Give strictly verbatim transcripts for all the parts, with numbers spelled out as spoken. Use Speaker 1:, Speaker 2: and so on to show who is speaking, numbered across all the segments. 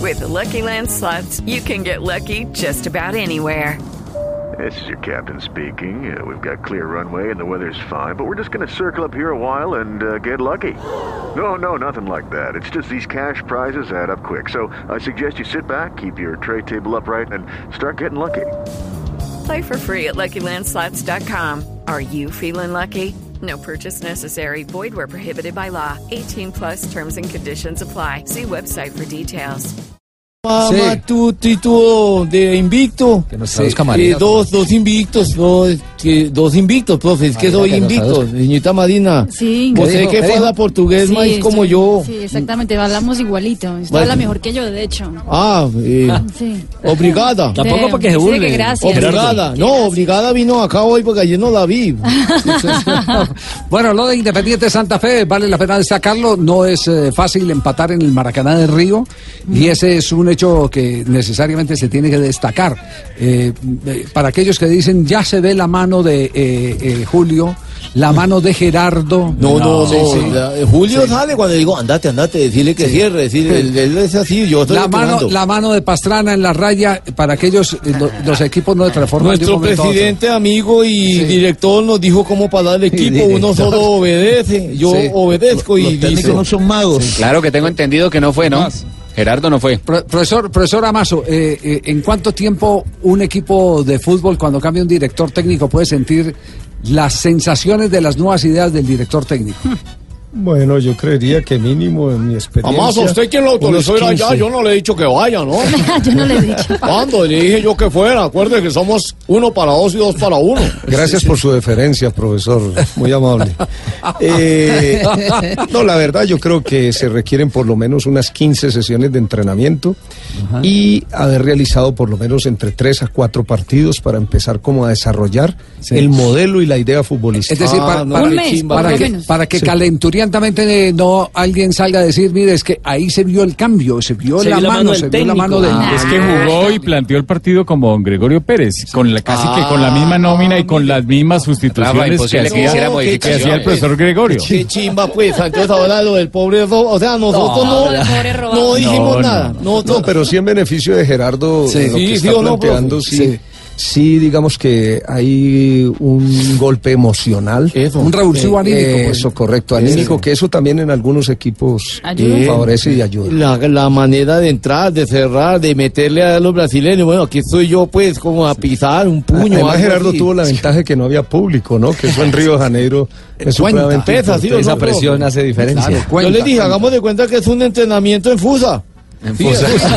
Speaker 1: With the Lucky Land Slots, you can get lucky just about anywhere.
Speaker 2: This is your captain speaking. Uh, we've got clear runway and the weather's fine, but we're just going to circle up here a while and uh, get lucky. No, no, nothing like that. It's just these cash prizes add up quick. So I suggest you sit back, keep your tray table upright, and start getting lucky.
Speaker 1: Play for free at Lucky Land Slots dot com. Are you feeling lucky? No purchase necessary. Void where prohibited by law. eighteen plus terms and conditions apply. See website for details.
Speaker 3: Sí. Tu título de invicto.
Speaker 4: Que nos traduzca Marina.
Speaker 3: Eh, dos, dos invictos, dos, que, dos invictos, profe. Es que
Speaker 4: Marina,
Speaker 3: soy
Speaker 4: que
Speaker 3: invicto, señorita Marina.
Speaker 5: Sí.
Speaker 3: Usted
Speaker 4: dijo?
Speaker 3: que
Speaker 4: ¿Qué
Speaker 3: habla
Speaker 4: dijo?
Speaker 3: portugués,
Speaker 5: Sí,
Speaker 3: más
Speaker 5: estoy-
Speaker 3: como yo.
Speaker 5: Sí, exactamente, hablamos igualito. Usted
Speaker 3: Vale.
Speaker 5: habla mejor que yo, de hecho.
Speaker 3: Ah, eh,
Speaker 5: Sí.
Speaker 3: obrigada.
Speaker 6: Tampoco
Speaker 5: Sí,
Speaker 6: para que se
Speaker 5: sí,
Speaker 6: burle.
Speaker 5: que gracias.
Speaker 3: Obligada. No, obligada vino acá hoy porque ayer no la vi.
Speaker 4: Bueno, lo de Independiente Santa Fe, vale la pena destacarlo, no es eh, fácil empatar en el Maracaná del Río y ese es un hecho que necesariamente se tiene que destacar. Eh, eh, para aquellos que dicen, ya se ve la mano de eh, eh, Julio, la mano de Gerardo.
Speaker 3: No, no, no.
Speaker 4: Sí, sí.
Speaker 3: la- Julio sale cuando digo, andate, andate, decirle que cierre, decirle, él, él es así, yo estoy
Speaker 4: La mano,
Speaker 3: esperando.
Speaker 4: la mano de Pastrana en la raya, para aquellos, eh, lo- los equipos no se transforman de un
Speaker 3: Nuestro
Speaker 4: momento a otro.
Speaker 3: presidente, amigo y
Speaker 4: Sí.
Speaker 3: director nos dijo cómo parar el equipo. Uno solo obedece, yo
Speaker 4: Sí.
Speaker 3: obedezco y dice.
Speaker 7: son magos.
Speaker 8: Claro que tengo entendido que no fue, ¿no? Gerardo no fue.
Speaker 4: Pro- Profesor, profesor Amazo, eh, eh, ¿en cuánto tiempo un equipo de fútbol, cuando cambia un director técnico, puede sentir las sensaciones de las nuevas ideas del director técnico?
Speaker 7: Bueno, yo creería que mínimo en mi experiencia.
Speaker 3: Además, ¿a usted quién lo autorizó a ir
Speaker 7: unos
Speaker 3: allá?
Speaker 7: quince.
Speaker 3: Yo no le he dicho que vaya, ¿no?
Speaker 5: Yo no le he dicho.
Speaker 3: ¿Cuándo? Le dije yo que fuera. Acuerde que somos uno para dos y dos para uno.
Speaker 7: Gracias por su deferencia, profesor. Muy amable. Eh, no, la verdad, yo creo que se requieren por lo menos unas quince sesiones de entrenamiento y haber realizado por lo menos entre tres a cuatro partidos para empezar como a desarrollar
Speaker 4: Sí.
Speaker 7: el modelo y la idea futbolística.
Speaker 4: Es decir,
Speaker 3: Ah,
Speaker 4: para,
Speaker 3: no,
Speaker 4: para
Speaker 5: Un
Speaker 3: qué
Speaker 5: mes,
Speaker 3: chimba.
Speaker 5: por
Speaker 4: para
Speaker 5: lo
Speaker 4: que,
Speaker 5: menos.
Speaker 4: para que
Speaker 7: Sí.
Speaker 4: calenturientamente no alguien salga a decir, mire, es que ahí se vio el cambio, se vio
Speaker 6: Se
Speaker 4: la
Speaker 6: vio la
Speaker 4: mano,
Speaker 6: mano del
Speaker 4: se vio la
Speaker 6: técnico.
Speaker 4: mano del...
Speaker 5: Ah.
Speaker 9: Es que jugó y planteó el partido como don Gregorio Pérez, con la, casi que con la misma nómina y con las mismas
Speaker 8: Rafa,
Speaker 9: sustituciones que
Speaker 8: imposible que
Speaker 9: hacía,
Speaker 8: hiciera
Speaker 3: No, qué
Speaker 9: que hacía el
Speaker 8: modificaciones.
Speaker 9: profesor Gregorio.
Speaker 3: Qué chimba, pues. Entonces ahora lo del pobre Ro- O sea, nosotros no,
Speaker 5: No, el pobre robado.
Speaker 3: no dijimos
Speaker 9: No, no.
Speaker 3: nada. Nosotros-
Speaker 7: No, pero sí en beneficio de Gerardo,
Speaker 4: Sí.
Speaker 7: lo
Speaker 3: Sí,
Speaker 7: que
Speaker 3: sí
Speaker 7: está
Speaker 3: o no,
Speaker 7: planteando,
Speaker 3: profe.
Speaker 7: sí,
Speaker 4: Sí.
Speaker 7: sí, digamos que hay un golpe emocional.
Speaker 3: Eso.
Speaker 4: Un revulsivo anímico.
Speaker 7: Eh,
Speaker 4: pues.
Speaker 7: Eso, correcto, anímico, que eso también en algunos equipos
Speaker 5: Ayuda.
Speaker 7: eh, favorece y ayuda.
Speaker 3: La, la manera de entrar, de cerrar, de meterle a los brasileños. Bueno, aquí estoy yo, pues, como a pisar un puño.
Speaker 7: Además,
Speaker 3: algo
Speaker 7: Gerardo
Speaker 3: así.
Speaker 7: tuvo la ventaja de que no había público, ¿no? Que eso en Río de Janeiro es
Speaker 4: Cuenta.
Speaker 7: supremamente
Speaker 3: Pesa, ¿sí o no,
Speaker 7: importante.
Speaker 3: profe?
Speaker 4: presión hace diferencia. Claro,
Speaker 3: Yo
Speaker 4: cuenta,
Speaker 3: les dije,
Speaker 4: cuenta.
Speaker 3: hagamos de cuenta que es un entrenamiento en Fusa. Sí,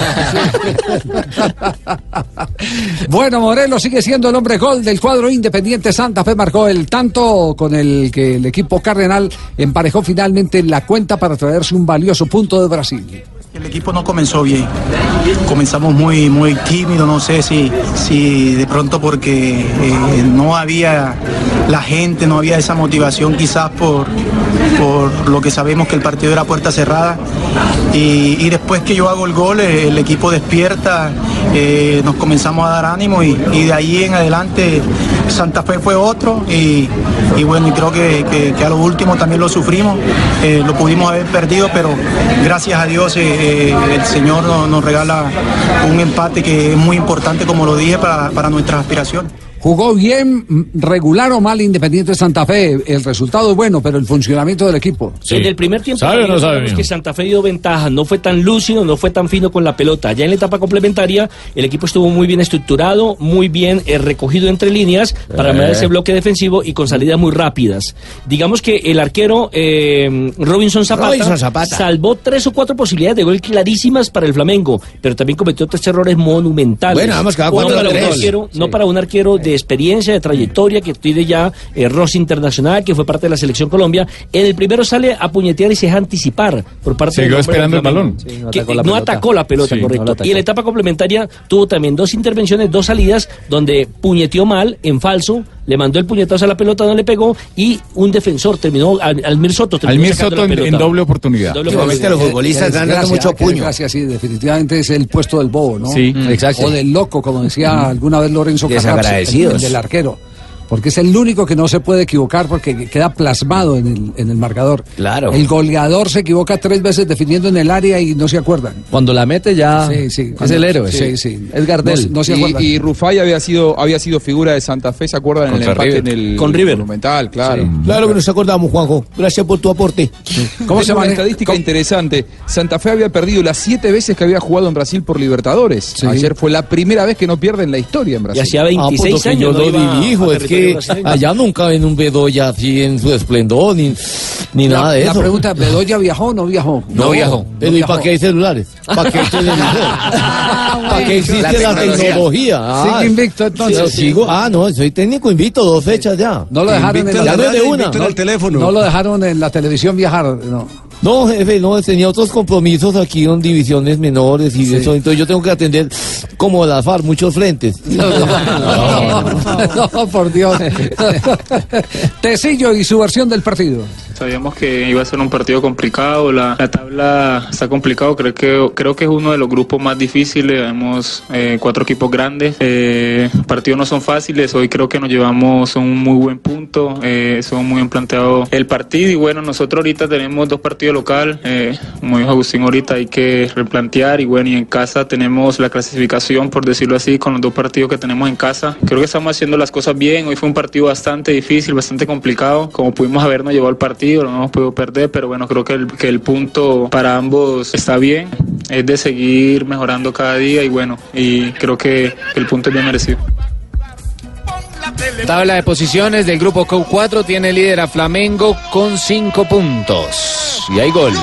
Speaker 4: Bueno, Morelos sigue siendo el hombre gol del cuadro Independiente Santa Fe. Marcó el tanto con el que el equipo cardenal emparejó finalmente la cuenta para traerse un valioso punto de Brasil.
Speaker 10: El equipo no comenzó bien, comenzamos muy muy tímido, no sé si, si de pronto porque eh, no había la gente, no había esa motivación quizás por, por lo que sabemos que el partido era puerta cerrada y, y después que yo hago el gol eh, el equipo despierta, eh, nos comenzamos a dar ánimo y, y de ahí en adelante Santa Fe fue otro y, y bueno, y creo que, que, que a lo último también lo sufrimos, eh, lo pudimos haber perdido, pero gracias a Dios eh, eh, el Señor nos, nos regala un empate que es muy importante, como lo dije, para, para nuestras aspiraciones.
Speaker 4: Jugó bien, mm, regular o mal Independiente Santa Fe. El resultado es bueno, pero el funcionamiento del equipo.
Speaker 9: Sí.
Speaker 6: En el primer tiempo
Speaker 9: ¿Sabe o no
Speaker 6: también
Speaker 9: sabe,
Speaker 6: sabemos
Speaker 9: mijo?
Speaker 6: que Santa Fe dio ventaja, no fue tan lúcido, no fue tan fino con la pelota. Ya en la etapa complementaria el equipo estuvo muy bien estructurado, muy bien eh, recogido entre líneas para armar ese bloque defensivo y con salidas muy rápidas. Digamos que el arquero eh, Robinson Zapata,
Speaker 3: Robinson Zapata.
Speaker 6: salvó tres o cuatro posibilidades de gol clarísimas para el Flamengo, pero también cometió tres errores monumentales.
Speaker 3: Bueno, vamos, que va
Speaker 6: no,
Speaker 3: cuatro a
Speaker 6: para un
Speaker 3: tres.
Speaker 6: arquero, no para un arquero de experiencia, de trayectoria, que tiene ya eh, Rossi Internacional, que fue parte de la Selección Colombia. En el primero sale a puñetear y se deja anticipar por parte
Speaker 9: Siguió
Speaker 6: del hombre
Speaker 9: esperando
Speaker 6: del
Speaker 9: el
Speaker 6: Flamengo.
Speaker 9: balón.
Speaker 6: Sí, no atacó la, no atacó la pelota,
Speaker 9: Sí,
Speaker 6: correcto.
Speaker 9: no la atacó.
Speaker 6: Y en la etapa complementaria tuvo también dos intervenciones, dos salidas, donde puñeteó mal, en falso, le mandó el puñetazo a la pelota, no le pegó, y un defensor terminó, Al- Almir Soto terminó
Speaker 9: Almir
Speaker 6: sacando
Speaker 9: Soto
Speaker 6: la
Speaker 9: en,
Speaker 6: pelota.
Speaker 9: en doble oportunidad.
Speaker 6: Doble
Speaker 3: Últimamente
Speaker 6: oportunidad.
Speaker 3: los futbolistas están dando
Speaker 4: Gracias,
Speaker 3: mucho puño.
Speaker 4: Gracias, sí, definitivamente es el puesto del bobo, ¿no?
Speaker 9: Sí,
Speaker 8: exacto.
Speaker 4: O del loco, como decía alguna vez Lorenzo Carrasco,
Speaker 8: Desagradecidos.
Speaker 4: el del arquero. Porque es el único que no se puede equivocar porque queda plasmado en el, en el marcador.
Speaker 3: Claro.
Speaker 4: El goleador se equivoca tres veces definiendo en el área y no se acuerdan.
Speaker 11: Cuando la mete ya
Speaker 4: sí, sí,
Speaker 11: es el héroe.
Speaker 4: Sí, sí.
Speaker 11: Es Gardel.
Speaker 4: No, no se acuerdan.
Speaker 12: Y, y Rufai había sido había sido figura de Santa Fe, ¿se acuerdan? En
Speaker 11: Contra
Speaker 12: el empate
Speaker 11: River.
Speaker 12: en el
Speaker 6: Con River.
Speaker 12: Monumental, claro.
Speaker 3: Sí. Claro que nos acordamos, Juanjo. Gracias por tu aporte.
Speaker 12: ¿Cómo se llama? Una estadística ¿Cómo? interesante. Santa Fe había perdido las siete veces que había jugado en Brasil por Libertadores. Sí. Ayer fue la primera vez que no pierde en la historia en Brasil.
Speaker 6: Y hacía veintiséis
Speaker 3: ah, pues
Speaker 6: años.
Speaker 3: Yo
Speaker 6: no
Speaker 3: lo
Speaker 6: iba
Speaker 3: dirijo, es que allá nunca ven un Bedoya así en su esplendor, ni, ni
Speaker 4: la,
Speaker 3: nada de
Speaker 4: la
Speaker 3: eso.
Speaker 4: La pregunta, ¿Bedoya viajó o no viajó?
Speaker 3: No, no viajó. Pero no ¿y para qué hay celulares? ¿Para qué hay televisor? ¿Para qué existe la, la tecnología?
Speaker 4: Ah, ¿sigue invicto entonces?
Speaker 3: Sí, sigo, ah, no, soy técnico invicto, dos fechas ya.
Speaker 4: No lo dejaron en la,
Speaker 3: de una.
Speaker 4: No,
Speaker 3: el teléfono.
Speaker 4: No lo dejaron en la televisión viajar, no.
Speaker 3: No, jefe, no, tenía otros compromisos aquí en divisiones menores y sí. eso, entonces yo tengo que atender como la F A R, muchos frentes.
Speaker 4: No, no, no, no, no por Dios. Tecillo y su versión del partido.
Speaker 13: Sabíamos que iba a ser un partido complicado, la, la tabla está complicado, creo que creo que es uno de los grupos más difíciles, tenemos eh, cuatro equipos grandes, eh, partidos no son fáciles, hoy creo que nos llevamos un muy buen punto, eh, son muy bien planteado el partido y bueno, nosotros ahorita tenemos dos partidos local, eh, como dijo Agustín ahorita hay que replantear y bueno, y en casa tenemos la clasificación, por decirlo así, con los dos partidos que tenemos en casa, creo que estamos haciendo las cosas bien, hoy fue un partido bastante difícil, bastante complicado, como pudimos habernos llevado el partido, no hemos podido perder, pero bueno, creo que el, que el punto para ambos está bien, es de seguir mejorando cada día y bueno, y creo que el punto es bien merecido.
Speaker 8: Tabla de posiciones del grupo Q cuatro tiene líder a Flamengo con cinco puntos. Y hay gol.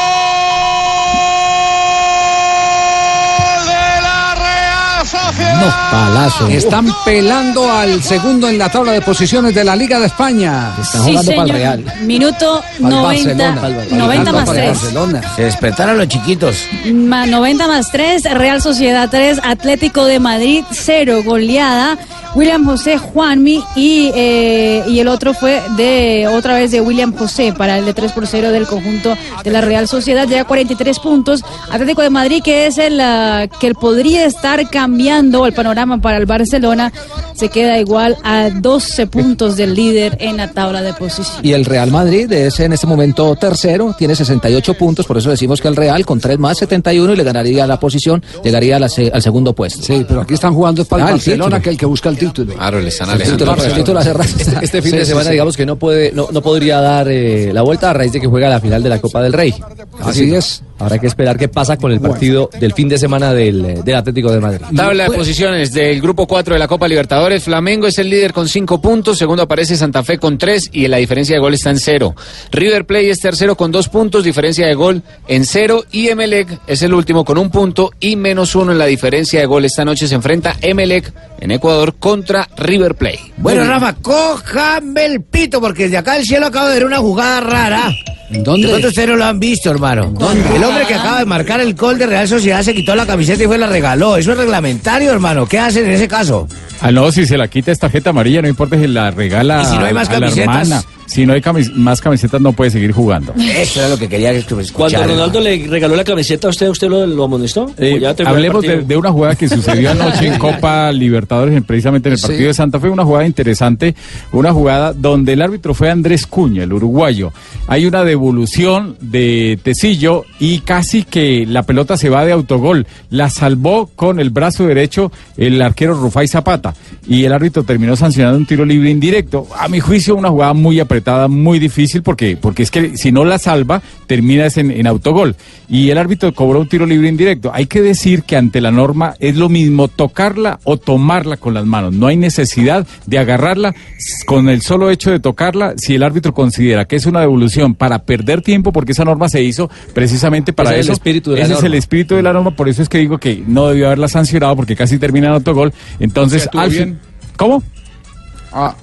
Speaker 4: No, palazo. Están pelando al segundo en la tabla de posiciones de la Liga de España.
Speaker 5: Están sí, jugando para el Real. Minuto noventa, noventa más tres.
Speaker 3: Se despertaron los chiquitos.
Speaker 5: Ma, noventa más tres, Real Sociedad tres, Atlético de Madrid cero, goleada. William José Juanmi y, eh, y el otro fue de otra vez de William José para el de tres por cero del conjunto de la Real Sociedad, llega a cuarenta y tres puntos. Atlético de Madrid, que es el uh, que podría estar cambiando el panorama para el Barcelona, se queda igual a doce puntos del líder en la tabla de posiciones.
Speaker 11: Y el Real Madrid es en este momento tercero, tiene sesenta y ocho puntos, por eso decimos que el Real con tres más setenta y uno y le ganaría la posición, llegaría a la, al segundo puesto.
Speaker 4: Sí, pero aquí están jugando para el ah, Barcelona, el que el que busca el título.
Speaker 8: Claro, le están
Speaker 11: alejando. Este, este fin sí, de semana, sí, digamos que no puede, no, no podría dar eh, la vuelta a raíz de que juega la final de la Copa del Rey.
Speaker 4: Así, Así es.
Speaker 11: Habrá que esperar qué pasa con el partido bueno. del fin de semana del, del Atlético de Madrid.
Speaker 8: Tabla de posiciones del grupo cuatro de la Copa Libertadores. Flamengo es el líder con cinco puntos. Segundo aparece Santa Fe con tres y la diferencia de gol está en cero. River Plate es tercero con dos puntos, diferencia de gol en cero. Y Emelec es el último con un punto y menos uno en la diferencia de gol. Esta noche se enfrenta Emelec en Ecuador contra River Plate.
Speaker 3: Bueno, Rafa, cójame el pito porque desde acá del cielo acabo de ver una jugada rara.
Speaker 4: ¿Dónde?
Speaker 3: De pronto ustedes no lo han visto, hermano. ¿Dónde? El hombre que acaba de marcar el gol de Real Sociedad se quitó la camiseta y fue y la regaló. Eso es reglamentario, hermano. ¿Qué hacen en ese caso?
Speaker 9: Ah, no, si se la quita esta tarjeta amarilla, no importa si la regala
Speaker 3: ¿Y si no hay más
Speaker 9: a la hermana. Si no hay camis más camisetas, no puede seguir jugando.
Speaker 3: Eso era lo que quería escuchar.
Speaker 6: Cuando Ronaldo le regaló la camiseta a usted, ¿usted lo, lo amonestó?
Speaker 9: Eh, ya hablemos de, de una jugada que sucedió anoche en Copa Libertadores, precisamente en el partido sí. de Santa Fe, una jugada interesante, una jugada donde el árbitro fue Andrés Cuña, el uruguayo. Hay una devolución de Tecillo y casi que la pelota se va de autogol. La salvó con el brazo derecho el arquero Rufai Zapata y el árbitro terminó sancionando un tiro libre indirecto. A mi juicio, una jugada muy apretada, muy difícil, porque porque es que si no la salva, termina en, en autogol. Y el árbitro cobró un tiro libre indirecto. Hay que decir que ante la norma es lo mismo tocarla o tomarla con las manos. No hay necesidad de agarrarla con el solo hecho de tocarla si el árbitro considera que es una devolución para perder tiempo, porque esa norma se hizo precisamente para
Speaker 11: ese
Speaker 9: eso.
Speaker 11: Es el espíritu de la
Speaker 9: ese
Speaker 11: norma.
Speaker 9: es el espíritu de la norma, por eso es que digo que no debió haberla sancionado, porque casi termina en autogol. Entonces,
Speaker 12: o sea,
Speaker 9: al fin... ¿Cómo?
Speaker 12: Ah...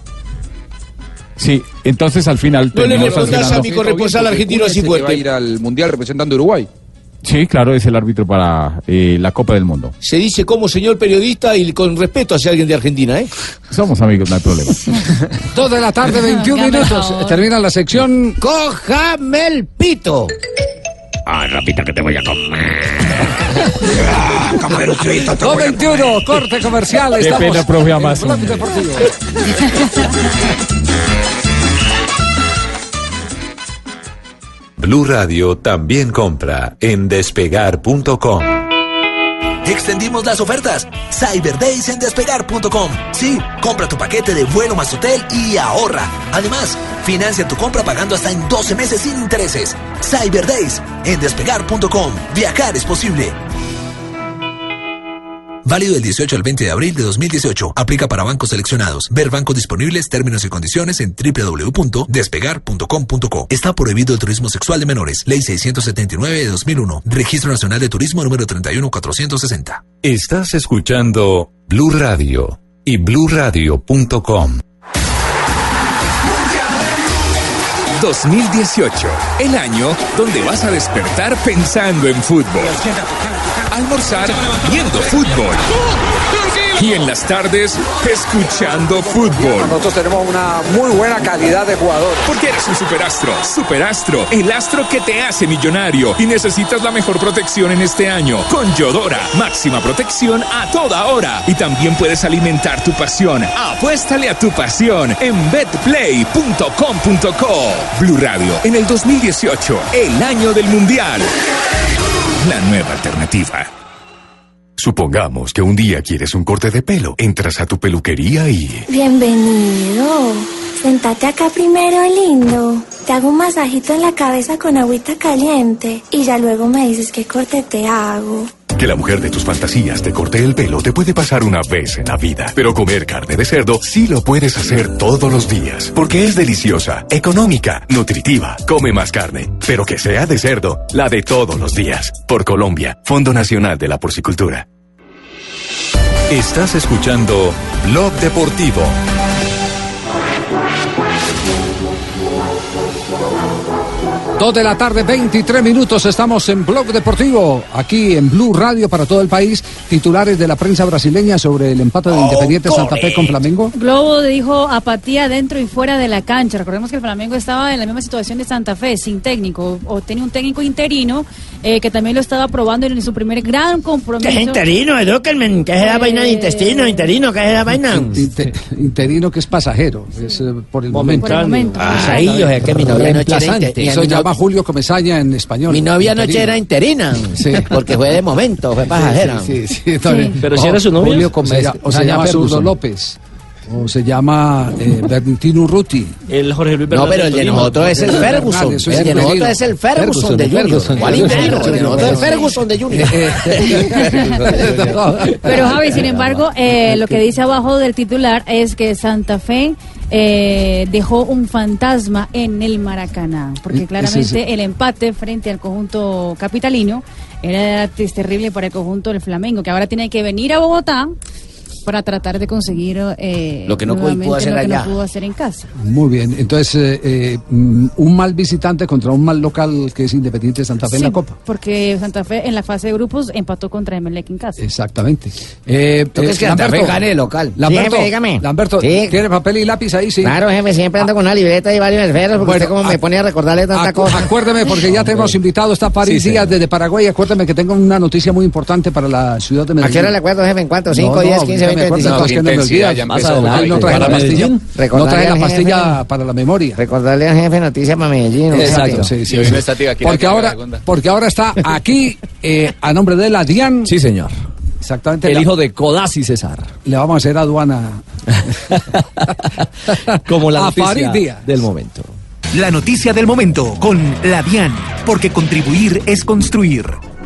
Speaker 9: Sí, entonces al final...
Speaker 3: No le respondas a mi corresponsal argentino así fuerte.
Speaker 12: Va a ir al Mundial representando a Uruguay.
Speaker 9: Sí, claro, es el árbitro para eh, la Copa del Mundo.
Speaker 3: Se dice como señor periodista y con respeto hacia alguien de Argentina, ¿eh?
Speaker 9: Somos amigos, no hay problema.
Speaker 4: Dos de la tarde, veintiún minutos. Termina la sección...
Speaker 3: ¡Cójame el pito!
Speaker 14: ¡Ay, rapita, que te voy a comer!
Speaker 4: dos veintiuno, corte comercial.
Speaker 9: Qué pena, profe Amazon.
Speaker 14: Blue Radio también compra en despegar punto com.
Speaker 15: Extendimos las ofertas. Cyber Days en despegar punto com. Sí, compra tu paquete de vuelo más hotel y ahorra. Además, financia tu compra pagando hasta en doce meses sin intereses. Cyber Days en despegar punto com. Viajar es posible. Válido del dieciocho al veinte de abril de dos mil dieciocho. Aplica para bancos seleccionados. Ver bancos disponibles, términos y condiciones en doble u doble u doble u punto despegar punto com punto co. Está prohibido el turismo sexual de menores. Ley seiscientos setenta y nueve de dos mil uno. Registro Nacional de Turismo número treinta y uno mil cuatrocientos sesenta.
Speaker 14: Estás escuchando Blue Radio y blue radio punto com.
Speaker 16: dos mil dieciocho, el año donde vas a despertar pensando en fútbol, almorzar viendo fútbol y en las tardes escuchando fútbol.
Speaker 4: Nosotros tenemos una muy buena calidad de jugador.
Speaker 16: Porque eres un superastro. Superastro, el astro que te hace millonario y necesitas la mejor protección en este año. Con Yodora, máxima protección a toda hora. Y también puedes alimentar tu pasión. Apuéstale a tu pasión en betplay punto com punto co. Blue Radio, en el dos mil dieciocho, el año del Mundial. La nueva alternativa.
Speaker 17: Supongamos que un día quieres un corte de pelo. Entras a tu peluquería y...
Speaker 18: Bienvenido. Sentate acá primero, lindo. Te hago un masajito en la cabeza con agüita caliente. Y ya luego me dices qué corte te hago.
Speaker 17: Que la mujer de tus fantasías te corte el pelo te puede pasar una vez en la vida. Pero comer carne de cerdo sí lo puedes hacer todos los días. Porque es deliciosa, económica, nutritiva. Come más carne, pero que sea de cerdo. La de todos los días. Por Colombia, Fondo Nacional de la Porcicultura.
Speaker 14: Estás escuchando Blog Deportivo.
Speaker 4: Dos de la tarde, veintitrés minutos, estamos en Blog Deportivo, aquí en Blue Radio para todo el país. Titulares de la prensa brasileña sobre el empate de Independiente oh, Santa Fe con Flamengo.
Speaker 5: Globo dijo apatía dentro y fuera de la cancha. Recordemos que el Flamengo estaba en la misma situación de Santa Fe, sin técnico, o tenía un técnico interino eh, que también lo estaba probando en su primer gran compromiso.
Speaker 3: ¿Qué es interino, Eduquelmen? ¿Qué es la eh... vaina de intestino? ¿Interino? ¿Qué es la vaina?
Speaker 4: Inter, interino que es pasajero, es eh, por el momento.
Speaker 5: Por el momento.
Speaker 3: Ah, ahí, o sea, que mi novia no era interina.
Speaker 4: Eso llama Julio Comesaña en español.
Speaker 3: Mi novia anoche era interina, sí, porque fue de momento, fue pasajera.
Speaker 4: Sí, sí, sí, sí.
Speaker 6: Pero si era su novia.
Speaker 4: Julio Comesaña, o se llama Zurdo López. O se llama eh, Bernardino Urruti.
Speaker 6: El Jorge Luis
Speaker 3: No, pero el de nosotros es el Ferguson. El de nosotros es el Ferguson de Junior. ¿Cuál interino? El de nosotros es el Ferguson de Junior.
Speaker 5: Pero Javi, sin embargo, eh, lo que dice abajo del titular es que Santa Fe eh, dejó un fantasma en el Maracaná, porque claramente el empate frente al conjunto capitalino era terrible para el conjunto del Flamengo, que ahora tiene que venir a Bogotá para tratar de conseguir eh,
Speaker 3: lo que no pudo hacer
Speaker 5: lo que
Speaker 3: allá.
Speaker 5: no pudo hacer en casa.
Speaker 4: Muy bien, entonces eh, eh, un mal visitante contra un mal local que es Independiente Santa Fe sí, en la Copa.
Speaker 5: Porque Santa Fe en la fase de grupos empató contra Emelec en casa.
Speaker 4: Exactamente. Eh,
Speaker 3: ¿Tú crees que Santa Fe gane el local?
Speaker 4: Lamberto,
Speaker 3: sí, jefe, dígame.
Speaker 4: Lamberto,
Speaker 3: sí.
Speaker 4: ¿tiene papel y lápiz ahí? Sí.
Speaker 3: Claro, jefe, siempre ando con una libreta y varios esferos, porque bueno, usted como me pone a recordarle tanta cosa.
Speaker 4: Acuérdeme, porque ya tenemos invitado, está Farid sí, Díaz sí. desde Paraguay. Acuérdeme que tengo una noticia muy importante para la ciudad de Medellín.
Speaker 3: ¿A qué hora le acuerdo, jefe? ¿En cuánto? ¿cinco, diez, quince, veinte, veinticinco?
Speaker 4: Olvida, ya más adelante, no trae la pastilla, no trae la pastilla jefe, para la memoria.
Speaker 3: Recordarle al jefe noticias para Medellín.
Speaker 4: Exacto, sí, sí, sí. Porque ahora, porque ahora está aquí eh, a nombre de la DIAN.
Speaker 11: Sí, señor.
Speaker 4: Exactamente.
Speaker 11: El
Speaker 4: la,
Speaker 11: hijo de Codazzi César.
Speaker 4: Le vamos a hacer aduana.
Speaker 11: Como la noticia del momento.
Speaker 19: La noticia del momento con la DIAN, porque contribuir es construir.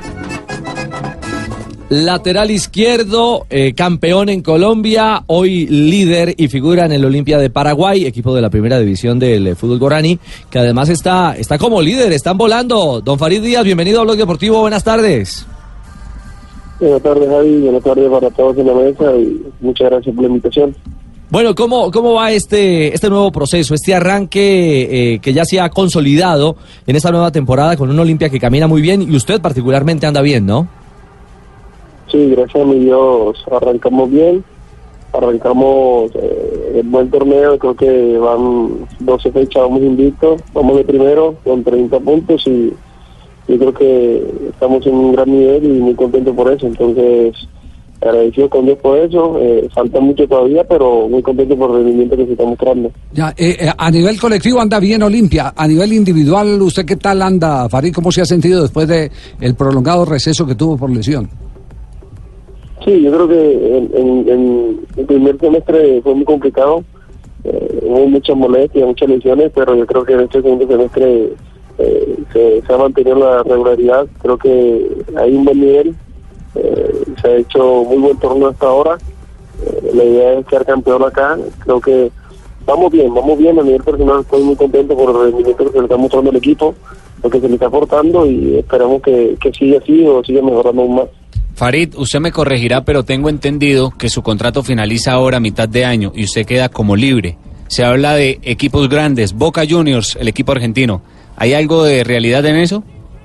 Speaker 11: Lateral izquierdo, eh, campeón en Colombia, hoy líder y figura en el Olimpia de Paraguay, equipo de la primera división del eh, fútbol guaraní, que además está, está como líder, están volando. Don Farid Díaz, bienvenido a Blog Deportivo, buenas tardes.
Speaker 20: Buenas tardes, Javi, buenas tardes para todos en la mesa y muchas gracias por la invitación.
Speaker 11: Bueno, ¿cómo, cómo va este, este nuevo proceso, este arranque eh, que ya se ha consolidado en esta nueva temporada con un Olimpia que camina muy bien y usted particularmente anda bien, ¿no?
Speaker 20: Sí, gracias a mi Dios, arrancamos bien, arrancamos eh, el buen torneo, creo que van doce fechas, vamos invictos, vamos de primero con treinta puntos y yo creo que estamos en un gran nivel y muy contento por eso, entonces agradecido con Dios por eso, eh, falta mucho todavía, pero muy contento por el rendimiento que se está mostrando.
Speaker 4: Ya, eh, eh, a nivel colectivo anda bien Olimpia, a nivel individual, ¿usted qué tal anda, Farid? ¿Cómo se ha sentido después de el prolongado receso que tuvo por lesión?
Speaker 20: Sí, yo creo que en, en, en el primer semestre fue muy complicado, eh, hubo muchas molestias, muchas lesiones, pero yo creo que en este segundo semestre eh, se, se ha mantenido la regularidad, creo que hay un buen nivel, eh, se ha hecho muy buen torneo hasta ahora, eh, la idea es quedar campeón acá, creo que vamos bien, vamos bien, a nivel personal estoy muy contento por el rendimiento que se le está mostrando al equipo, lo que se le está aportando y esperamos que, que siga así o siga mejorando aún más.
Speaker 8: Farid, usted me corregirá, pero tengo entendido que su contrato finaliza ahora a mitad de año y usted queda como libre. Se habla de equipos grandes, Boca Juniors, el equipo argentino. ¿Hay algo de realidad en eso?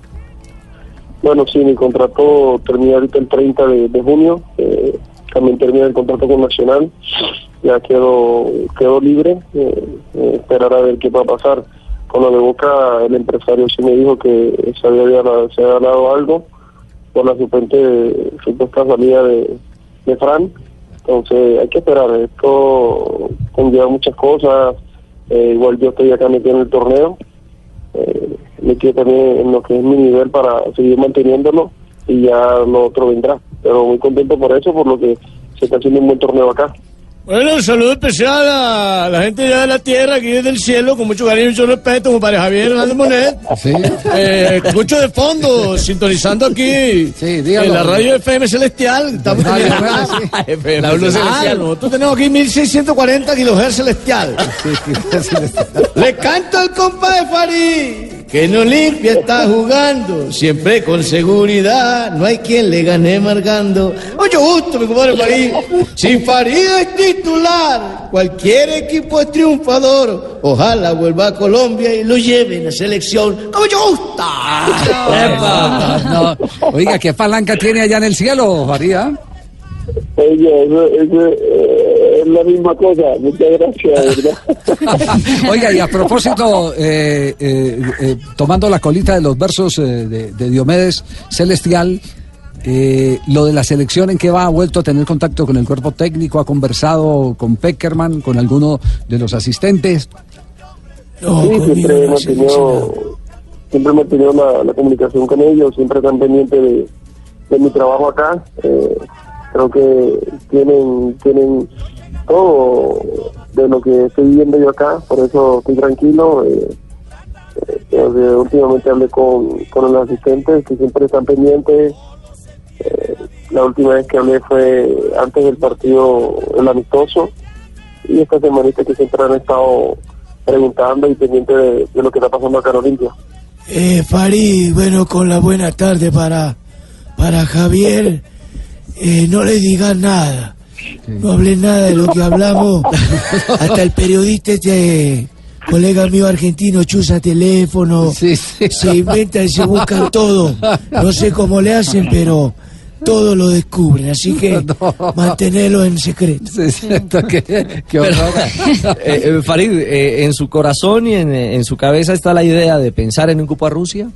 Speaker 20: Bueno, sí, mi contrato termina ahorita el treinta de, de junio. Eh, también termina el contrato con Nacional. Ya quedo, quedo libre. Eh, eh, esperar a ver qué va a pasar. Con lo de Boca, el empresario sí me dijo que se había, se había dado algo por la supuente, supuesta salida de, de Fran. Entonces hay que esperar, esto conlleva muchas cosas, eh, igual yo estoy acá metido en el torneo, eh, metido también en lo que es mi nivel para seguir manteniéndolo y ya lo otro vendrá, pero muy contento por eso, por lo que se está haciendo un buen torneo acá.
Speaker 3: Bueno, un saludo especial a la gente ya de la tierra, aquí desde el cielo, con mucho cariño y mucho respeto, como para Javier Hernández Monet. Sí. Eh, escucho de fondo, sintonizando aquí sí, en la radio F M Celestial. Estamos
Speaker 4: Dale,
Speaker 3: teniendo
Speaker 4: bueno,
Speaker 3: acá.
Speaker 4: sí.
Speaker 3: F M
Speaker 4: La Blue
Speaker 3: Celestial.
Speaker 4: Celestial.
Speaker 3: Nosotros tenemos aquí mil seiscientos cuarenta kilohertz celestial. Le canto al compa de Farid, que en Olimpia está jugando, siempre con seguridad, no hay quien le gane marcando. Mucho gusto, mi compadre Farid. Sin Farid es titular, cualquier equipo es triunfador. Ojalá vuelva a Colombia y lo lleven a selección. ¡Como yo gusta!
Speaker 4: No, oiga, ¿qué palanca tiene allá en el cielo, Farid?
Speaker 20: Oye, eso, eso eh, es la misma cosa, muchas gracias, ¿verdad?
Speaker 4: Oiga, y a propósito, eh, eh, eh, tomando la colita de los versos eh, de, de Diomedes Celestial, eh, lo de la selección, ¿en qué va? ¿Ha vuelto a tener contacto con el cuerpo técnico? ¿Ha conversado con Peckerman, con alguno de los asistentes?
Speaker 20: No, sí, siempre he mantenido, siempre he mantenido la, la comunicación con ellos, siempre están pendientes de, de mi trabajo acá. Eh, creo que tienen tienen todo de lo que estoy viviendo yo acá, por eso estoy tranquilo. Eh, eh, últimamente hablé con, con los asistentes que siempre están pendientes. Eh, la última vez que hablé fue antes del partido, el amistoso, y esta semanita que siempre han estado preguntando y pendientes de, de lo que está pasando acá en Olimpia.
Speaker 3: Eh, Farid, bueno, con la buena tarde para, para Javier. Eh, no le digas nada, no hables nada de lo que hablamos. Hasta el periodista este colega mío argentino chusa teléfono, sí, sí. Se inventa y se buscan todo. No sé cómo le hacen, pero todo lo descubren, así que no. Mantenerlo en secreto.
Speaker 11: Sí, cierto, que, que pero, eh, eh, Farid, eh, ¿en su corazón y en, en su cabeza está la idea de pensar en un cupo a Rusia?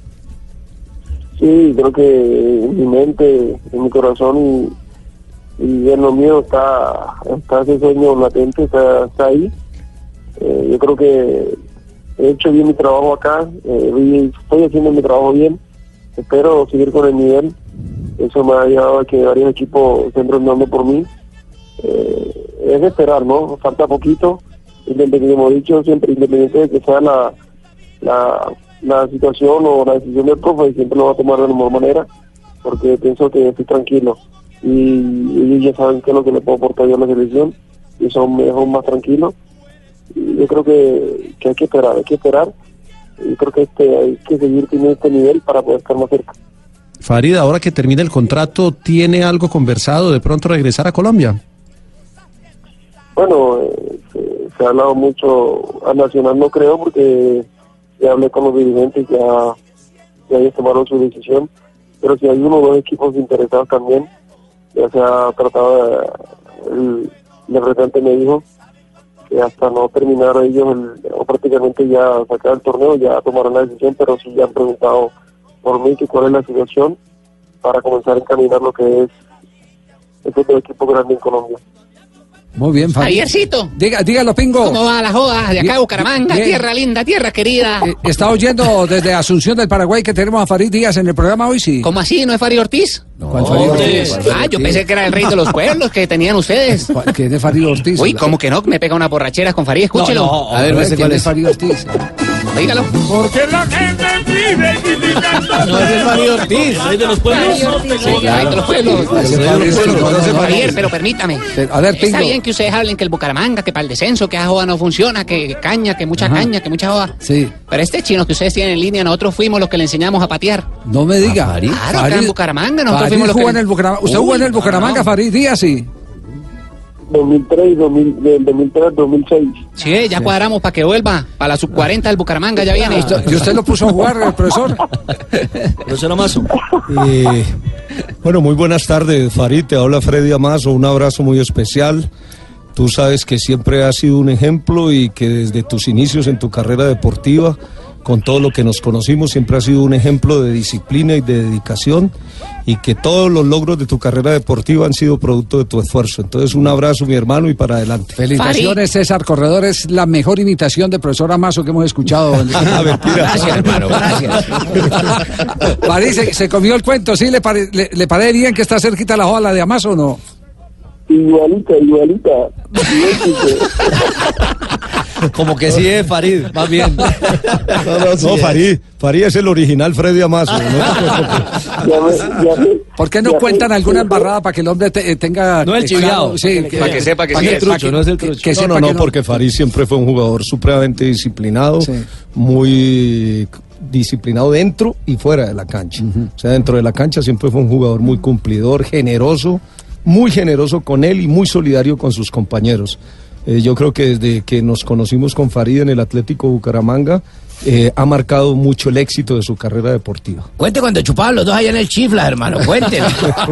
Speaker 20: Sí, creo que en mi mente, en mi corazón y, y en lo mío está, está ese sueño latente, está, está ahí. Eh, yo creo que he hecho bien mi trabajo acá, eh, estoy haciendo mi trabajo bien, espero seguir con el nivel. Eso me ha llevado a que varios equipos estén rondando por mí. Eh, es de esperar, ¿no? Falta poquito, independientemente, como he dicho, siempre independiente de que sea la... la la situación o la decisión del profe, siempre lo va a tomar de la mejor manera, porque pienso que estoy tranquilo y ellos ya saben qué es lo que le puedo aportar yo a la selección y son mejor más tranquilos. Y yo creo que, que hay que esperar, hay que esperar y creo que este hay que seguir teniendo este nivel para poder estar más cerca.
Speaker 7: Farid, ahora que termina el contrato, ¿tiene algo conversado de pronto regresar a Colombia?
Speaker 20: Bueno, eh, se, se ha hablado mucho, a Nacional no creo, porque ya hablé con los dirigentes, ya, ya ellos tomaron su decisión, pero si hay uno o dos equipos interesados también, ya se ha tratado de, el, el representante me dijo que hasta no terminar ellos el, o prácticamente ya sacar el torneo ya tomaron la decisión, pero sí ya han preguntado por mí que cuál es la situación para comenzar a encaminar lo que es este otro equipo grande en Colombia.
Speaker 4: Muy bien, Farid.
Speaker 21: Javiercito.
Speaker 4: Diga, dígalo, Pingo.
Speaker 21: ¿Cómo va la joda de acá de Bucaramanga?
Speaker 4: Bien.
Speaker 21: Tierra linda, tierra querida.
Speaker 4: Eh, ¿Está oyendo desde Asunción del Paraguay que tenemos a Farid Díaz en el programa hoy? Sí.
Speaker 21: ¿Cómo así? ¿No es Farid Ortiz?
Speaker 4: No, ¿cuál Farid Ortiz?
Speaker 21: Ah, yo pensé que era el rey de los pueblos que tenían ustedes.
Speaker 4: ¿Quién es Farid Ortiz?
Speaker 21: Uy, ¿cómo que no? Me pega una borrachera con Farid, escúchelo.
Speaker 4: No, no, a ver, ¿quién cuál es Farid Ortiz?
Speaker 21: Dígalo.
Speaker 22: Porque la gente vive criticando.
Speaker 21: No es el Farid Ortiz.
Speaker 22: ¿El de los pueblos?
Speaker 21: Sí, claro, de los pueblos. Javier, pero permítame.
Speaker 4: A ver, Pingo.
Speaker 21: Está bien que ustedes hablen que el Bucaramanga, que para el descenso, que esa joda no funciona, que caña, que mucha
Speaker 4: Ajá.
Speaker 21: caña, que mucha joda.
Speaker 4: Sí.
Speaker 21: Pero este chino que ustedes tienen en línea, nosotros fuimos los que le enseñamos a patear.
Speaker 4: No me diga.
Speaker 21: Farid. Claro, acá en Bucaramanga, nosotros
Speaker 4: Farid
Speaker 21: fuimos los
Speaker 4: jugó
Speaker 21: que...
Speaker 4: en el Bucaramanga. ¿Usted jugó en el Bucaramanga, Farid Díaz? Sí.
Speaker 20: dos mil tres, dos mil, del dos mil tres, dos mil seis.
Speaker 21: Sí, ya cuadramos para que vuelva. Para la sub cuarenta del Bucaramanga ya viene.
Speaker 4: ¿Y usted lo puso a jugar, el profesor?
Speaker 6: Profesor Amazo.
Speaker 7: Eh, bueno, muy buenas tardes, Farid. Te habla Freddy Amazo. Un abrazo muy especial. Tú sabes que siempre has sido un ejemplo y que desde tus inicios en tu carrera deportiva, con todo lo que nos conocimos, siempre has sido un ejemplo de disciplina y de dedicación, y que todos los logros de tu carrera deportiva han sido producto de tu esfuerzo. Entonces, un abrazo, mi hermano, y para adelante.
Speaker 4: Felicitaciones, César Corredor. Es la mejor imitación de profesor Amazo que hemos escuchado.
Speaker 7: Gracias,
Speaker 21: hermano, gracias.
Speaker 4: Farid, ¿se, se comió el cuento? ¿Sí? ¿Le, pare, le, le parece bien que está cerquita la joda de Amazo o no?
Speaker 20: Igualita, igualita.
Speaker 11: Como que sí es Farid, más bien.
Speaker 7: No, no, no, Farid, Farid es el original Freddy Amazo. ¿No?
Speaker 4: ¿Por qué no cuentan alguna embarrada para que el hombre te, tenga...
Speaker 7: No, el chiviao.
Speaker 4: Sí,
Speaker 7: Para que sepa que sí es.
Speaker 4: trucho, no es el trucho. Que
Speaker 7: No,
Speaker 4: sepa
Speaker 7: no, no,
Speaker 4: que no.
Speaker 7: porque Farid siempre fue un jugador supremamente disciplinado, muy disciplinado dentro y fuera de la cancha. O sea, dentro de la cancha siempre fue un jugador muy cumplidor, generoso, muy generoso con él y muy solidario con sus compañeros. Eh, yo creo que desde que nos conocimos con Farid en el Atlético Bucaramanga, eh, ha marcado mucho el éxito de su carrera deportiva.
Speaker 3: Cuente cuando chupaban los dos allá en el Chifla, hermano, cuéntelo.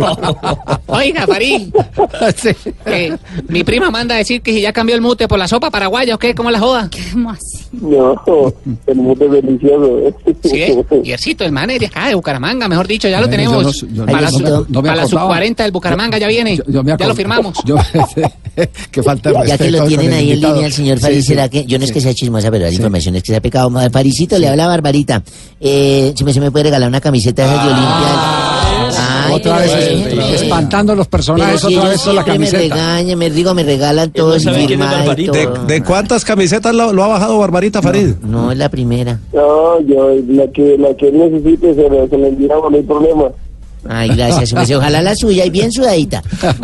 Speaker 21: Oiga, Farid. Eh, mi prima manda a decir que si ya cambió el mute por la sopa paraguaya, ¿o qué? ¿Cómo la joda?
Speaker 5: ¿Cómo así?
Speaker 20: No, el mute es delicioso.
Speaker 21: Sí, Yercito, el man es de acá, de Bucaramanga, mejor dicho, ya lo
Speaker 4: Bueno,
Speaker 21: tenemos.
Speaker 4: yo no- yo no-
Speaker 21: para la,
Speaker 4: no me-
Speaker 21: sub-
Speaker 4: no me
Speaker 21: para la sub
Speaker 4: acordaba.
Speaker 21: cuarenta del Bucaramanga ya viene.
Speaker 4: Yo- yo me
Speaker 21: ya
Speaker 4: acuerdo.
Speaker 21: lo firmamos.
Speaker 4: Yo- que falta de
Speaker 23: Ya que
Speaker 4: respeto
Speaker 23: lo
Speaker 4: con
Speaker 23: tienen
Speaker 4: el
Speaker 23: ahí en
Speaker 4: invitado.
Speaker 23: línea el señor
Speaker 4: Sí,
Speaker 23: Farid,
Speaker 4: sí.
Speaker 23: ¿será que? Yo no es que sea chismosa, pero la
Speaker 4: Sí.
Speaker 23: información es que se ha pecado. Faridcito, le habla Barbarita. Eh, si me, se me puede regalar una camiseta de esas de Olimpia. Ay,
Speaker 4: Otra
Speaker 23: pero
Speaker 4: vez
Speaker 23: siempre-
Speaker 4: eh, espantando a los personajes,
Speaker 23: pero si
Speaker 4: otra
Speaker 23: ellos
Speaker 4: vez con la
Speaker 23: siempre me
Speaker 4: camiseta.
Speaker 23: regañan, me digo, me regalan todo y firmado y
Speaker 7: ¿De,
Speaker 23: todo.
Speaker 7: de cuántas camisetas lo, lo ha bajado Barbarita, Farid?
Speaker 23: No, es la primera.
Speaker 20: No, yo, la que, la que él necesite se la, se la enviamos, no hay problema.
Speaker 23: Ay, gracias. me dice, ojalá la suya y bien sudadita.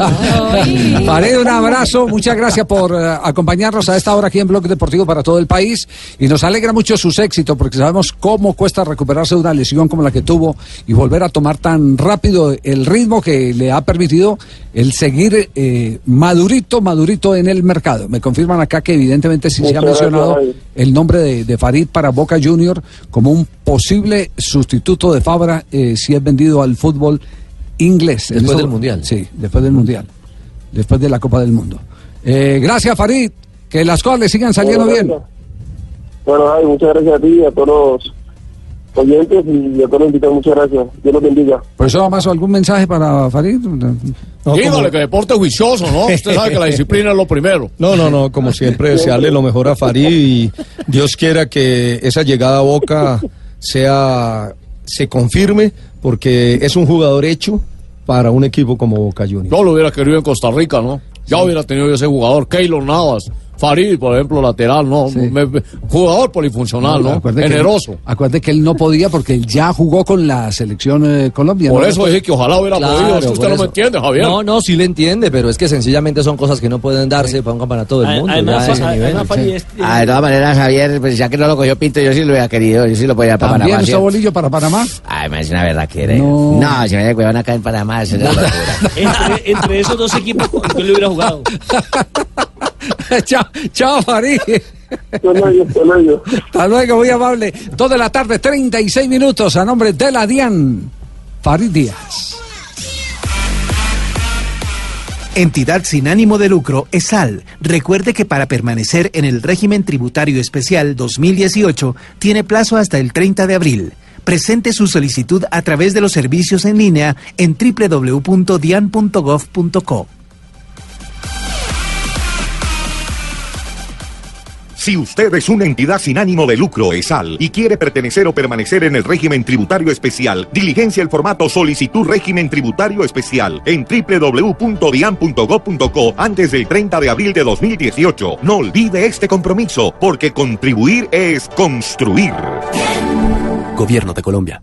Speaker 4: Farid, un abrazo, muchas gracias por eh, acompañarnos a esta hora aquí en Blog Deportivo para todo el país, y nos alegra mucho sus éxitos porque sabemos cómo cuesta recuperarse de una lesión como la que tuvo y volver a tomar tan rápido el ritmo que le ha permitido el seguir eh, madurito, madurito en el mercado. Me confirman acá que evidentemente sí se ha
Speaker 20: Muchas gracias,
Speaker 4: mencionado
Speaker 20: Javi.
Speaker 4: el nombre de, de Farid para Boca Junior como un posible sustituto de Fabra eh, si es vendido al fútbol inglés. En
Speaker 11: Después
Speaker 4: eso-
Speaker 11: del Mundial.
Speaker 4: Sí, después del Mundial. Después de la Copa del Mundo. Eh, gracias, Farid. Que las cosas le sigan saliendo
Speaker 20: Bueno,
Speaker 4: bien.
Speaker 20: gracias. Bueno, Javi, muchas gracias a ti y a todos los oyentes y a todos los invitados, muchas gracias. Dios los bendiga.
Speaker 4: Profesor Amazo, ¿algún mensaje para Farid?
Speaker 7: Dígale
Speaker 9: que deporte juicioso, ¿no? Usted sabe que la disciplina es lo primero.
Speaker 7: No, no, no, como siempre, desearle lo mejor a Farid y Dios quiera que esa llegada a Boca sea, se confirme, porque es un jugador hecho para un equipo como Boca Juniors.
Speaker 9: Yo lo hubiera querido en Costa Rica, ¿no? Ya hubiera tenido yo ese jugador, Keylor Navas, Farid, por ejemplo, lateral, ¿no? Me- me- jugador polifuncional, ¿no?
Speaker 4: Acuerde que-
Speaker 9: Generoso.
Speaker 4: Acuerde que él no podía porque él ya jugó con la selección eh, Colombia.
Speaker 9: Por
Speaker 4: ¿no?
Speaker 9: eso dije que ojalá hubiera
Speaker 11: Claro,
Speaker 9: podido. Es que usted
Speaker 11: por
Speaker 9: no
Speaker 11: eso.
Speaker 9: me entiende, Javier.
Speaker 11: No, no, sí le entiende, pero es que sencillamente son cosas que no pueden darse para un campeonato del mundo.
Speaker 6: Además,
Speaker 11: ya a ese
Speaker 6: además,
Speaker 11: nivel.
Speaker 6: Farid, es-
Speaker 23: Ah, de todas maneras, Javier, pues ya que no lo cogió Pinto, yo sí lo hubiera querido, yo sí lo podía para
Speaker 4: ¿También
Speaker 23: Panamá.
Speaker 4: usó
Speaker 23: ¿sí?
Speaker 4: bolillo para Panamá?
Speaker 23: Ay, me es una verdad que era.
Speaker 4: No.
Speaker 23: No, si me da huevón acá en Panamá, eso es una locura.
Speaker 6: entre, entre esos dos equipos, ¿con quién le hubiera jugado?
Speaker 4: chao, chao, Farid.
Speaker 20: Hasta luego, hasta luego.
Speaker 4: Hasta luego, muy amable. Dos de la tarde, treinta y seis minutos, a nombre de la DIAN, Farid Díaz.
Speaker 19: Entidad sin ánimo de lucro, ESAL. Recuerde que para permanecer en el régimen tributario especial dos mil dieciocho tiene plazo hasta el treinta de abril. Presente su solicitud a través de los servicios en línea en doble u doble u doble u punto dian punto gov punto co.
Speaker 1: Si usted es una entidad sin ánimo de lucro, ESAL, y quiere pertenecer o permanecer en el régimen tributario especial, diligencia el formato Solicitud Régimen Tributario Especial en doble u doble u doble u punto dian punto gov punto co antes del treinta de abril de dos mil dieciocho. No olvide este compromiso, porque contribuir es construir.
Speaker 2: Gobierno de Colombia.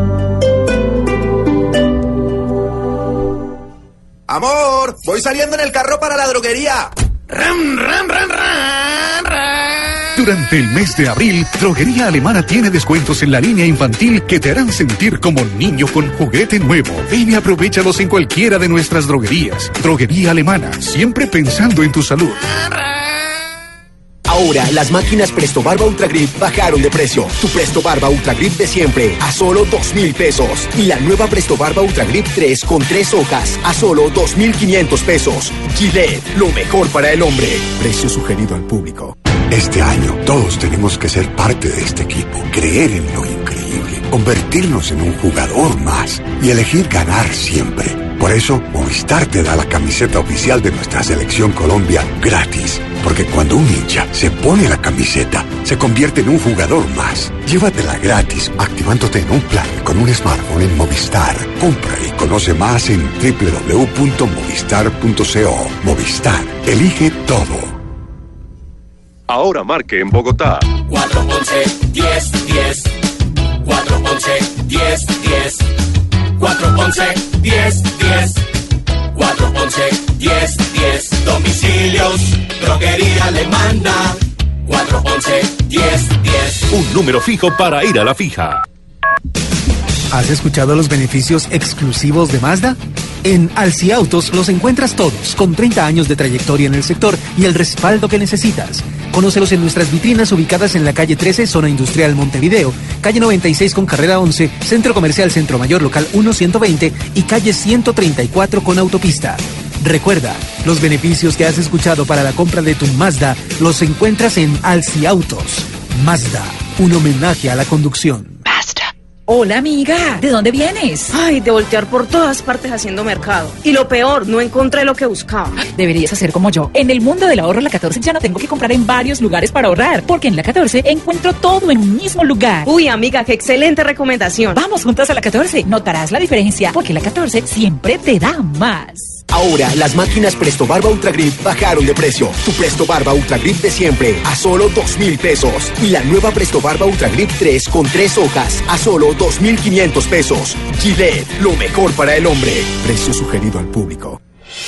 Speaker 15: Amor, voy saliendo en el carro para la droguería. Ram, ram, ram, ram, ram.
Speaker 17: Durante el mes de abril, Droguería Alemana tiene descuentos en la línea infantil que te harán sentir como niño con juguete nuevo. Ven y aprovéchalos en cualquiera de nuestras droguerías. Droguería Alemana, siempre pensando en tu salud.
Speaker 2: Ahora, las máquinas Presto Barba Ultra Grip bajaron de precio. Tu Presto Barba Ultra Grip de siempre a solo dos mil pesos. Y la nueva Presto Barba Ultra Grip tres con tres hojas a solo dos mil quinientos pesos. Gillette, lo mejor para el hombre. Precio sugerido al público.
Speaker 10: Este año todos tenemos que ser parte de este equipo, creer en lo increíble, convertirnos en un jugador más y elegir ganar siempre. Por eso, Movistar te da la camiseta oficial de nuestra selección Colombia gratis. Porque cuando un hincha se pone la camiseta, se convierte en un jugador más. Llévatela gratis activándote en un plan con un smartphone en Movistar. Compra y conoce más en doble u doble u doble u punto movistar punto co. Movistar, elige todo.
Speaker 14: Ahora marque en Bogotá.
Speaker 15: cuatro once diez diez. cuatro once diez diez. cuatro once diez diez. cuatro once diez diez. Domicilios, droguería le manda. cuatro once diez diez.
Speaker 14: Un número fijo para ir a la fija.
Speaker 19: ¿Has escuchado los beneficios exclusivos de Mazda? En Alci Autos los encuentras todos, con treinta años de trayectoria en el sector y el respaldo que necesitas. Conócelos en nuestras vitrinas ubicadas en la calle trece, Zona Industrial Montevideo, calle noventa y seis con carrera once, Centro Comercial Centro Mayor Local uno ciento veinte y calle ciento treinta y cuatro con autopista. Recuerda, los beneficios que has escuchado para la compra de tu Mazda los encuentras en Alci Autos. Mazda, un homenaje a la conducción.
Speaker 24: Hola amiga, ¿de dónde vienes?
Speaker 25: Ay, de voltear por todas partes haciendo mercado. Y lo peor, no encontré lo que buscaba.
Speaker 24: Deberías hacer como yo. En el mundo del ahorro La catorce ya no tengo que comprar en varios lugares para ahorrar, porque en La catorce encuentro todo en un mismo lugar.
Speaker 25: Uy amiga, qué excelente recomendación.
Speaker 24: Vamos juntas a La catorce, notarás la diferencia, porque La catorce siempre te da más.
Speaker 2: Ahora, las máquinas Presto Barba Ultra Grip bajaron de precio. Tu Presto Barba Ultra Grip de siempre a solo dos mil pesos. Y la nueva Presto Barba Ultra Grip tres con tres hojas a solo dos mil quinientos pesos. Gillette, lo mejor para el hombre. Precio sugerido al público.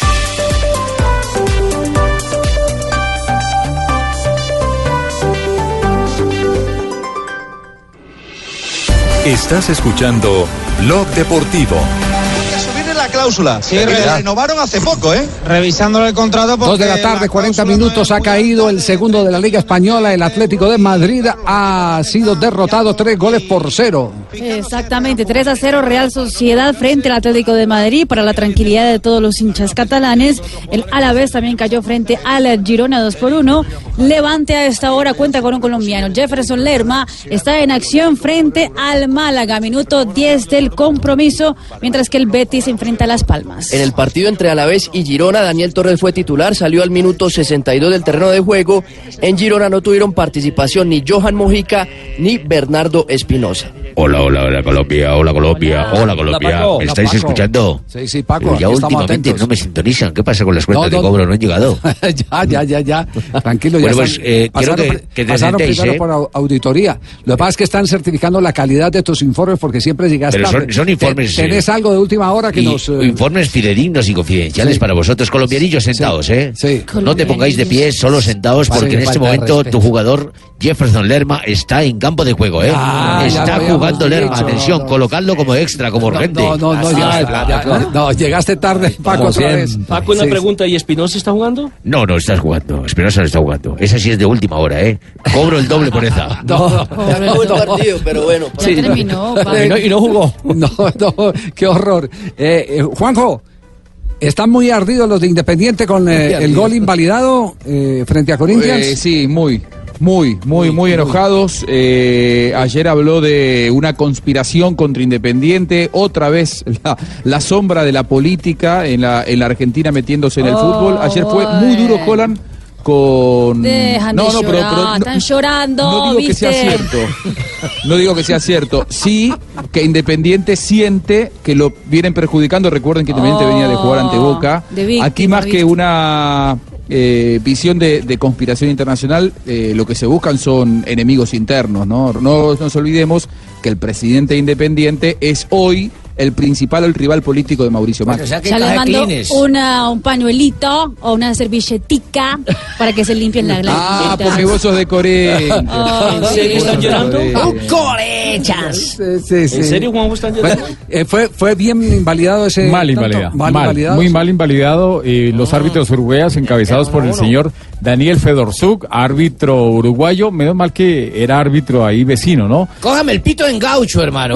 Speaker 14: Estás escuchando Blog Deportivo.
Speaker 26: La cláusula. Sí, re renovaron hace poco, ¿eh?
Speaker 4: Revisando el contrato. Dos de la tarde, cuarenta minutos. Ha caído el segundo de la Liga Española. El Atlético de Madrid ha sido derrotado tres goles por cero.
Speaker 5: Exactamente, tres a cero Real Sociedad frente al Atlético de Madrid. Para la tranquilidad de todos los hinchas catalanes, el Alavés también cayó frente al Girona dos por uno. Levante a esta hora cuenta con un colombiano. Jefferson Lerma está en acción frente al Málaga. Minuto diez del compromiso, mientras que el Betis se enfrenta a Las Palmas.
Speaker 27: En el partido entre Alavés y Girona, Daniel Torres fue titular, salió al minuto sesenta y dos del terreno de juego. En Girona no tuvieron participación ni Johan Mojica ni Bernardo Espinosa.
Speaker 28: Hola, hola, hola Colombia, hola Colombia, hola, hola Colombia.
Speaker 4: Hola, Paco.
Speaker 28: ¿Me estáis
Speaker 4: Hola, Paco.
Speaker 28: escuchando?
Speaker 4: Sí, sí, Paco.
Speaker 28: Pero ya
Speaker 4: aquí estamos
Speaker 28: últimamente
Speaker 4: atentos.
Speaker 28: no me sintonizan. ¿Qué pasa con las cuentas
Speaker 4: No, no.
Speaker 28: de cobro? No han llegado.
Speaker 4: ya, ya, ya, ya. Tranquilo, ya
Speaker 28: Bueno, pues,
Speaker 4: están-
Speaker 28: eh, quiero
Speaker 4: pasaron,
Speaker 28: que-
Speaker 4: pri-
Speaker 28: que te
Speaker 4: pasaron
Speaker 28: sentéis,
Speaker 4: primero
Speaker 28: ¿eh?
Speaker 4: por au- auditoría. Lo que pasa es que están certificando la calidad de tus informes porque siempre llegas
Speaker 28: Pero
Speaker 4: tarde.
Speaker 28: son- son informes,
Speaker 4: Te- ¿Tenés
Speaker 28: eh,
Speaker 4: algo de última hora que
Speaker 28: Y
Speaker 4: nos... eh,
Speaker 28: informes fidedignos y confidenciales
Speaker 4: Sí.
Speaker 28: para vosotros, colombianillos, sentados, ¿eh?
Speaker 4: Sí.
Speaker 28: No te pongáis de pie, solo sentados,
Speaker 4: Vale,
Speaker 28: porque en este
Speaker 4: falta de
Speaker 28: momento
Speaker 4: respeto.
Speaker 28: tu jugador Jefferson Lerma está en campo de juego, ¿eh?
Speaker 4: Ah, ya
Speaker 28: está
Speaker 4: lo habíamos
Speaker 28: jugando Lerma,
Speaker 4: dicho.
Speaker 28: atención, colocadlo como extra, como urgente.
Speaker 4: No, no, no, ya- ya- ya- no, llegaste tarde, Paco, otra vez.
Speaker 6: Paco, una
Speaker 4: Sí.
Speaker 6: pregunta, ¿y Espinosa está jugando?
Speaker 28: No, no estás jugando. Espinosa no está jugando. Esa sí es de última hora, ¿eh? Cobro el doble por esa.
Speaker 4: No,
Speaker 27: Acabó el partido, pero bueno.
Speaker 4: Sí.
Speaker 5: terminó, Paco.
Speaker 4: Y no- y no jugó. No, no, qué horror. Eh, eh, Juanjo, están muy ardidos los de Independiente con eh,
Speaker 12: Muy
Speaker 4: el
Speaker 12: ardidos.
Speaker 4: gol invalidado eh, frente a Corinthians.
Speaker 12: Eh, sí, muy. Muy, muy, muy enojados. Eh, ayer habló de una conspiración contra Independiente. Otra vez la, la sombra de la política en la, en la Argentina metiéndose en el
Speaker 5: Oh,
Speaker 12: fútbol. Ayer fue muy duro Colán con...
Speaker 5: Dejan
Speaker 12: no,
Speaker 5: de
Speaker 12: no,
Speaker 5: llorar,
Speaker 12: pero, pero no,
Speaker 5: están llorando,
Speaker 12: no digo
Speaker 5: ¿viste?
Speaker 12: que sea cierto. No digo que sea cierto. Sí que Independiente siente que lo vienen perjudicando. Recuerden que Independiente
Speaker 5: Oh,
Speaker 12: venía de jugar ante Boca.
Speaker 5: de víctima,
Speaker 12: Aquí más que
Speaker 5: ¿viste?
Speaker 12: una... Eh, visión de, de conspiración internacional, eh, lo que se buscan son enemigos internos, ¿no? No nos olvidemos que el presidente Independiente es hoy el principal o el rival político de Mauricio Macri.
Speaker 5: Ya les mando una, un pañuelito o una servilletica para que se limpien la
Speaker 12: Ah,
Speaker 5: lágrima.
Speaker 12: porque vos sos de Corea.
Speaker 5: Oh,
Speaker 6: ¿En serio están llorando?
Speaker 5: ¡Corechas!
Speaker 4: Sí, sí.
Speaker 6: ¿En serio, Juan, están llorando?
Speaker 4: Bueno, eh, fue, fue bien invalidado ese.
Speaker 9: Mal
Speaker 4: tanto-
Speaker 9: invalidado,
Speaker 4: mal
Speaker 9: mal,
Speaker 4: invalidado.
Speaker 9: muy mal invalidado. eh, los árbitros uruguayos encabezados por el señor Daniel Fedorzuk, árbitro uruguayo. Menos mal que era árbitro ahí vecino, ¿no?
Speaker 28: Cójame el pito en gaucho, hermano.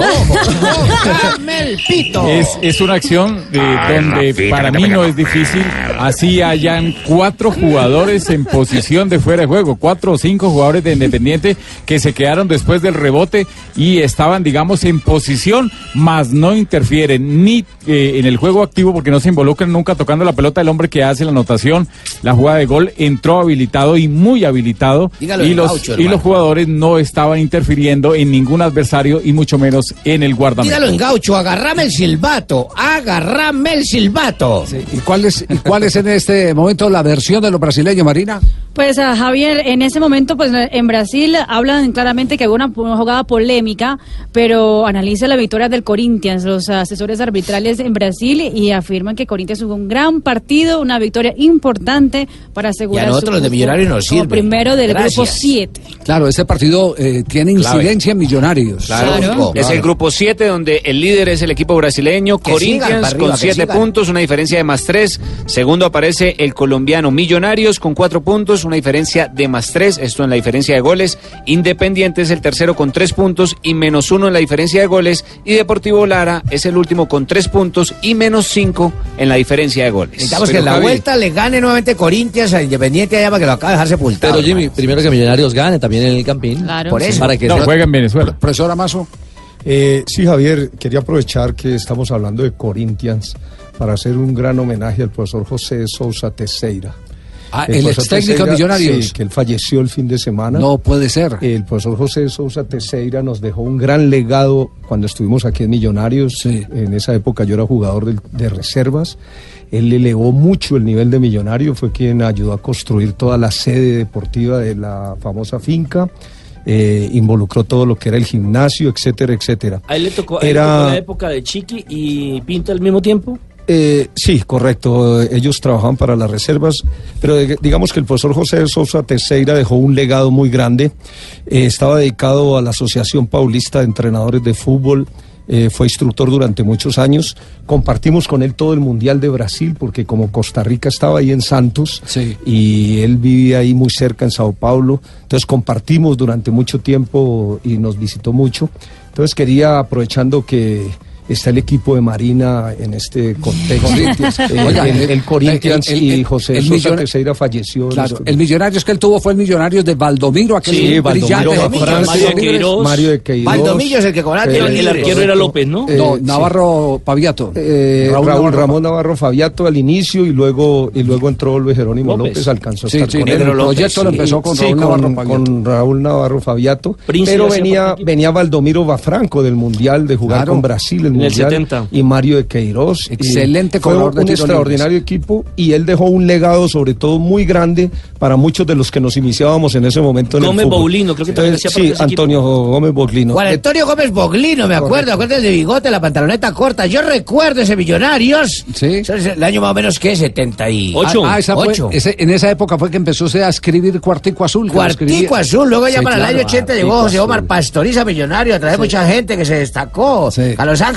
Speaker 28: Cójame el pito.
Speaker 9: Es, es una acción de, donde para mí no es difícil. Así hayan cuatro jugadores en posición de fuera de juego, cuatro o cinco jugadores de Independiente que se quedaron después del rebote y estaban, digamos, en posición, mas no interfieren ni eh, en el juego activo porque no se involucran nunca tocando la pelota. El hombre que hace la anotación, la jugada de gol, entró habilitado y muy habilitado.
Speaker 28: Dígalo
Speaker 9: Y
Speaker 28: en
Speaker 9: los,
Speaker 28: gaucho,
Speaker 9: y
Speaker 28: hermano.
Speaker 9: los jugadores no estaban interfiriendo en ningún adversario y mucho menos en el guardameta.
Speaker 28: Dígalo en gaucho, agarrame el silbato, agarrame el silbato.
Speaker 4: ¿Y cuál es, y cuál es en este momento la versión de los brasileños, Marina?
Speaker 5: Pues a Javier, en ese momento, pues en Brasil hablan claramente que hubo una, una jugada polémica, pero analiza la victoria del Corinthians, los asesores arbitrales en Brasil, y afirman que Corinthians jugó un gran partido, una victoria importante para asegurar
Speaker 28: Y a nosotros
Speaker 5: su
Speaker 28: los de
Speaker 5: cupo
Speaker 28: Millonarios nos
Speaker 5: como
Speaker 28: sirve.
Speaker 5: primero del
Speaker 28: Gracias.
Speaker 5: grupo siete.
Speaker 4: Claro, ese partido eh, tiene
Speaker 3: Clave.
Speaker 4: incidencia en Millonarios.
Speaker 28: Claro.
Speaker 3: Es el grupo siete donde el líder es el equipo brasileño
Speaker 28: Que sigan
Speaker 3: Corinthians
Speaker 28: para arriba,
Speaker 3: con
Speaker 28: que
Speaker 3: siete
Speaker 28: sigan.
Speaker 3: puntos, una diferencia de más tres. Segundo aparece el colombiano Millonarios con cuatro puntos, una diferencia de más tres. Esto en la diferencia de goles. Independiente es el tercero con tres puntos y menos uno en la diferencia de goles. Y Deportivo Lara es el último con tres puntos y menos cinco en la diferencia de goles.
Speaker 28: Necesitamos que en la vuelta le gane nuevamente Corinthians a Independiente allá para que lo acabe de dejar sepultado.
Speaker 11: Pero Jimmy, primero que Millonarios gane también en el Campín.
Speaker 5: Claro.
Speaker 28: Por eso.
Speaker 11: Para que
Speaker 9: No,
Speaker 11: sea-
Speaker 9: juega en Venezuela.
Speaker 4: Profesor Amazo.
Speaker 7: Eh, sí, Javier, quería aprovechar que estamos hablando de Corinthians para hacer un gran homenaje al profesor José Sousa Teixeira.
Speaker 4: Ah, el
Speaker 7: profesor
Speaker 4: ex técnico de
Speaker 7: Teixeira,
Speaker 4: Millonarios.
Speaker 7: sí, que él falleció el fin de semana.
Speaker 4: No puede ser.
Speaker 7: El profesor José Sousa Teixeira nos dejó un gran legado cuando estuvimos aquí en Millonarios.
Speaker 4: Sí.
Speaker 7: En esa época yo era jugador de, de reservas. Él elevó mucho el nivel de Millonario, fue quien ayudó a construir toda la sede deportiva de la famosa finca. Eh, involucró todo lo que era el gimnasio, etcétera, etcétera.
Speaker 6: A él le tocó, a él le
Speaker 7: Era-
Speaker 6: tocó la época de Chiqui y Pinto al mismo tiempo.
Speaker 7: Eh, sí, correcto. Ellos trabajaban para las reservas, pero de- digamos que el profesor José Sousa Teixeira dejó un legado muy grande. Eh, estaba dedicado a la Asociación Paulista de Entrenadores de Fútbol. Eh, fue instructor durante muchos años. Compartimos con él todo el Mundial de Brasil, porque como Costa Rica estaba ahí en Santos
Speaker 4: Sí.
Speaker 7: y él vivía ahí muy cerca en Sao Paulo, entonces compartimos durante mucho tiempo y nos visitó mucho. Entonces quería, aprovechando que está el equipo de Marina en este contexto,
Speaker 4: Corinthians.
Speaker 7: eh,
Speaker 4: Oiga,
Speaker 7: el,
Speaker 4: el-
Speaker 7: el Corinthians
Speaker 4: el- el-
Speaker 7: y
Speaker 4: el-
Speaker 7: José
Speaker 4: el
Speaker 7: Sosa
Speaker 4: millona-
Speaker 7: Teixeira falleció. en
Speaker 4: Claro,
Speaker 7: este-
Speaker 4: el Millonarios que él tuvo fue el Millonarios de Valdomiro, aquel
Speaker 7: Sí, Valdomiro
Speaker 4: brillante.
Speaker 7: Francia,
Speaker 6: Mario de Queiroz.
Speaker 7: Mario de Queiroz.
Speaker 28: Valdomillo es el que cobraba
Speaker 7: Eh,
Speaker 28: tiros
Speaker 6: El
Speaker 28: libres.
Speaker 6: arquero era López, ¿no?
Speaker 7: Eh,
Speaker 4: No,
Speaker 7: sí.
Speaker 4: Navarro Paviato.
Speaker 7: Eh,
Speaker 4: Raúl
Speaker 7: Raúl,
Speaker 4: Navarro.
Speaker 7: Ramón Navarro Fabiato al inicio y luego y luego entró Luis Jerónimo
Speaker 6: López.
Speaker 7: López, alcanzó a
Speaker 4: Sí,
Speaker 7: estar
Speaker 4: sí,
Speaker 7: con
Speaker 4: el
Speaker 7: él.
Speaker 4: proyecto lo empezó con
Speaker 7: Sí,
Speaker 4: Raúl
Speaker 7: con,
Speaker 4: Navarro Fabiato.
Speaker 7: con Raúl Navarro Fabiato,
Speaker 6: Príncipe
Speaker 7: pero
Speaker 6: hacía
Speaker 7: venía
Speaker 6: parte del
Speaker 7: venía Valdomiro Bafranco del Mundial, de jugar
Speaker 4: Claro.
Speaker 7: con Brasil el
Speaker 6: En el
Speaker 7: Mundial,
Speaker 6: setenta.
Speaker 7: y Mario de Queiroz.
Speaker 4: Excelente
Speaker 7: Y fue
Speaker 4: corredor de
Speaker 7: un
Speaker 4: tiros
Speaker 7: extraordinario equipo y él dejó un legado sobre todo muy grande para muchos de los que nos iniciábamos en ese momento en
Speaker 6: Gómez
Speaker 7: el fútbol.
Speaker 6: Boulino, creo que también
Speaker 7: Entonces,
Speaker 6: hacía parte
Speaker 7: sí,
Speaker 6: de ese
Speaker 7: Antonio Gómez Boglino.
Speaker 28: Juan Antonio Gómez Boglino, me acuerdo, acuérdate de bigote, la pantaloneta corta. Yo recuerdo ese Millonarios.
Speaker 4: Sí.
Speaker 28: Eso es el año más o menos que setenta y
Speaker 6: Ocho.
Speaker 4: Ah, ah, esa fue-
Speaker 28: ocho.
Speaker 4: ese- en esa época fue que empezó usted a escribir Cuartico Azul. que lo
Speaker 28: Cuartico
Speaker 4: escribía-
Speaker 28: Azul, luego ya
Speaker 4: Sí,
Speaker 28: para
Speaker 4: claro,
Speaker 28: el año ochenta llegó
Speaker 4: Cuartico
Speaker 28: José Omar
Speaker 4: Azul.
Speaker 28: Pastoriza Millonario, a través de mucha gente que se destacó.
Speaker 4: Sí.
Speaker 28: A Los Ángeles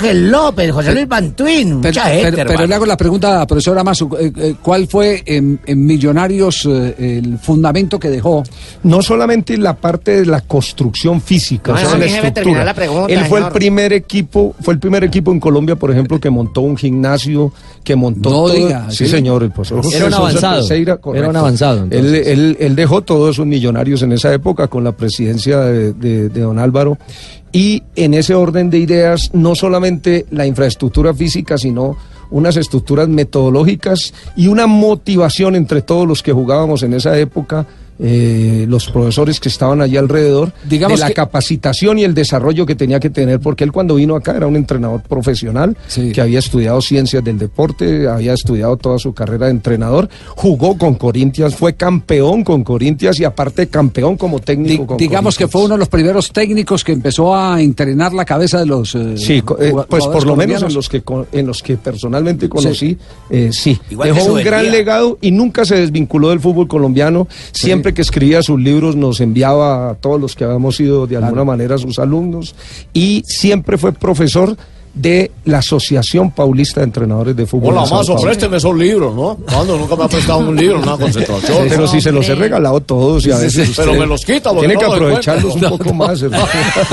Speaker 28: Ángel López, José Luis Bantuín,
Speaker 4: Pero,
Speaker 28: mucha gente,
Speaker 4: pero, pero le hago la pregunta, profesor Amazo, eh, eh, ¿cuál fue en, en Millonarios eh, el fundamento que dejó?
Speaker 7: No solamente la parte de la construcción física,
Speaker 28: No,
Speaker 7: o sea,
Speaker 28: no,
Speaker 7: la
Speaker 28: déjeme terminar
Speaker 7: estructura.
Speaker 28: la pregunta,
Speaker 7: Él fue
Speaker 28: señor.
Speaker 7: el primer equipo, fue el primer equipo en Colombia, por ejemplo, que montó un gimnasio, que montó
Speaker 4: No
Speaker 7: todo-
Speaker 4: diga,
Speaker 7: sí,
Speaker 4: ¿sí?
Speaker 7: señor, el profesor José
Speaker 11: Era un
Speaker 7: Sosa
Speaker 11: avanzado,
Speaker 7: Teixeira,
Speaker 11: era
Speaker 7: correcto.
Speaker 11: un avanzado, entonces.
Speaker 7: Él, él, él dejó todos esos millonarios en esa época con la presidencia de, de- de don Álvaro. Y en ese orden de ideas, no solamente la infraestructura física, sino unas estructuras metodológicas y una motivación entre todos los que jugábamos en esa época, eh, los profesores que estaban allí alrededor,
Speaker 4: Digamos
Speaker 7: de la
Speaker 4: que-
Speaker 7: capacitación y el desarrollo que tenía que tener, porque él cuando vino acá era un entrenador profesional,
Speaker 4: Sí.
Speaker 7: que había estudiado ciencias del deporte, había estudiado toda su carrera de entrenador, jugó con Corinthians, fue campeón con Corinthians y aparte campeón como técnico
Speaker 4: Di-
Speaker 7: con
Speaker 4: digamos que
Speaker 7: Corinthians.
Speaker 4: fue uno de los primeros técnicos que empezó a entrenar la cabeza de los eh,
Speaker 7: Sí, co- eh,
Speaker 4: jugad-
Speaker 7: pues por
Speaker 4: jugadores
Speaker 7: lo menos en
Speaker 4: colombianos.
Speaker 7: los que con- en los que personalmente conocí, eh, sí.
Speaker 28: Igual que
Speaker 7: Dejó
Speaker 28: su
Speaker 7: un gran
Speaker 28: vendía.
Speaker 7: legado y nunca se desvinculó del fútbol colombiano. Siempre que escribía sus libros nos enviaba a todos los que habíamos sido de alguna manera sus alumnos y siempre fue profesor de la Asociación Paulista de Entrenadores de Fútbol.
Speaker 8: Hola,
Speaker 7: en Sao
Speaker 8: Mazo,
Speaker 7: Paulo.
Speaker 8: présteme esos libros, ¿no? Cuando nunca me ha prestado un libro, una concentración.
Speaker 7: Pero si se los he regalado todos y a veces
Speaker 8: Pero
Speaker 7: usted
Speaker 8: me los quita, porque
Speaker 7: tiene
Speaker 8: no
Speaker 7: que
Speaker 8: doy
Speaker 7: aprovecharlos
Speaker 8: cuenta.
Speaker 7: un poco más, hermano.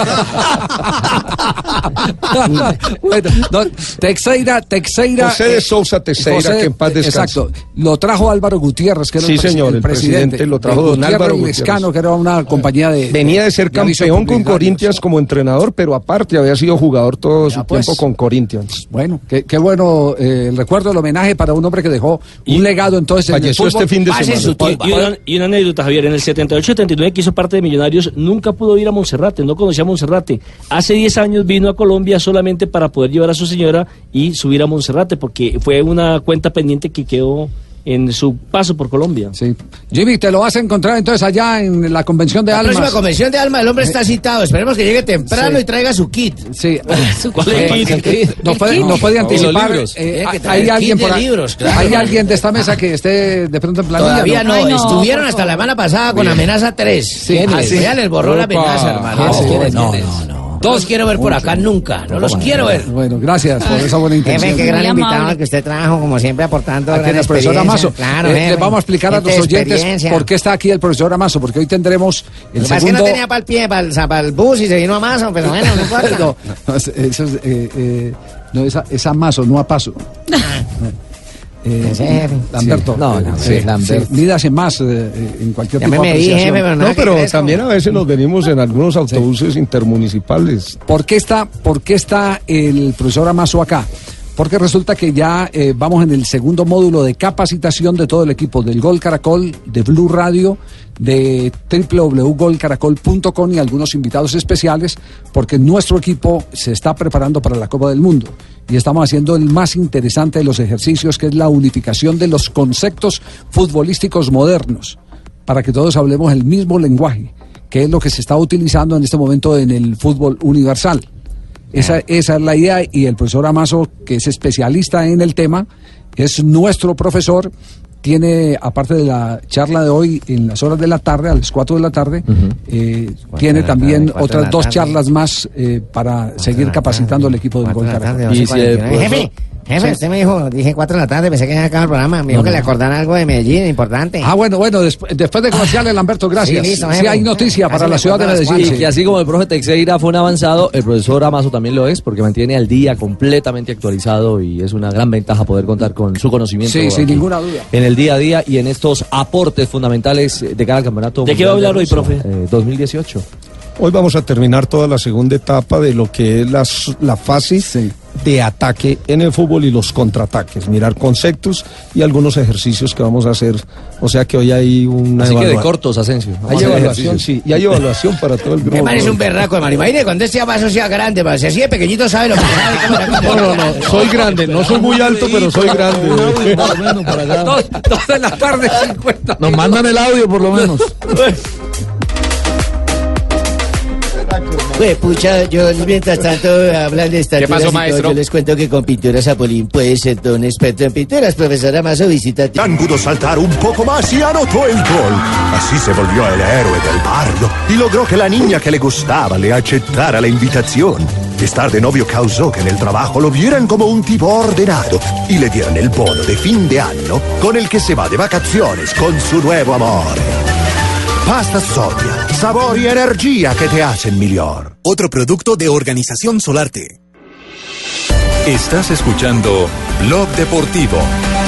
Speaker 4: Bueno, no, Teixeira, Teixeira.
Speaker 7: José de
Speaker 4: eh,
Speaker 7: Sousa Teixeira,
Speaker 4: José-
Speaker 7: que en paz descanse.
Speaker 4: Exacto. Lo trajo Álvaro Gutiérrez, que era
Speaker 7: Sí,
Speaker 4: el, presi-
Speaker 7: señor, el presidente lo trajo don
Speaker 4: Gutiérrez
Speaker 7: Álvaro
Speaker 4: y
Speaker 7: Gutiérrez.
Speaker 4: Lescano, que era una compañía de.
Speaker 7: Venía de ser
Speaker 4: de avisos
Speaker 7: campeón con
Speaker 4: publicitarios.
Speaker 7: Corinthians como entrenador, pero aparte había sido jugador todo su
Speaker 4: pues.
Speaker 7: tiempo con Corinthians.
Speaker 4: Bueno, qué, qué bueno eh, el recuerdo, el homenaje para un hombre que dejó un legado entonces en el
Speaker 7: falleció
Speaker 4: fútbol.
Speaker 7: este fin de
Speaker 4: Pase
Speaker 7: semana.
Speaker 4: su
Speaker 6: Y,
Speaker 4: tiempo.
Speaker 6: y una, y una anécdota, Javier, en el setenta y ocho setenta y nueve que hizo parte de Millonarios, nunca pudo ir a Monserrate, no conocía a Monserrate. Hace diez años vino a Colombia solamente para poder llevar a su señora y subir a Monserrate, porque fue una cuenta pendiente que quedó en su paso por Colombia.
Speaker 4: Sí. Jimmy, te lo vas a encontrar entonces allá en la convención de
Speaker 28: La
Speaker 4: almas.
Speaker 28: próxima convención de alma, el hombre está citado. Esperemos que llegue temprano
Speaker 4: Sí.
Speaker 28: y traiga su kit.
Speaker 4: Sí.
Speaker 28: ¿Cuál es el
Speaker 4: Eh,
Speaker 28: kit?
Speaker 4: Nos puede, nos puede
Speaker 28: Los
Speaker 4: anticipar.
Speaker 28: libros.
Speaker 4: eh,
Speaker 28: Tiene que
Speaker 4: hay
Speaker 28: traer
Speaker 4: alguien
Speaker 28: kit de
Speaker 4: por ahí-
Speaker 28: libros, claro.
Speaker 4: hay alguien de esta mesa que esté de pronto en planilla.
Speaker 28: Todavía no,
Speaker 4: Ay,
Speaker 28: estuvieron hasta la semana pasada con
Speaker 4: Bien.
Speaker 28: amenaza tres.
Speaker 4: Sí.
Speaker 28: ¿Quiénes?
Speaker 4: Ah, sí.
Speaker 28: Ya les borró la
Speaker 4: Opa.
Speaker 28: amenaza, hermano.
Speaker 4: Ah, sí.
Speaker 28: ¿Quiénes?
Speaker 4: No,
Speaker 28: ¿Quiénes?
Speaker 4: no, no.
Speaker 28: No los quiero ver por acá nunca, no los quiero ver.
Speaker 4: Bueno, gracias por esa buena intención.
Speaker 28: Jefe, qué gran
Speaker 4: Muy
Speaker 28: invitado
Speaker 4: amable.
Speaker 28: que usted trajo, como siempre, aportando
Speaker 4: Aquí
Speaker 28: gran
Speaker 4: el profesor
Speaker 28: experiencia.
Speaker 4: Amazo.
Speaker 28: Claro,
Speaker 4: Eh,
Speaker 28: jefe.
Speaker 4: les vamos a explicar a
Speaker 28: Gente
Speaker 4: los
Speaker 28: de
Speaker 4: oyentes
Speaker 28: experiencia.
Speaker 4: por qué está aquí el profesor Amazo, porque hoy tendremos el
Speaker 28: Lo que pasa es que
Speaker 4: segundo.
Speaker 28: no tenía para el pie, para el, para el bus y se vino a Amazo, pero bueno, no importa.
Speaker 4: no, no, es- eso es, eh, eh, no, es a, es a Mazo, no a paso. Eh,
Speaker 28: Ese jefe.
Speaker 4: Lamberto.
Speaker 28: Sí. No,
Speaker 4: eh,
Speaker 28: no,
Speaker 4: sí,
Speaker 28: es Lamberto.
Speaker 4: sí, mídase más eh, eh, en cualquier
Speaker 28: Ya
Speaker 4: tipo
Speaker 28: me
Speaker 4: de
Speaker 28: medí,
Speaker 4: apreciación.
Speaker 28: jefe, pero
Speaker 7: No, pero también a veces nos venimos en algunos autobuses intermunicipales.
Speaker 4: ¿Por qué está, por qué está el profesor Amazo acá? Porque resulta que ya eh, vamos en el segundo módulo de capacitación de todo el equipo del Gol Caracol, de Blue Radio, de doble u doble u doble u punto gol caracol punto com y algunos invitados especiales, porque nuestro equipo se está preparando para la Copa del Mundo. Y estamos haciendo el más interesante de los ejercicios, que es la unificación de los conceptos futbolísticos modernos, para que todos hablemos el mismo lenguaje, que es lo que se está utilizando en este momento en el fútbol universal. Esa, esa es la idea, y el profesor Amazo, que es especialista en el tema, es nuestro profesor, tiene, aparte de la charla de hoy, en las horas de la tarde, a las cuatro de la tarde, eh, tiene
Speaker 28: de la
Speaker 4: también
Speaker 28: tarde, cuatro de
Speaker 4: otras
Speaker 28: la
Speaker 4: dos
Speaker 28: tarde.
Speaker 4: charlas más eh, para seguir capacitando al equipo del Gol Caracol.
Speaker 28: Y si el jefe, jefe, usted me dijo, dije cuatro de la tarde, pensé que ya acababa el programa. Me dijo
Speaker 4: No,
Speaker 28: que
Speaker 4: no.
Speaker 28: le acordara algo de Medellín, importante.
Speaker 4: Ah, bueno, bueno, desp- después de comerciales, Lamberto, gracias.
Speaker 28: Sí, listo,
Speaker 4: Sí,
Speaker 28: jefe.
Speaker 4: hay noticia
Speaker 28: Así
Speaker 4: para
Speaker 28: me
Speaker 4: la ciudad de
Speaker 28: acordaba,
Speaker 4: Medellín.
Speaker 11: Y
Speaker 4: sí.
Speaker 11: que así como el profe Teixeira fue un avanzado, el profesor Amazo también lo es, porque mantiene al día completamente actualizado y es una gran ventaja poder contar con su conocimiento.
Speaker 4: Sí, sin
Speaker 11: aquí
Speaker 4: ninguna duda.
Speaker 11: En el día a día y en estos aportes fundamentales de cara al campeonato.
Speaker 6: ¿De qué va a
Speaker 11: mundial
Speaker 6: hablar hoy,
Speaker 11: Rusia,
Speaker 6: profe?
Speaker 11: eh, dos mil dieciocho.
Speaker 7: Hoy vamos a terminar toda la segunda etapa de lo que es la, s- la fase de ataque en el fútbol y los contraataques. Mirar conceptos y algunos ejercicios que vamos a hacer. O sea que hoy hay una
Speaker 11: Así que de
Speaker 7: evalua-
Speaker 11: cortos, Asensio. Vamos
Speaker 7: Hay
Speaker 11: a hacer
Speaker 7: evaluación,
Speaker 11: ejercicios.
Speaker 7: sí. Y hay evaluación para todo el grupo.
Speaker 28: Me parece un berraco, hermano. Imagínate cuando este Amazo sea grande, man. Si así de pequeñito sabe lo que sabe. cómo la-
Speaker 7: No, no, no. Soy grande. No soy muy alto, pero soy grande.
Speaker 4: Dos, dos de la tarde, cincuenta.
Speaker 12: Nos mandan el audio por lo menos.
Speaker 28: Pues pucha, yo mientras tanto hablan de esta
Speaker 12: ¿Qué pasó, maestro?
Speaker 28: yo les cuento que con Pinturas Apolín puede ser todo un experto en pinturas. Profesora Amazo, visita.
Speaker 10: Tan pudo saltar un poco más y anotó el gol. Así se volvió el héroe del barrio y logró que la niña que le gustaba le aceptara la invitación.
Speaker 1: Estar de novio causó que en el trabajo lo vieran como un tipo ordenado y le dieran el bono de fin de año con el que se va de vacaciones con su nuevo amor. Pasta Sodia, sabor y energía que te hacen mejor.
Speaker 13: Otro producto de Organización Solarte.
Speaker 14: Estás escuchando Blog Deportivo.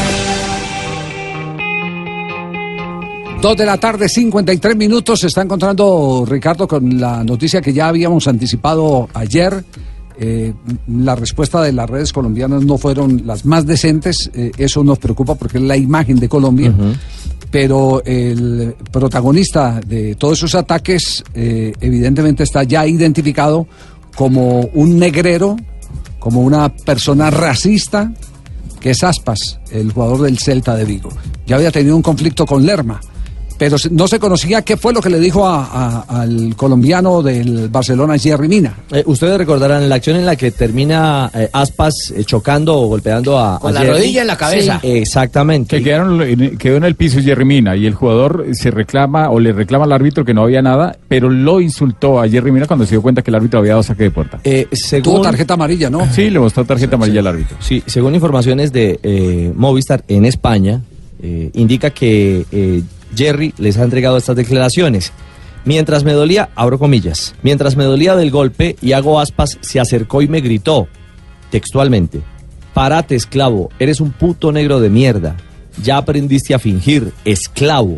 Speaker 4: Dos de la tarde, cincuenta y tres minutos. Se está encontrando Ricardo con la noticia que ya habíamos anticipado ayer. Eh, la respuesta de las redes colombianas no fueron las más decentes. Eh, eso nos preocupa porque es la imagen de Colombia. Uh-huh. Pero el protagonista de todos esos ataques eh, evidentemente está ya identificado como un negrero, como una persona racista, que es Aspas, el jugador del Celta de Vigo. Ya había tenido un conflicto con Lerma, pero no se conocía qué fue lo que le dijo a, a, al colombiano del Barcelona, Yerry Mina.
Speaker 11: Eh, ustedes recordarán la acción en la que termina eh, Aspas eh, chocando o golpeando a
Speaker 28: Con
Speaker 11: a
Speaker 28: la
Speaker 11: Yerry.
Speaker 28: rodilla en la cabeza.
Speaker 11: Sí. Exactamente.
Speaker 9: Que quedaron, quedó en el piso Yerry Mina y el jugador se reclama o le reclama al árbitro que no había nada, pero lo insultó a Yerry Mina cuando se dio cuenta que el árbitro había dado saque de puerta.
Speaker 11: Eh, según...
Speaker 4: Tuvo tarjeta amarilla, ¿no?
Speaker 9: Sí, le mostró tarjeta amarilla
Speaker 11: sí.
Speaker 9: al árbitro.
Speaker 11: Sí, según informaciones de eh, Movistar en España, eh, indica que eh, Yerry les ha entregado estas declaraciones. Mientras me dolía, abro comillas, mientras me dolía del golpe, Iago Aspas se acercó y me gritó, textualmente, párate, esclavo, eres un puto negro de mierda, ya aprendiste a fingir, esclavo.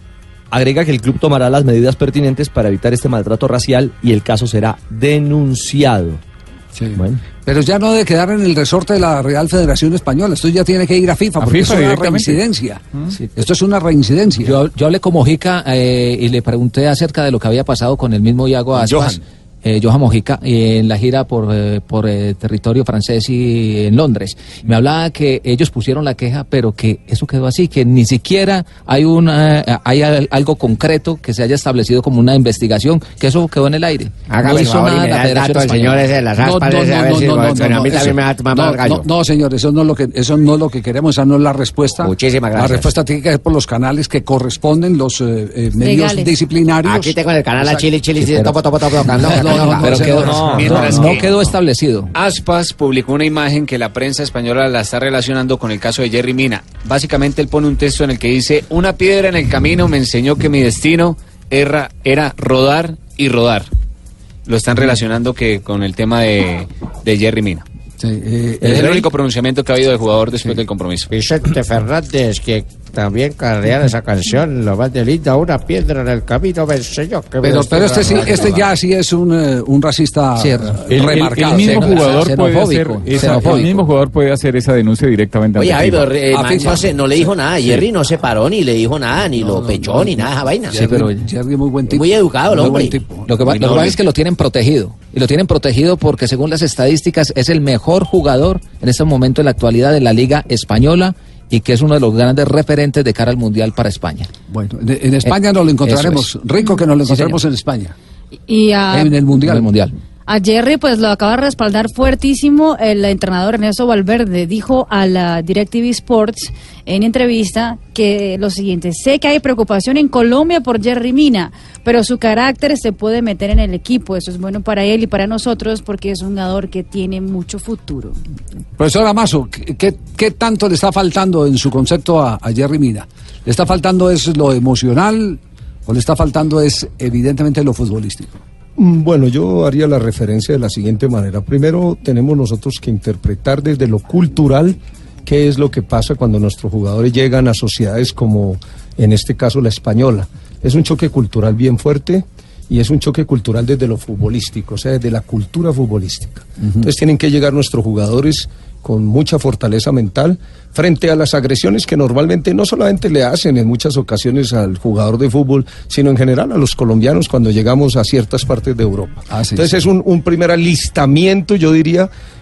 Speaker 11: Agrega que el club tomará las medidas pertinentes para evitar este maltrato racial y el caso será denunciado.
Speaker 4: Sí. Bueno. Pero ya no debe quedar en el resorte de la Real Federación Española. Esto ya tiene que ir a FIFA,
Speaker 9: a
Speaker 4: porque
Speaker 9: FIFA
Speaker 4: es una reincidencia.
Speaker 16: ¿Mm?
Speaker 4: Sí. Esto es una reincidencia.
Speaker 16: Yo, yo hablé con Mojica eh, y le pregunté acerca de lo que había pasado con el mismo Iago Aspas.
Speaker 8: Johan.
Speaker 16: Eh, Johan Mojica, eh, en la gira por, eh, por eh, territorio francés y en Londres. Me hablaba que ellos pusieron la queja, pero que eso quedó así, que ni siquiera hay una, eh, hay algo concreto que se haya establecido como una investigación, que eso quedó en el aire.
Speaker 28: Hágame
Speaker 16: no
Speaker 28: el favor y me da el dato al señor ese de las aspas, ese, a ver si a mí también me va a tomar más gallo.
Speaker 4: No, señor, eso no es lo que, eso no es lo que queremos, esa no es la respuesta.
Speaker 28: Muchísimas gracias.
Speaker 4: La respuesta tiene que ser por los canales que corresponden, los eh, eh, medios
Speaker 28: Legales.
Speaker 4: disciplinarios.
Speaker 28: Aquí tengo en el canal a Chile, Chile,
Speaker 4: Sí, pero-
Speaker 28: topo, topo, topo, topo,
Speaker 4: No, no, no,
Speaker 28: pero
Speaker 4: no,
Speaker 28: quedó-
Speaker 4: no,
Speaker 3: Mientras
Speaker 16: no
Speaker 3: que
Speaker 16: quedó establecido.
Speaker 3: Aspas publicó una imagen que la prensa española la está relacionando con el caso de Yerry Mina. Básicamente él pone un texto en el que dice: una piedra en el camino me enseñó que mi destino era, era rodar y rodar. Lo están relacionando que con el tema de, de Yerry Mina.
Speaker 4: Sí, eh,
Speaker 3: es
Speaker 4: eh,
Speaker 3: el único pronunciamiento que ha habido del jugador después del compromiso.
Speaker 8: Vicente Fernández, que también carrea esa canción, lo más de linda, una piedra en el camino me enseñó que
Speaker 4: Pero,
Speaker 8: me
Speaker 4: pero este sí,
Speaker 8: rodar.
Speaker 4: este ya sí es un, eh, un racista
Speaker 16: Sí,
Speaker 4: eh,
Speaker 9: El, el-
Speaker 4: remarcado.
Speaker 9: el mismo
Speaker 16: Xeno-
Speaker 9: jugador puede hacer
Speaker 16: xenofóbico,
Speaker 9: esa,
Speaker 16: xenofóbico.
Speaker 9: el mismo jugador puede hacer esa denuncia directamente
Speaker 28: Oye,
Speaker 9: ante
Speaker 28: Javi,
Speaker 9: FIFA.
Speaker 28: pero eh,
Speaker 4: A
Speaker 28: man,
Speaker 4: FIFA.
Speaker 28: no, se- no le dijo nada. Jerry no se paró ni le dijo nada, ni lo pechó, ni nada, esa vaina.
Speaker 4: Sí, pero Jerry muy buen tipo.
Speaker 28: Muy educado el
Speaker 4: Muy
Speaker 28: hombre.
Speaker 4: buen tipo.
Speaker 16: Lo que, va-
Speaker 28: Muy
Speaker 16: lo que
Speaker 28: noble.
Speaker 16: pasa es que lo tienen protegido. Y lo tienen protegido porque según las estadísticas es el mejor jugador en este momento en la actualidad de la Liga Española y que es uno de los grandes referentes de cara al Mundial para España.
Speaker 4: Bueno, en, en España
Speaker 16: Eh,
Speaker 4: nos lo encontraremos.
Speaker 16: eso es.
Speaker 4: Rico que nos lo
Speaker 16: Sí,
Speaker 4: encontraremos
Speaker 16: señor.
Speaker 4: en España.
Speaker 5: Y a,
Speaker 4: En el Mundial.
Speaker 16: En el Mundial.
Speaker 5: a Jerry pues lo acaba de respaldar fuertísimo el entrenador Ernesto Valverde. Dijo a la DirecTV Sports en entrevista que lo siguiente: sé que hay preocupación en Colombia por Yerry Mina, pero su carácter se puede meter en el equipo. Eso es bueno para él y para nosotros porque es un jugador que tiene mucho futuro.
Speaker 4: Profesor Amazo, ¿qué, qué, qué tanto le está faltando en su concepto a, a Yerry Mina? ¿Le está faltando es lo emocional o le está faltando es evidentemente lo futbolístico?
Speaker 7: Mm, Bueno, yo haría la referencia de la siguiente manera. Primero, tenemos nosotros que interpretar desde lo cultural qué es lo que pasa cuando nuestros jugadores llegan a sociedades como, en este caso, la española. Es un choque cultural bien fuerte y es un choque cultural desde lo futbolístico, o sea, desde la cultura futbolística. Entonces tienen que llegar nuestros jugadores con mucha fortaleza mental frente a las agresiones que normalmente no solamente le hacen en muchas ocasiones al jugador de fútbol, sino en general a los colombianos cuando llegamos a ciertas partes de Europa.
Speaker 4: Ah, sí,
Speaker 7: Entonces
Speaker 4: sí.
Speaker 7: es un, un primer alistamiento, yo diría,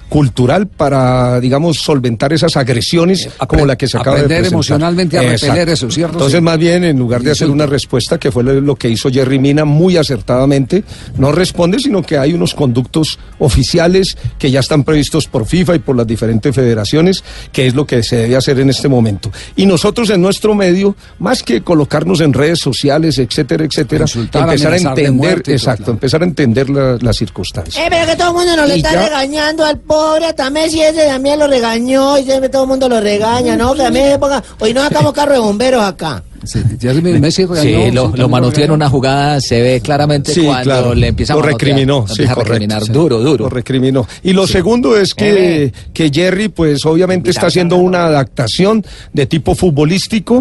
Speaker 7: cultural para, digamos, solventar esas agresiones Apre como la que se acaba de presentar.
Speaker 4: Aprender emocionalmente a repeler eso, ¿cierto?
Speaker 7: Entonces, sí. más bien, en lugar de hacer una respuesta, que fue lo que hizo Yerry Mina muy acertadamente, no responde, sino que hay unos conductos oficiales que ya están previstos por FIFA y por las diferentes federaciones, que es lo que se debe hacer en este momento. Y nosotros en nuestro medio, más que colocarnos en redes sociales, etcétera, etcétera, Insultar, empezar a entender, muerte, exacto, claro. empezar a entender la, las circunstancias.
Speaker 28: Eh, pero que todo el mundo nos le está ya... regañando al pobre, hasta Messi ese también lo regañó, y siempre todo el mundo lo regaña, ¿no? Que a mí me ponga, hoy no sacamos carro de bomberos acá.
Speaker 16: Sí, Messi regañó, sí, lo, lo manoteó en una jugada, se ve claramente sí, cuando
Speaker 7: claro.
Speaker 16: le empieza
Speaker 7: lo
Speaker 16: a manotear,
Speaker 7: recriminó,
Speaker 16: lo
Speaker 7: sí,
Speaker 16: empieza a recriminar sí. duro, duro.
Speaker 7: Lo recriminó. Y lo sí. segundo es que, eh, que Yerry, pues obviamente está haciendo una adaptación de tipo futbolístico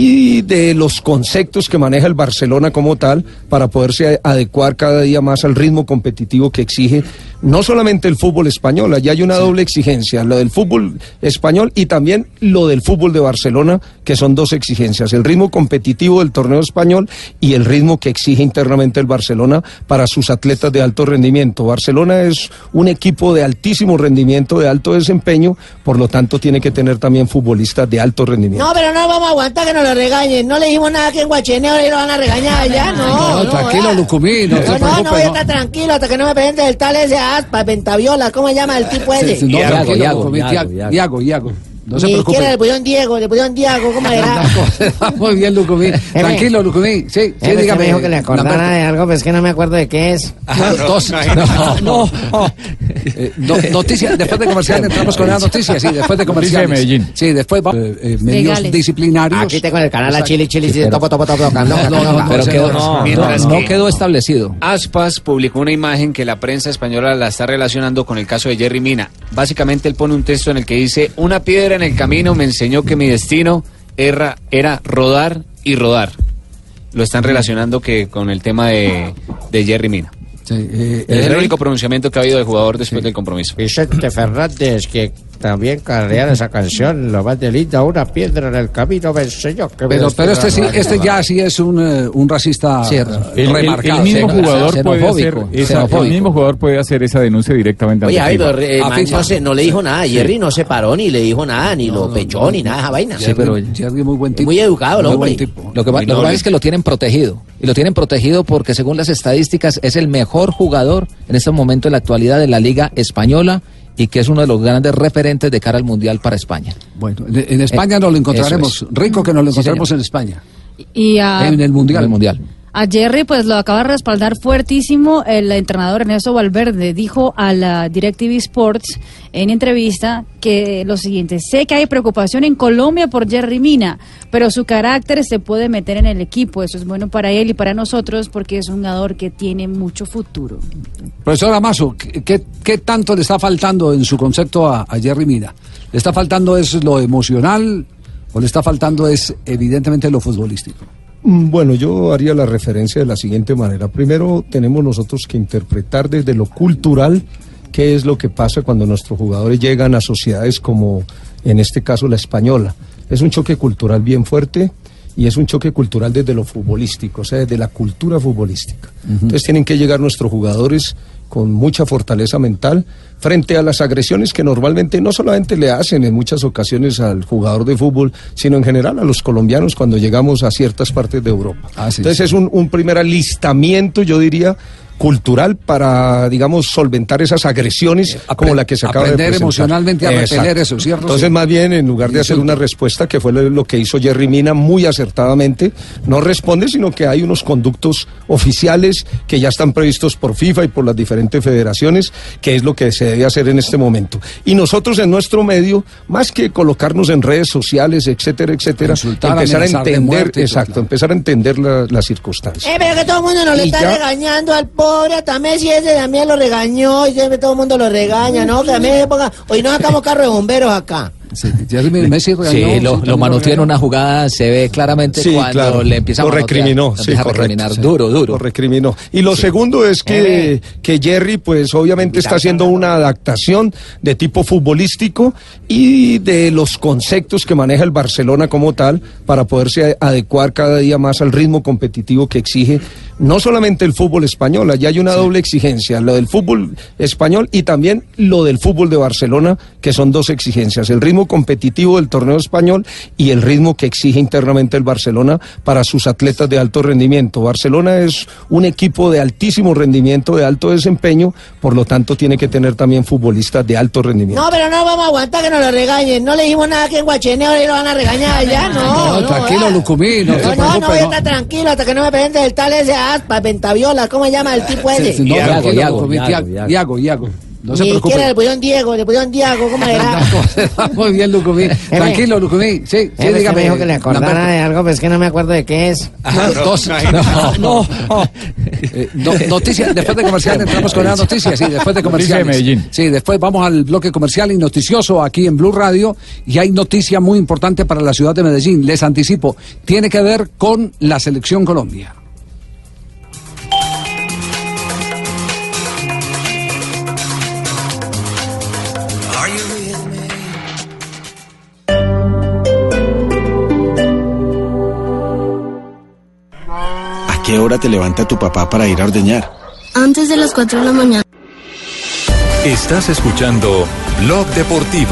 Speaker 7: y de los conceptos que maneja el Barcelona como tal para poderse adecuar cada día más al ritmo competitivo que exige no solamente el fútbol español, allá hay una sí. doble exigencia, lo del fútbol español y también lo del fútbol de Barcelona, que son dos exigencias, el ritmo competitivo del torneo español y el ritmo que exige internamente el Barcelona para sus atletas de alto rendimiento. Barcelona es un equipo de altísimo rendimiento, de alto desempeño, por lo tanto tiene que tener también futbolistas de alto rendimiento.
Speaker 28: No, pero no vamos a aguantar que nos lo regañen, no le dijimos nada aquí en Guacheneo y lo van a regañar ya, no.
Speaker 4: No, no tranquilo, Lucumí, no, no,
Speaker 28: no, no, no voy a estar tranquilo hasta que no me presente el tal ese aspa, Ventaviola, ¿cómo se llama el tipo ese?
Speaker 4: No, Iago, Iago, Iago, Iago. No se
Speaker 28: Ni
Speaker 4: preocupe.
Speaker 28: siquiera le pusieron Diego, le pusieron Diego, ¿cómo era?
Speaker 4: Muy bien, Lucumí. Tranquilo, Lucumí. Sí, sí, dígame.
Speaker 28: Me dijo que le acordara de algo, pero es que no me acuerdo de qué es.
Speaker 4: Dos. No, no. Eh, no, noticias, después de comercial entramos con las noticias, sí, después de comercial.
Speaker 9: De Medellín.
Speaker 4: Sí, después va, eh, eh, medios disciplinarios.
Speaker 28: Aquí tengo el canal a Chili, Chili, sí, topo, topo, topo, topo, no, no, no,
Speaker 16: pero quedó, no, no, no quedó establecido.
Speaker 3: Aspas publicó una imagen que la prensa española la está relacionando con el caso de Yerry Mina. Básicamente él pone un texto en el que dice: una piedra en el camino me enseñó que mi destino era, era rodar y rodar. Lo están relacionando que con el tema de, de Yerry Mina. Sí, eh, es el, el único pronunciamiento que ha habido del jugador después sí. del compromiso.
Speaker 8: Vicente Fernández, que también carrea esa canción, lo más de linda, una piedra en el camino me enseñó que
Speaker 4: Pero, pero este sí, este ya sí es un, uh, un racista sí,
Speaker 9: el, remarcado. El, el, mismo jugador puede hacer esa, el mismo jugador puede hacer esa denuncia directamente.
Speaker 28: Oye, ay, pero, eh, man, no, se, no le dijo nada, Yerry sí. no se paró ni le dijo nada, ni no, lo no, pechó, no, ni nada, esa vaina.
Speaker 16: Sí, pero
Speaker 28: Yerry muy buen tipo. Muy educado, el hombre.
Speaker 16: Lo que pasa es que lo tienen protegido, y lo tienen protegido porque según las estadísticas es el mejor jugador en este momento en la actualidad de la Liga Española y que es uno de los grandes referentes de cara al Mundial para España.
Speaker 4: Bueno, en España eh, nos lo encontraremos. Rico que nos lo encontraremos sí, en España.
Speaker 5: Y a,
Speaker 4: en el Mundial.
Speaker 16: En el Mundial.
Speaker 5: A Yerry pues lo acaba de respaldar fuertísimo el entrenador Ernesto Valverde. Dijo a la DirecTV Sports en entrevista que lo siguiente: sé que hay preocupación en Colombia por Yerry Mina, pero su carácter se puede meter en el equipo. Eso es bueno para él y para nosotros porque es un jugador que tiene mucho futuro.
Speaker 4: Profesor Amazo, ¿qué, qué tanto le está faltando en su concepto a, a Yerry Mina? ¿Le está faltando es lo emocional o le está faltando es evidentemente lo futbolístico?
Speaker 7: Bueno, yo haría la referencia de la siguiente manera. Primero tenemos nosotros que interpretar desde lo cultural qué es lo que pasa cuando nuestros jugadores llegan a sociedades como en este caso la española. Es un choque cultural bien fuerte y es un choque cultural desde lo futbolístico, o sea, desde la cultura futbolística. Uh-huh. Entonces tienen que llegar nuestros jugadores con mucha fortaleza mental frente a las agresiones que normalmente no solamente le hacen en muchas ocasiones al jugador de fútbol, sino en general a los colombianos cuando llegamos a ciertas partes de Europa. Ah, sí, Entonces sí. es un, un primer alistamiento, yo diría, cultural para, digamos, solventar esas agresiones Apre como la que se acaba de presentar.
Speaker 4: Aprender emocionalmente a repeler eso, ¿cierto?
Speaker 7: Entonces, sí. más bien, en lugar de hacer una respuesta, que fue lo que hizo Yerry Mina muy acertadamente, no responde, sino que hay unos conductos oficiales que ya están previstos por FIFA y por las diferentes federaciones, que es lo que se debe hacer en este momento. Y nosotros en nuestro medio, más que colocarnos en redes sociales, etcétera, etcétera, Insultar, empezar a entender, muerte, exacto, claro. empezar a entender la, las circunstancias.
Speaker 28: Eh, pero que todo el mundo nos le está ya, regañando al pobre. Pobre, hasta Messi ese también lo regañó y siempre todo el mundo lo regaña, ¿no? Que a mí me ponga, hoy no sacamos carro de bomberos acá.
Speaker 4: Sí, Jeremy Messi regañó,
Speaker 16: sí, lo,
Speaker 4: sí,
Speaker 16: lo manoteó en una jugada, se ve claramente
Speaker 7: Sí,
Speaker 16: cuando
Speaker 7: claro.
Speaker 16: le empieza a
Speaker 7: Lo
Speaker 16: manotear,
Speaker 7: recriminó,
Speaker 16: lo
Speaker 7: sí,
Speaker 16: empieza a
Speaker 7: correcto,
Speaker 16: recriminar
Speaker 7: sí.
Speaker 16: duro, duro.
Speaker 7: Lo recriminó. Y lo segundo es que, que Jerry, pues obviamente está haciendo una adaptación de tipo futbolístico y de los conceptos que maneja el Barcelona como tal para poderse adecuar cada día más al ritmo competitivo que exige no solamente el fútbol español, allá hay una doble exigencia, lo del fútbol español y también lo del fútbol de Barcelona, que son dos exigencias, el ritmo competitivo del torneo español y el ritmo que exige internamente el Barcelona para sus atletas de alto rendimiento. Barcelona es un equipo de altísimo rendimiento, de alto desempeño, por lo tanto tiene que tener también futbolistas de alto rendimiento.
Speaker 28: No, pero no vamos a aguantar que nos lo regañen. No le dijimos nada aquí en Guacheneo y lo van a regañar ya, no.
Speaker 4: No,
Speaker 28: no,
Speaker 4: tranquilo,
Speaker 28: ¿verdad?
Speaker 4: Lucumí, no,
Speaker 28: No,
Speaker 4: se
Speaker 28: no,
Speaker 4: preocupe,
Speaker 28: no voy a estar tranquilo hasta que no me presente el tal ese aspa, Pentaviola, ¿cómo se llama el tipo ese?
Speaker 4: Sí, no,
Speaker 16: Iago,
Speaker 4: tranquilo,
Speaker 16: Iago,
Speaker 4: Lucumí,
Speaker 16: Iago,
Speaker 4: Iago,
Speaker 16: Iago.
Speaker 4: Iago, Iago. No se
Speaker 28: Ni
Speaker 4: preocupe.
Speaker 28: siquiera le pusieron Diego, le pusieron Diego, ¿cómo era?
Speaker 4: Muy bien, Lucumí. Tranquilo, Lucumí. Sí, sí,
Speaker 28: Eh,
Speaker 4: dígame.
Speaker 28: me dijo que le acordara de algo, pero es que no me acuerdo de qué es.
Speaker 4: Dos- no, no. Eh, no, noticias, después de comercial entramos con la noticia, sí, después de
Speaker 9: Noticia de
Speaker 4: comerciales.
Speaker 9: Medellín.
Speaker 4: Sí, después vamos al bloque comercial y noticioso aquí en Blue Radio y hay noticia muy importante para la ciudad de Medellín, les anticipo, tiene que ver con la selección Colombia.
Speaker 15: ¿A qué hora te levanta tu papá para ir a ordeñar?
Speaker 17: Antes de las cuatro de la mañana.
Speaker 14: Estás escuchando Blog Deportivo.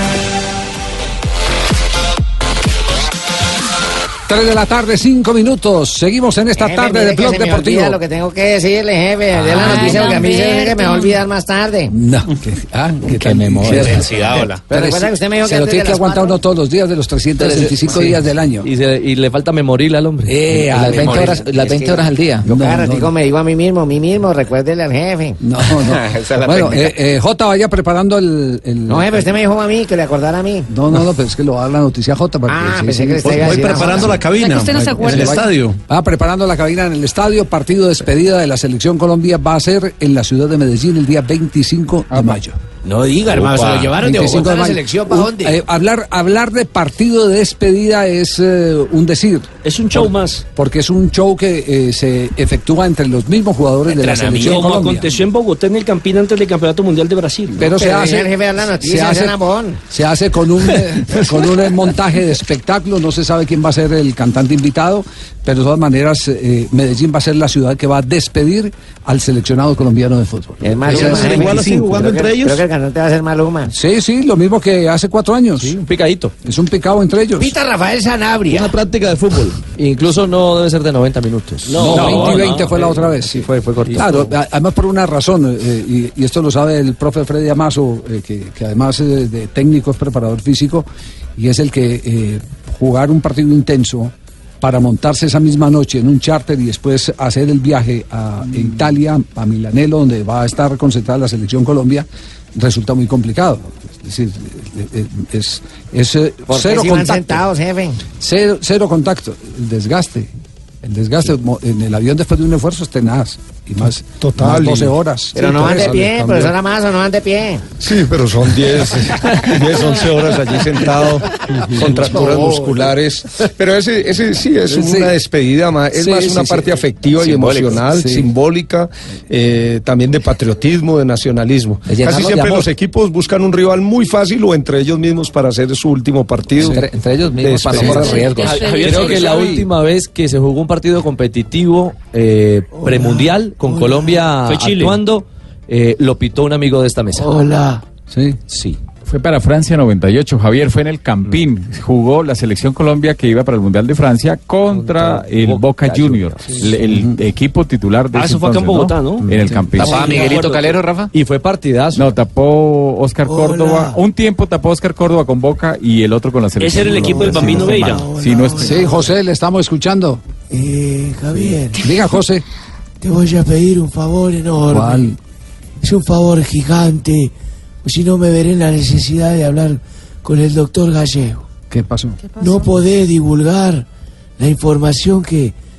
Speaker 4: Tres de la tarde, cinco minutos. Seguimos en esta
Speaker 28: Jefe,
Speaker 4: tarde
Speaker 28: mire
Speaker 4: de
Speaker 28: que
Speaker 4: Blog
Speaker 28: se me
Speaker 4: Deportivo.
Speaker 28: olvida lo que tengo que decirle, jefe. De la
Speaker 4: Ay,
Speaker 28: noticia, porque a mí se ve que me va a
Speaker 4: Lamberto.
Speaker 28: olvidar más tarde.
Speaker 4: No, que, ah, que
Speaker 16: Qué memoria.
Speaker 28: Densidad, hola. Pero recuerda que usted me dijo que
Speaker 4: se lo
Speaker 28: antes
Speaker 4: tiene
Speaker 28: de
Speaker 4: que
Speaker 28: las
Speaker 4: aguantar
Speaker 28: cuatro.
Speaker 4: uno todos los días de los trescientos sesenta y cinco
Speaker 11: Sí.
Speaker 4: días del año.
Speaker 11: Y, se- y le falta memoril al hombre.
Speaker 4: Eh,
Speaker 11: Y
Speaker 4: a
Speaker 11: las
Speaker 4: la
Speaker 11: veinte
Speaker 4: memoria.
Speaker 11: horas, las
Speaker 28: Es
Speaker 11: veinte
Speaker 28: que
Speaker 11: horas al día.
Speaker 28: Yo cada
Speaker 4: No,
Speaker 28: ratico
Speaker 4: no.
Speaker 28: me digo a mí mismo, mí mismo, recuérdele al jefe.
Speaker 4: No, no. Bueno, eh, eh, Jota, vaya preparando el, el-
Speaker 28: No, jefe, usted me dijo a mí que le acordara a mí.
Speaker 4: No, no, no, pero es que lo va a dar la noticia Jota. Para
Speaker 28: Ah,
Speaker 4: que,
Speaker 28: pensé que le
Speaker 4: voy,
Speaker 28: iba a
Speaker 4: voy
Speaker 28: decir
Speaker 4: preparando
Speaker 28: algo.
Speaker 4: la cabina.
Speaker 28: O sea, que usted no se acuerda.
Speaker 4: En el
Speaker 28: Vaya.
Speaker 4: estadio. Va preparando la cabina en el estadio. Partido de despedida de la selección Colombia va a ser en la ciudad de Medellín el día veinticinco de mayo.
Speaker 28: No diga, hermano, se lo llevaron de
Speaker 4: veinticinco
Speaker 28: Bogotá a la
Speaker 4: mayo.
Speaker 28: selección, ¿para
Speaker 4: Un-
Speaker 28: dónde?
Speaker 4: eh, hablar, hablar de partido de despedida es eh, un decir.
Speaker 6: Es un show más.
Speaker 4: Porque es un show que eh, se efectúa entre los mismos jugadores de la selección
Speaker 6: Como
Speaker 4: Colombia.
Speaker 6: aconteció en Bogotá en el Campín antes del Campeonato Mundial de Brasil. ¿no?
Speaker 4: Pero se hace,
Speaker 28: el jefe da la noticia,
Speaker 4: se hace,
Speaker 28: ese Nabón.
Speaker 4: se hace con un eh, con un eh, montaje de espectáculo, no se sabe quién va a ser el cantante invitado, pero de todas maneras eh, Medellín va a ser la ciudad que va a despedir al seleccionado colombiano de fútbol.
Speaker 28: Es Maluma.
Speaker 4: Ese es el
Speaker 28: Igual así,
Speaker 4: veinticinco.
Speaker 28: jugando entre ellos. Creo que el cantante va a ser Maluma.
Speaker 4: Sí, sí, lo mismo que hace cuatro años.
Speaker 11: Un picadito.
Speaker 4: Es un picado entre ellos.
Speaker 28: Pita Rafael Sanabria.
Speaker 11: Una práctica de fútbol. Incluso no debe ser de noventa minutos.
Speaker 4: No, veinte y veinte fue la otra vez.
Speaker 11: Sí, fue, fue cortito.
Speaker 4: Claro, a- además por una razón, eh, y, y esto lo sabe el profe Freddy Amazo, eh, que, que además eh, de técnico es preparador físico, y es el que eh, jugar un partido intenso para montarse esa misma noche en un charter y después hacer el viaje a Italia, a Milanello, donde va a estar concentrada la selección Colombia, resulta muy complicado. Es decir, eh, eh, es, es eh,
Speaker 28: ¿Por qué
Speaker 4: cero
Speaker 28: si van
Speaker 4: contacto.
Speaker 28: sentados, jefe?
Speaker 4: Cero, cero contacto, el desgaste. El desgaste mo- en el avión después de un esfuerzo es tenaz. Y más,
Speaker 7: Total,
Speaker 4: más
Speaker 7: y-
Speaker 4: doce horas.
Speaker 28: Pero
Speaker 4: Sí,
Speaker 28: no
Speaker 4: por
Speaker 28: van de
Speaker 4: eso.
Speaker 28: pie,
Speaker 7: también.
Speaker 28: profesor Amazo, no van de pie.
Speaker 7: Sí, pero son diez, diez, once horas allí sentado, contracturas musculares. Pero ese, ese sí es
Speaker 4: Sí.
Speaker 7: una despedida más, es
Speaker 4: Sí,
Speaker 7: más
Speaker 4: sí,
Speaker 7: una
Speaker 4: sí.
Speaker 7: parte afectiva y
Speaker 4: Simbólica,
Speaker 7: emocional,
Speaker 4: sí.
Speaker 7: simbólica, eh, también de patriotismo, de nacionalismo.
Speaker 16: De llenarlo
Speaker 7: Casi
Speaker 16: de
Speaker 7: siempre
Speaker 16: amor.
Speaker 7: los equipos buscan un rival muy fácil o entre ellos mismos para hacer su último partido.
Speaker 16: Entre, entre ellos mismos para no
Speaker 7: Despedida.
Speaker 16: correr riesgos.
Speaker 6: Javier,
Speaker 11: Creo
Speaker 6: sobre
Speaker 11: que la
Speaker 6: eso-
Speaker 11: última vez que se jugó un partido competitivo eh, premundial con Colombia
Speaker 6: Fue Chile.
Speaker 11: actuando, eh, lo pitó un amigo de esta mesa.
Speaker 28: Hola.
Speaker 4: Sí.
Speaker 11: Sí.
Speaker 9: Fue para Francia noventa y ocho, Javier, fue en el Campín. Jugó la selección Colombia que iba para el Mundial de Francia contra,
Speaker 11: Contra
Speaker 9: el
Speaker 11: Boca
Speaker 9: Boca, Juniors, el, el equipo titular de
Speaker 6: Ah,
Speaker 9: ese
Speaker 6: eso fue acá en
Speaker 9: entonces,
Speaker 6: Bogotá, ¿no?
Speaker 9: En el Campín.
Speaker 3: ¿Tapaba a Miguelito Calero, Rafa?
Speaker 11: Y fue partidazo.
Speaker 9: No, tapó Oscar Córdoba. Un tiempo tapó Oscar Córdoba con Boca y el otro con la selección.
Speaker 6: Ese era el equipo del Bambino Veira.
Speaker 9: Sí, no es-
Speaker 4: Sí, José, le estamos escuchando.
Speaker 28: Eh, Javier,
Speaker 4: Diga, José.
Speaker 28: te voy a pedir un favor enorme.
Speaker 4: ¿Cuál?
Speaker 28: Es un favor gigante. O si no, me veré en la necesidad de hablar con el doctor Gallego.
Speaker 4: ¿Qué pasó?
Speaker 28: No podés divulgar la información que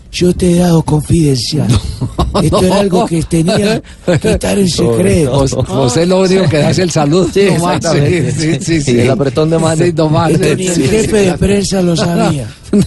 Speaker 18: yo te he dado confidencial. Esto era algo que tenía que estar en secreto.
Speaker 4: José lo único que da es el saludo.
Speaker 11: Sí,
Speaker 4: no más.
Speaker 11: exactamente.
Speaker 4: Sí, sí, sí, sí.
Speaker 11: El apretón de mano.
Speaker 4: Sí, no más.
Speaker 18: Pero ni el
Speaker 4: Sí,
Speaker 18: jefe
Speaker 4: sí.
Speaker 18: de prensa lo sabía.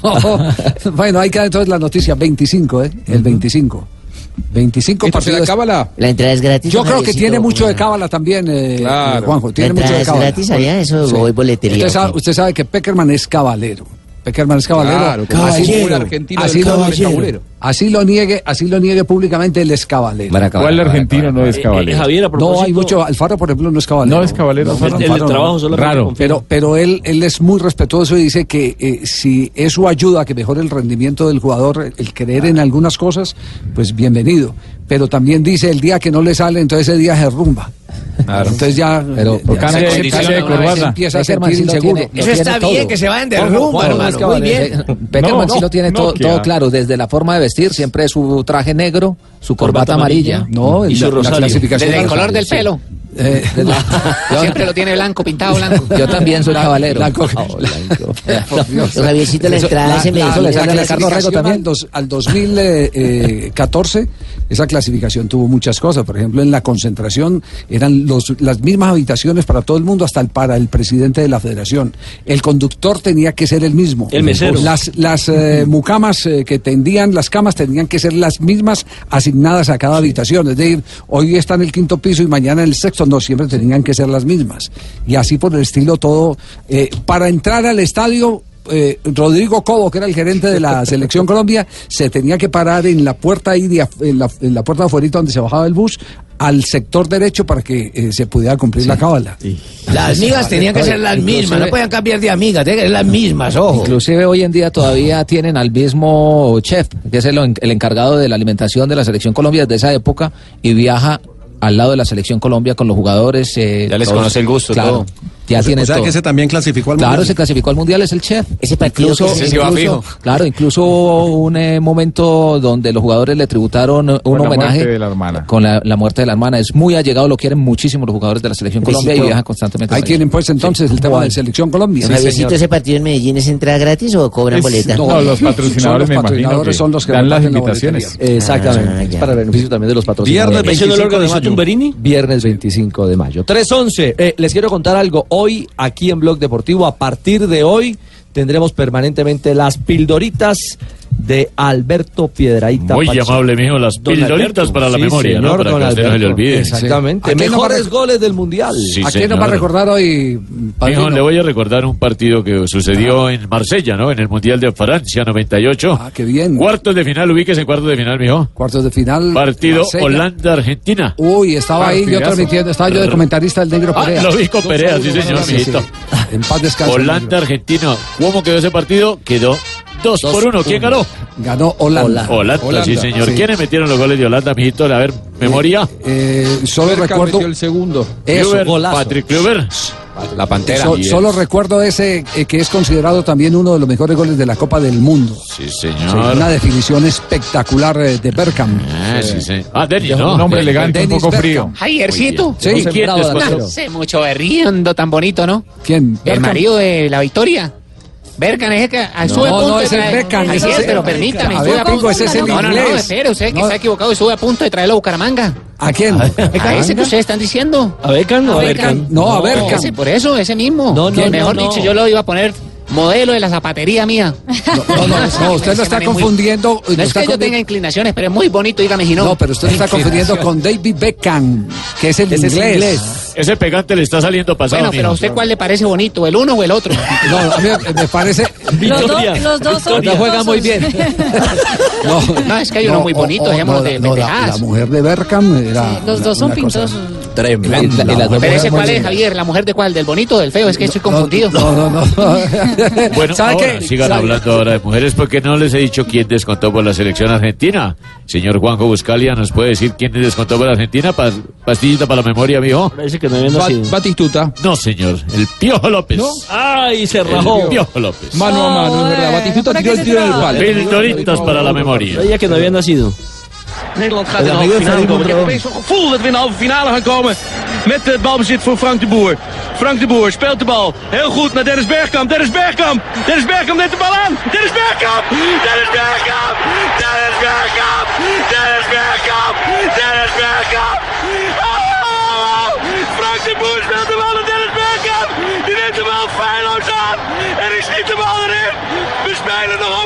Speaker 4: No. Bueno, ahí queda entonces la noticia veinticinco, ¿eh? El veinticinco. veinticinco
Speaker 12: ¿Esto se
Speaker 4: partidos.
Speaker 12: la cábala?
Speaker 18: La entrada es gratis.
Speaker 4: Yo creo que tiene mucho de cábala también, eh,
Speaker 12: Claro.
Speaker 4: Juanjo. Tiene
Speaker 18: La
Speaker 4: mucho de
Speaker 18: entrada es
Speaker 4: cábala.
Speaker 18: gratis, ¿sabía eso?
Speaker 4: Sí.
Speaker 18: ¿O hay boletería?
Speaker 4: Usted sabe,
Speaker 18: ¿O qué?
Speaker 4: usted sabe que Peckerman es cabalero. Peckerman es caballero.
Speaker 12: Claro, como
Speaker 4: así,
Speaker 12: así un argentino
Speaker 4: así
Speaker 12: del
Speaker 4: lo,
Speaker 12: caballero. Caballero.
Speaker 4: así lo niegue, así lo niegue públicamente, él es caballero.
Speaker 9: ¿Cuál argentino no es caballero?
Speaker 6: Eh, Javier, a
Speaker 4: No,
Speaker 6: propósito,
Speaker 4: hay mucho. Alfaro, por ejemplo, no es caballero.
Speaker 9: No es caballero, Alfaro.
Speaker 6: el, el del trabajo solo
Speaker 9: Raro.
Speaker 4: Pero, pero él, él es muy respetuoso y dice que eh, si eso ayuda a que mejore el rendimiento del jugador, el creer en algunas cosas, pues bienvenido. Pero también dice el día que no le sale, entonces ese día se rumba.
Speaker 9: Claro.
Speaker 4: Entonces ya,
Speaker 9: Pero,
Speaker 4: ya
Speaker 9: cambia de-
Speaker 4: se,
Speaker 9: cambia de
Speaker 4: una vez
Speaker 9: corbata.
Speaker 4: empieza a
Speaker 16: Peckerman
Speaker 4: sentir
Speaker 16: sí lo
Speaker 4: inseguro.
Speaker 16: tiene- lo
Speaker 18: Eso
Speaker 16: tiene
Speaker 18: está
Speaker 16: todo.
Speaker 18: bien, que se vayan de
Speaker 16: Juanjo,
Speaker 18: rumba,
Speaker 16: Juanjo,
Speaker 18: hermano.
Speaker 16: es
Speaker 18: Muy
Speaker 16: caballero.
Speaker 18: bien.
Speaker 16: Peckerman
Speaker 9: No,
Speaker 16: sí lo tiene
Speaker 9: no,
Speaker 16: todo,
Speaker 9: Nokia.
Speaker 16: todo claro, desde la forma de vestir, siempre su traje negro, su corbata,
Speaker 6: Corbata
Speaker 16: amarilla.
Speaker 6: amarilla.
Speaker 4: No,
Speaker 6: Y
Speaker 4: la,
Speaker 6: su
Speaker 4: la
Speaker 6: rosario.
Speaker 4: clasificación.
Speaker 3: Desde el
Speaker 4: la-
Speaker 3: color del pelo.
Speaker 4: Eh,
Speaker 3: Siempre lo tiene blanco, pintado blanco.
Speaker 16: Yo también soy caballero.
Speaker 4: Blanco.
Speaker 16: Oh, blanco.
Speaker 4: Por Dios.
Speaker 18: Don Javiercito, la
Speaker 16: Eso-
Speaker 18: entrada
Speaker 16: la-
Speaker 18: se me
Speaker 16: la-
Speaker 18: dice.
Speaker 16: le
Speaker 4: La
Speaker 16: sacan a Carlos Rego
Speaker 4: clasificación
Speaker 16: también.
Speaker 4: al, dos- al dos mil catorce, esa clasificación tuvo muchas cosas. Por ejemplo, en la concentración eran los, las mismas habitaciones para todo el mundo, hasta el, para el presidente de la federación. El conductor tenía que ser el mismo.
Speaker 6: El mesero.
Speaker 4: Las, las eh, mucamas eh, que tendían las camas tenían que ser las mismas asignadas a cada habitación. Es decir, hoy está en el quinto piso y mañana en el sexto. No, siempre tenían que ser las mismas. Y así por el estilo todo. Eh, para entrar al estadio, eh, Rodrigo Cobo, que era el gerente de la Selección Colombia, se tenía que parar en la puerta ahí de af- en la, en la puerta de afuera donde se bajaba el bus, al sector derecho para que eh, se pudiera cumplir la cábala.
Speaker 18: Las migas tenían que ser las mismas, no podían cambiar de amigas, tenían que ser las mismas, ojo.
Speaker 16: Inclusive hoy en día todavía tienen al mismo chef, que es el, el encargado de la alimentación de la Selección Colombia desde esa época, y viaja al lado de la Selección Colombia con los jugadores. eh,
Speaker 3: Ya les
Speaker 16: todos.
Speaker 3: conoce el gusto,
Speaker 16: Claro,
Speaker 3: todo.
Speaker 16: ya
Speaker 15: O sea,
Speaker 16: tiene
Speaker 15: o sea
Speaker 16: todo.
Speaker 15: que ese también clasificó al
Speaker 16: Claro,
Speaker 15: Mundial.
Speaker 16: se clasificó al Mundial, es el chef.
Speaker 18: Ese partido
Speaker 16: Incluso,
Speaker 18: que se-
Speaker 3: se va
Speaker 16: incluso-
Speaker 3: fijo.
Speaker 16: claro, incluso hubo un eh, momento donde los jugadores le tributaron eh, un
Speaker 9: Con la
Speaker 16: homenaje
Speaker 9: muerte de la hermana.
Speaker 16: con la, la muerte de la hermana. Es muy allegado, lo quieren muchísimo los jugadores de la Selección Colombia y
Speaker 18: Besito.
Speaker 16: viajan constantemente.
Speaker 4: Ahí
Speaker 16: para
Speaker 4: tienen
Speaker 16: allá.
Speaker 4: pues entonces el tema de Selección Colombia.
Speaker 18: Don Javiercito, ¿ese partido en Medellín es entrada gratis o cobran
Speaker 9: Es-
Speaker 18: boleta?
Speaker 9: no, los
Speaker 4: Son
Speaker 9: patrocinadores
Speaker 4: los
Speaker 9: me imagino
Speaker 4: patrocinadores
Speaker 9: que
Speaker 4: son los que
Speaker 9: dan las
Speaker 4: reparten la
Speaker 9: invitaciones.
Speaker 4: boletería.
Speaker 11: Exactamente.
Speaker 18: Ah,
Speaker 11: es
Speaker 18: ya.
Speaker 11: para beneficio también de los patrocinadores.
Speaker 15: Viernes
Speaker 6: ¿Eso no lo
Speaker 15: veinticinco de
Speaker 6: organizó
Speaker 15: mayo.
Speaker 6: Tumberini?
Speaker 11: Viernes veinticinco de mayo. tres once. Eh, les quiero contar algo. Hoy, aquí en Blog Deportivo, a partir de hoy, tendremos permanentemente las pildoritas de Alberto Piedrahíta.
Speaker 19: Muy
Speaker 11: Pacheco.
Speaker 19: amable, mijo, las
Speaker 11: Don
Speaker 19: pildoritas
Speaker 11: Alberto.
Speaker 19: para la
Speaker 11: Sí,
Speaker 19: memoria,
Speaker 11: señor,
Speaker 19: ¿no? Para
Speaker 11: don
Speaker 19: que a usted no se le
Speaker 11: Alberto.
Speaker 19: olvide.
Speaker 11: Exactamente.
Speaker 4: ¿A quién nos va a
Speaker 11: Mejores
Speaker 4: rec-
Speaker 11: goles del Mundial.
Speaker 19: Sí,
Speaker 4: ¿A quién nos va a
Speaker 19: señor.
Speaker 4: recordar hoy,
Speaker 19: Mijo,
Speaker 4: padrino?
Speaker 19: le voy a recordar un partido que sucedió en Marsella, ¿no? En el Mundial de Francia noventa y ocho.
Speaker 4: Ah, qué bien.
Speaker 19: Cuartos de final, ubíquese en cuartos de final, mijo.
Speaker 4: Cuartos de final.
Speaker 19: Partido
Speaker 4: Marsella.
Speaker 19: Holanda-Argentina.
Speaker 4: Uy, estaba ahí yo
Speaker 19: Partidazo.
Speaker 4: transmitiendo, estaba yo de comentarista del Negro
Speaker 19: Ah,
Speaker 4: Perea.
Speaker 19: lo vi con Perea, sí, señor,
Speaker 4: Sí, sí.
Speaker 19: mijito.
Speaker 4: En paz descanse.
Speaker 19: Holanda-Argentina. ¿Cómo quedó ese partido? Quedó dos,
Speaker 4: Dos,
Speaker 19: por uno. ¿Quién
Speaker 4: uno.
Speaker 19: ganó?
Speaker 4: Ganó Holanda.
Speaker 19: Holanda, sí, señor.
Speaker 4: Sí.
Speaker 19: ¿Quiénes metieron los goles de Holanda, mijito? A ver, memoria.
Speaker 4: Eh, solo
Speaker 12: Bergkamp
Speaker 4: recuerdo.
Speaker 12: metió el segundo.
Speaker 4: Eso,
Speaker 19: Kluivert,
Speaker 4: golazo.
Speaker 19: Patrick Kluivert.
Speaker 3: La Pantera.
Speaker 4: So- solo recuerdo ese eh, que es considerado también uno de los mejores goles de la Copa del Mundo.
Speaker 19: Sí,
Speaker 4: Sí,
Speaker 19: señor.
Speaker 4: una definición espectacular eh, de Bergkamp.
Speaker 19: Ah, sí, sí. Ah, Denis,
Speaker 9: Un
Speaker 19: ¿no?
Speaker 9: hombre elegante, un
Speaker 4: Dennis
Speaker 9: poco
Speaker 4: Bergkamp.
Speaker 9: frío.
Speaker 3: Javiercito.
Speaker 4: Sí.
Speaker 19: ¿Y quién
Speaker 11: Bravo,
Speaker 19: después?
Speaker 11: Danilo.
Speaker 3: Hace mucho berriendo tan bonito, ¿no?
Speaker 4: ¿Quién?
Speaker 3: El
Speaker 4: Bergkamp.
Speaker 3: marido de la Victoria. Berkan es el que ah, sube a
Speaker 4: No,
Speaker 3: punto
Speaker 4: no,
Speaker 3: de
Speaker 4: ese es
Speaker 3: traer-
Speaker 4: Bergkamp,
Speaker 3: Así
Speaker 4: ese
Speaker 3: es,
Speaker 4: es-
Speaker 3: pero permítame.
Speaker 4: A
Speaker 3: sube
Speaker 4: ver,
Speaker 3: a
Speaker 4: Pingo,
Speaker 3: punto-
Speaker 4: ese es el
Speaker 3: no, no, no,
Speaker 4: inglés.
Speaker 3: espere, usted que
Speaker 4: No.
Speaker 3: está equivocado y sube a punto de traerlo a Bucaramanga.
Speaker 4: ¿A quién?
Speaker 3: A ese que ustedes están diciendo.
Speaker 6: ¿A Beckham o a Bergkamp?
Speaker 4: No, a Bergkamp.
Speaker 3: Ese, por eso, ese mismo.
Speaker 11: No, no,
Speaker 3: Que mejor
Speaker 11: no, no.
Speaker 3: dicho, yo lo iba a poner modelo de la zapatería mía.
Speaker 4: No, no, no, usted lo está
Speaker 3: Ese man es muy-
Speaker 4: confundiendo.
Speaker 3: No
Speaker 4: lo
Speaker 3: es
Speaker 4: está
Speaker 3: que yo
Speaker 4: confi-
Speaker 3: tenga inclinaciones, pero es muy bonito, dígame si no.
Speaker 4: No, pero usted lo está confundiendo con David Beckham, que es el
Speaker 11: Ese es
Speaker 4: inglés.
Speaker 11: inglés.
Speaker 19: Ese pegante le está saliendo pasado,
Speaker 3: Bueno, pero a
Speaker 19: mijo.
Speaker 3: usted cuál le parece bonito, el uno o el otro.
Speaker 4: No, a mí me parece.
Speaker 5: Los, dos-
Speaker 6: Victoria.
Speaker 5: los dos son
Speaker 11: Victoria juega muy
Speaker 5: vistosos.
Speaker 11: bien.
Speaker 4: No,
Speaker 3: No, es que hay uno muy bonito, dejémonos
Speaker 4: no,
Speaker 3: de
Speaker 4: no, la,
Speaker 3: pendejadas.
Speaker 4: la mujer de Bergkamp era.
Speaker 5: Sí, los
Speaker 4: una-
Speaker 5: dos son
Speaker 4: una cosa
Speaker 5: pintosos.
Speaker 4: Tremenda.
Speaker 11: Y la- y las dos
Speaker 3: Pero
Speaker 11: mujeres
Speaker 3: ese
Speaker 11: muy
Speaker 3: cuál es,
Speaker 11: lindas.
Speaker 3: Javier, la mujer de cuál, del bonito o del feo, es que estoy
Speaker 4: No,
Speaker 3: confundido.
Speaker 4: No, no, no.
Speaker 19: Bueno,
Speaker 4: ¿Sabe
Speaker 19: ahora,
Speaker 4: qué?
Speaker 19: sigan
Speaker 4: ¿Sabe?
Speaker 19: hablando ahora de mujeres porque no les he dicho quién descontó por la selección argentina. Señor Juanjo Buscalia, ¿nos puede decir quién descontó por la Argentina? Pa- pastillita para la memoria, mijo.
Speaker 6: Parece que no habían
Speaker 12: Ba-
Speaker 6: nacido.
Speaker 12: Batistuta.
Speaker 19: No, señor, el Piojo López.
Speaker 6: ¡Ay, se
Speaker 19: El
Speaker 6: rajó!
Speaker 19: Piojo López.
Speaker 12: Mano a mano, es verdad.
Speaker 5: eh,
Speaker 12: Batistuta
Speaker 5: ¿para
Speaker 12: tiró
Speaker 5: qué
Speaker 12: el
Speaker 5: se
Speaker 12: tiro en el
Speaker 5: traba?
Speaker 12: palo.
Speaker 19: Pildoritas para la memoria.
Speaker 6: Veía que no habían nacido.
Speaker 20: Nederland gaat
Speaker 11: El
Speaker 20: in de
Speaker 11: amigo
Speaker 20: halve
Speaker 11: de
Speaker 20: finale
Speaker 11: Freddy
Speaker 20: komen. Ik heb
Speaker 11: Mondragon.
Speaker 20: opeens zo'n gevoel dat we in de halve finale gaan komen. Met het balbezit voor Frank de Boer. Frank de Boer speelt de bal. Heel goed naar Dennis Bergkamp. Dennis Bergkamp. Dennis Bergkamp neemt de bal aan. Dennis Bergkamp. Dennis Bergkamp. Dennis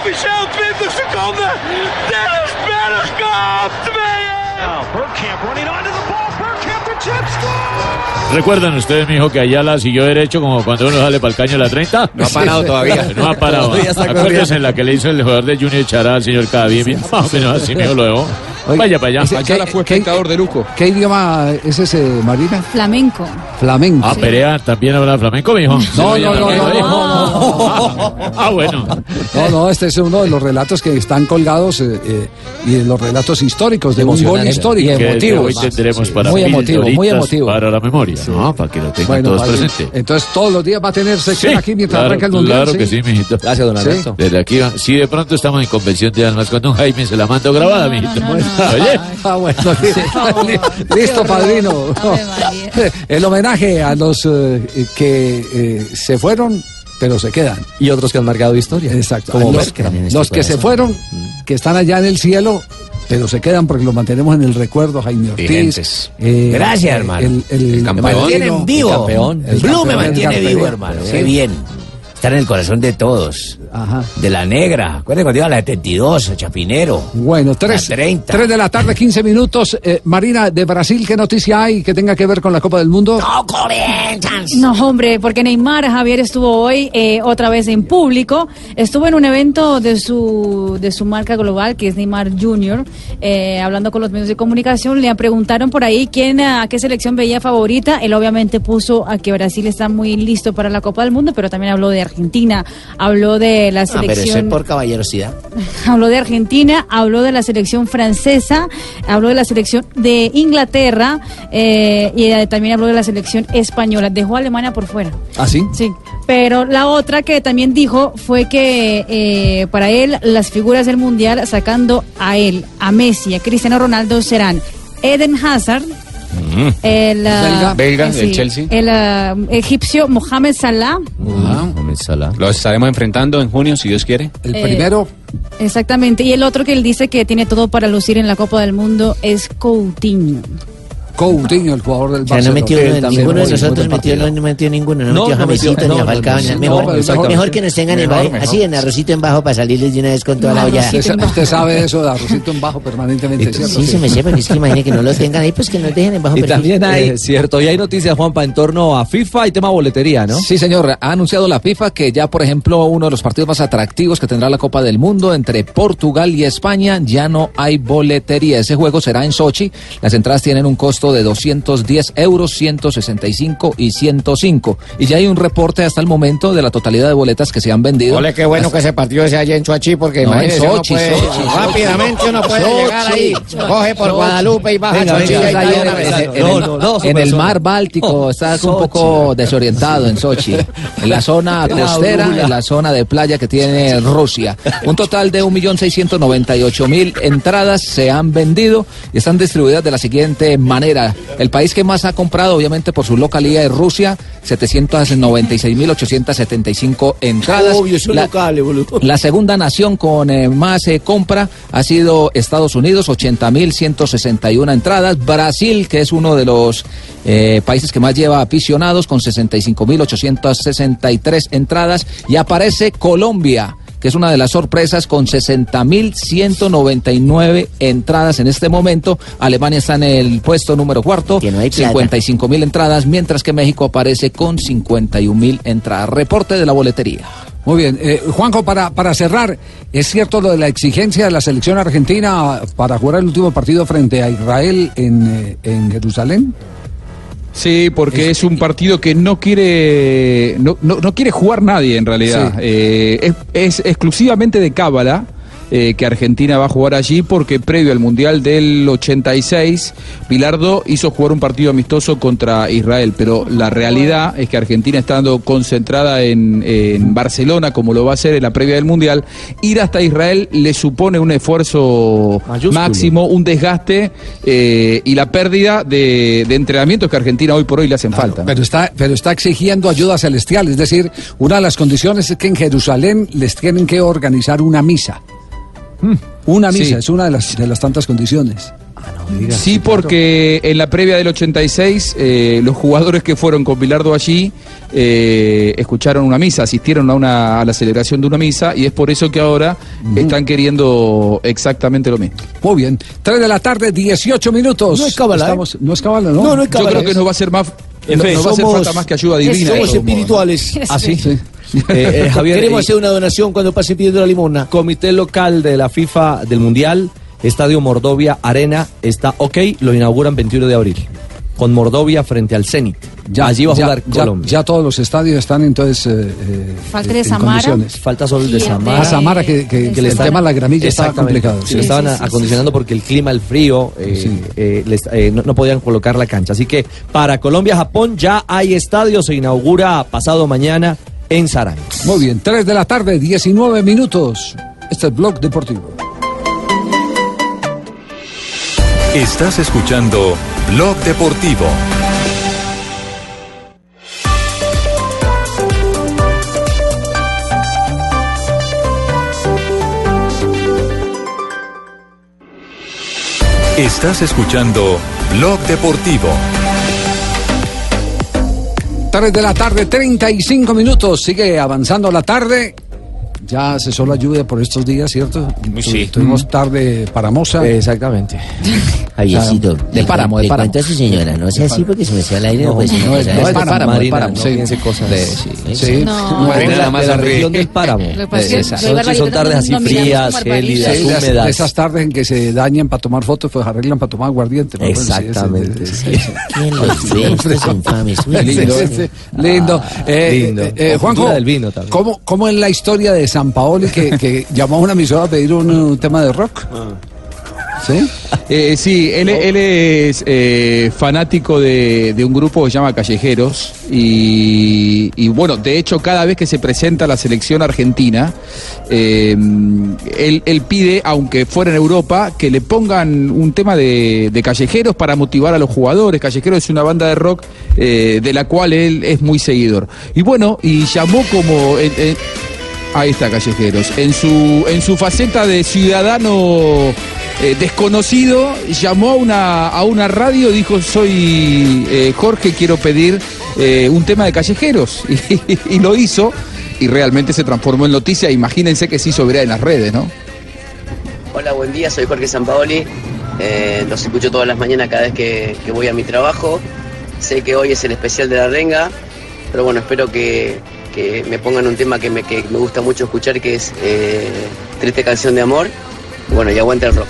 Speaker 20: officieel twintig seconden. Dennis Bergkamp, twee één. Bergkamp running onto the ball. Bergkamp the chip score.
Speaker 19: ¿Recuerdan ustedes, mijo, que Ayala siguió derecho como cuando uno sale para el caño de la treinta?
Speaker 3: No ha parado todavía.
Speaker 19: No ha parado. Acuérdense en la que le hizo el jugador de Junior Chará al señor Cavi. Más o menos así, mijo, lo dejó. Vaya para allá.
Speaker 12: Ayala fue espectador de lujo.
Speaker 4: ¿Qué idioma es ese, Marina?
Speaker 5: Flamenco.
Speaker 4: Flamenco.
Speaker 19: Ah, Perea también habla flamenco, mijo.
Speaker 4: No, no, no, no, no.
Speaker 19: Ah, bueno.
Speaker 4: No, no, este es uno de los relatos que están colgados eh, eh, y de los relatos históricos de un gol histórico.
Speaker 19: Y emotivo. Hoy tendremos para
Speaker 16: muy emotivo, muy emotivo.
Speaker 19: Para la memoria, sí. ¿No? Para que lo tengan
Speaker 4: bueno,
Speaker 19: todos
Speaker 4: vale.
Speaker 19: presentes.
Speaker 4: Entonces todos los días va a tener sección
Speaker 19: Sí,
Speaker 4: aquí mientras
Speaker 19: claro,
Speaker 4: arranca el mundial.
Speaker 19: Claro
Speaker 4: ¿sí?
Speaker 19: que sí, mijito.
Speaker 11: Gracias, don Alberto.
Speaker 19: Desde aquí, si de pronto estamos en convención de almas con don Jaime, se la mando grabada, mijito. Oye.
Speaker 4: Ah, bueno, listo, listo, padrino. El homenaje a los eh, que eh, se fueron, pero se quedan.
Speaker 11: Y otros que han marcado historia.
Speaker 4: Exacto.
Speaker 11: Como
Speaker 4: los
Speaker 11: Bergkamp en este
Speaker 4: los que se
Speaker 11: corazón.
Speaker 4: fueron, que están allá en el cielo, pero se quedan porque los mantenemos en el recuerdo. Jaime Ortiz.
Speaker 3: Vigentes.
Speaker 4: eh,
Speaker 28: Gracias,
Speaker 4: eh,
Speaker 28: hermano.
Speaker 4: El, el,
Speaker 3: El
Speaker 28: Me
Speaker 3: campeón.
Speaker 28: mantienen vivo.
Speaker 11: El campeón.
Speaker 28: El Blue me
Speaker 4: campeón
Speaker 28: mantiene
Speaker 4: Edgar
Speaker 28: vivo,
Speaker 4: Perea.
Speaker 28: hermano.
Speaker 4: Sí.
Speaker 28: Qué bien. Estar en el corazón de todos.
Speaker 4: Ajá.
Speaker 28: De la negra. Acuérdense cuando iba a la setenta y dos, a Chapinero.
Speaker 4: Bueno, tres,
Speaker 28: La treinta.
Speaker 4: tres de la tarde, quince minutos. Eh, Marina, de Brasil, ¿qué noticia hay que tenga que ver con la Copa del Mundo?
Speaker 28: ¡No, Corinthians!
Speaker 5: No, hombre, porque Neymar Javier estuvo hoy eh, otra vez en público. Estuvo en un evento de su de su marca global, que es Neymar Junior, eh, hablando con los medios de comunicación. Le preguntaron por ahí quién a qué selección veía favorita. Él obviamente puso a que Brasil está muy listo para la Copa del Mundo, pero también habló de Argentina, habló de la
Speaker 28: Ah, pero eso es
Speaker 5: selección,
Speaker 28: por caballerosidad.
Speaker 5: habló de Argentina, habló de la selección francesa, habló de la selección de Inglaterra eh, y eh, también habló de la selección española. Dejó a Alemania por fuera.
Speaker 4: ¿Ah, sí?
Speaker 5: Sí, pero la otra que también dijo fue que eh, para él las figuras del Mundial, sacando a él, a Messi, a Cristiano Ronaldo, serán Eden Hazard, el
Speaker 3: Belga,
Speaker 5: ah,
Speaker 3: belga,
Speaker 5: eh,
Speaker 3: del
Speaker 5: sí,
Speaker 3: Chelsea.
Speaker 5: el ah, egipcio Mohamed Salah.
Speaker 3: Ah, lo estaremos enfrentando en junio, si Dios quiere.
Speaker 4: El
Speaker 5: Eh,
Speaker 4: primero,
Speaker 5: Exactamente, y el otro que él dice que tiene todo para lucir en la Copa del Mundo es Coutinho.
Speaker 4: Coutinho, el jugador del
Speaker 28: O sea,
Speaker 4: Barcelona.
Speaker 28: no metió
Speaker 4: Él
Speaker 28: uno,
Speaker 4: también
Speaker 28: ninguno de
Speaker 4: muy
Speaker 28: nosotros
Speaker 4: buen
Speaker 28: metió,
Speaker 4: partido.
Speaker 28: no, no metió ninguno, no,
Speaker 11: No,
Speaker 28: metió a
Speaker 11: no metió,
Speaker 28: Jamesito ni
Speaker 11: no,
Speaker 28: a
Speaker 11: no,
Speaker 28: Falcao.
Speaker 11: no,
Speaker 28: ni a-
Speaker 11: no,
Speaker 28: mejor,
Speaker 11: no, exactamente.
Speaker 28: mejor que nos tengan en
Speaker 11: Mejor,
Speaker 28: bajo,
Speaker 11: mejor.
Speaker 28: así en arrocito en bajo para salirles de una vez con toda la olla.
Speaker 4: Usted, usted sabe eso de arrocito en bajo permanentemente, ¿cierto?
Speaker 28: Sí, se me sepa, que es que imagine que no lo tengan ahí, pues que nos dejen en bajo
Speaker 11: Y
Speaker 28: perfil.
Speaker 11: también hay,
Speaker 16: Eh,
Speaker 11: cierto, y hay noticias, Juanpa, en torno a FIFA y tema boletería, ¿no?
Speaker 16: Sí, señor. Ha anunciado la FIFA que ya, por ejemplo, uno de los partidos más atractivos que tendrá la Copa del Mundo entre Portugal y España, ya no hay boletería. Ese juego será en Sochi. Las entradas tienen un costo de doscientos diez euros, ciento sesenta y cinco y ciento cinco. Y ya hay un reporte hasta el momento de la totalidad de boletas que se han vendido.
Speaker 8: Ole, qué bueno que ese partido sea allá en Soachi, porque
Speaker 16: No, en
Speaker 8: imagínese, uno
Speaker 16: Sochi,
Speaker 8: puede-
Speaker 16: Sochi,
Speaker 8: rápidamente uno puede
Speaker 16: Sochi.
Speaker 8: llegar ahí, coge por
Speaker 16: Sochi.
Speaker 8: Guadalupe y baja
Speaker 16: Venga,
Speaker 8: a Sochi.
Speaker 16: venga,
Speaker 8: y
Speaker 16: está
Speaker 8: ahí
Speaker 16: ahí
Speaker 8: de
Speaker 16: en,
Speaker 8: una vez.
Speaker 16: en- en
Speaker 8: No,
Speaker 16: el,
Speaker 8: no, no, su
Speaker 16: en el
Speaker 8: persona.
Speaker 16: mar Báltico, estás un poco desorientado en Sochi, en la zona
Speaker 11: La
Speaker 16: costera,
Speaker 11: brula.
Speaker 16: en la zona de playa que tiene Rusia. Un total de un millón seiscientos noventa y ocho mil entradas se han vendido y están distribuidas de la siguiente manera. El país que más ha comprado, obviamente por su localidad, es Rusia, setecientos noventa y seis mil ochocientos setenta y cinco entradas.
Speaker 28: Obvio, es un
Speaker 16: La-
Speaker 28: local, boludo.
Speaker 16: la segunda nación con eh, más eh, compra ha sido Estados Unidos, ochenta mil ciento sesenta y una entradas. Brasil, que es uno de los eh, países que más lleva aficionados, con sesenta y cinco mil ochocientos sesenta y tres entradas. Y aparece Colombia, que es una de las sorpresas, con sesenta mil ciento noventa y nueve entradas en este momento. Alemania está en el puesto número cuarto,
Speaker 28: Que no hay plata.
Speaker 16: cincuenta y cinco mil entradas, mientras que México aparece con cincuenta y un mil entradas. Reporte de la boletería.
Speaker 4: Muy bien. Eh, Juanjo, para, para cerrar, ¿es cierto lo de la exigencia de la selección argentina para jugar el último partido frente a Israel en, eh, en Jerusalén?
Speaker 12: Sí, porque es un partido que no quiere no, no, no quiere jugar nadie en realidad.
Speaker 4: Sí.
Speaker 12: Eh, es, es exclusivamente de cábala eh, que Argentina va a jugar allí, porque previo al Mundial del ochenta y seis, Bilardo hizo jugar un partido amistoso contra Israel, pero la realidad es que Argentina, estando concentrada en, en Barcelona, como lo va a hacer en la previa del Mundial, ir hasta Israel le supone un esfuerzo
Speaker 11: Mayúsculo.
Speaker 12: máximo, un desgaste eh, y la pérdida de, de entrenamientos que a Argentina hoy por hoy le hacen falta, ¿no?
Speaker 4: Pero está, pero está exigiendo ayuda celestial, es decir, una de las condiciones es que en Jerusalén les tienen que organizar una misa. Una misa,
Speaker 12: Sí.
Speaker 4: es una de las, de las tantas condiciones.
Speaker 12: Sí, porque en la previa del ochenta y seis, eh, los jugadores que fueron con Bilardo allí eh, escucharon una misa, asistieron a, una, a la celebración de una misa, y es por eso que ahora uh-huh. están queriendo exactamente lo mismo.
Speaker 4: Muy bien. tres de la tarde, dieciocho minutos.
Speaker 18: No es cábala,
Speaker 4: Estamos,
Speaker 18: ¿eh?
Speaker 4: No es cábala, ¿no?
Speaker 18: No, no es cábala.
Speaker 12: Yo creo que nos va a ser más... No, no va a hacer falta más que ayuda divina.
Speaker 18: Somos espirituales.
Speaker 11: ¿Ah, sí?
Speaker 18: sí.
Speaker 11: Eh, eh, Javier,
Speaker 18: Queremos hacer una donación cuando pase pidiendo la limosna.
Speaker 11: Comité local de la FIFA del Mundial, Estadio Mordovia Arena, está ok, lo inauguran veintiuno de abril, con Mordovia frente al Zenit.
Speaker 4: Ya,
Speaker 11: Allí va a
Speaker 4: ya,
Speaker 11: jugar
Speaker 4: ya,
Speaker 11: Colombia.
Speaker 4: Ya todos los estadios están entonces eh,
Speaker 5: Falta
Speaker 4: eh,
Speaker 5: de
Speaker 4: en
Speaker 5: Samara.
Speaker 4: condiciones.
Speaker 11: Falta solo el de Samara.
Speaker 4: Ah, Samara, que, que, que el tema de la gramilla estaba complicado.
Speaker 11: Sí, sí, le estaban sí, sí, acondicionando sí. porque el clima, el frío, eh, sí. eh, les, eh, no, no podían colocar la cancha. Así que para Colombia-Japón ya hay estadio, se inaugura pasado mañana en Sarán.
Speaker 4: Muy bien, tres de la tarde, diecinueve minutos. Este es Blog Deportivo.
Speaker 14: Estás escuchando Blog Deportivo. Estás escuchando Blog Deportivo.
Speaker 4: tres de la tarde, treinta y cinco minutos. Sigue avanzando la tarde. Ya cesó la lluvia por estos días, ¿cierto?
Speaker 3: Sí.
Speaker 4: Tuvimos tarde paramosa.
Speaker 11: Exactamente.
Speaker 8: Javiercito,
Speaker 16: O sea, de páramo, de páramo.
Speaker 8: cuento a su señora, no sea así porque se me sale el aire. No, pues,
Speaker 16: no,
Speaker 8: no,
Speaker 16: no, es, no es de páramo, es de páramo.
Speaker 11: No
Speaker 16: Sí.
Speaker 11: piense cosas
Speaker 16: De-
Speaker 11: sí.
Speaker 4: Sí.
Speaker 5: No.
Speaker 11: No,
Speaker 3: Marina
Speaker 11: de
Speaker 3: nada
Speaker 11: la,
Speaker 3: más
Speaker 11: de la
Speaker 3: sonríe.
Speaker 11: región del páramo.
Speaker 5: Lo que pasa es
Speaker 11: De
Speaker 5: que
Speaker 11: esas.
Speaker 5: yo,
Speaker 11: Son,
Speaker 5: Barbarita,
Speaker 11: son tardes así
Speaker 5: nos miramos
Speaker 11: frías,
Speaker 5: como Barbarita.
Speaker 11: gélidas,
Speaker 4: Sí, las-
Speaker 11: húmedas.
Speaker 4: de esas tardes en que se dañan para tomar fotos, pues arreglan para tomar aguardiente. ¿no?
Speaker 11: Exactamente,
Speaker 4: Bueno, sí,
Speaker 11: sí.
Speaker 4: sí, sí.
Speaker 8: ¿Quién los ve? Estos infames. Uy,
Speaker 4: Lindo,
Speaker 8: sí,
Speaker 4: sí,
Speaker 8: sí.
Speaker 4: sí. Lindo.
Speaker 11: Ah,
Speaker 4: Eh,
Speaker 11: lindo.
Speaker 4: eh, eh,
Speaker 11: La
Speaker 4: Juanjo,
Speaker 11: cultura del vino también.
Speaker 4: ¿cómo, ¿cómo es la historia de San Paoli que, que llamó a una emisora a pedir un, un tema de rock? ¿Sí?
Speaker 12: Eh, sí, él, él es eh, fanático de, de un grupo que se llama Callejeros y, y bueno, de hecho cada vez que se presenta la selección argentina, eh, él, él pide, aunque fuera en Europa, que le pongan un tema de, de Callejeros para motivar a los jugadores. Callejeros es una banda de rock eh, de la cual él es muy seguidor. Y bueno, y llamó como... eh, eh, ahí está Callejeros. En su, en su faceta de ciudadano eh, desconocido, llamó a una, a una radio, dijo, soy eh, Jorge, quiero pedir eh, un tema de Callejeros. Y, y lo hizo, y realmente se transformó en noticia. Imagínense que se hizo viral en las redes, ¿no?
Speaker 2: Hola, buen día, soy Jorge Sampaoli. Eh, los escucho todas las mañanas cada vez que, que voy a mi trabajo. Sé que hoy es el especial de la renga, pero bueno, espero que, que me pongan un tema que me, que me gusta mucho escuchar, que es eh, Triste Canción de Amor. Bueno, y aguante el rock.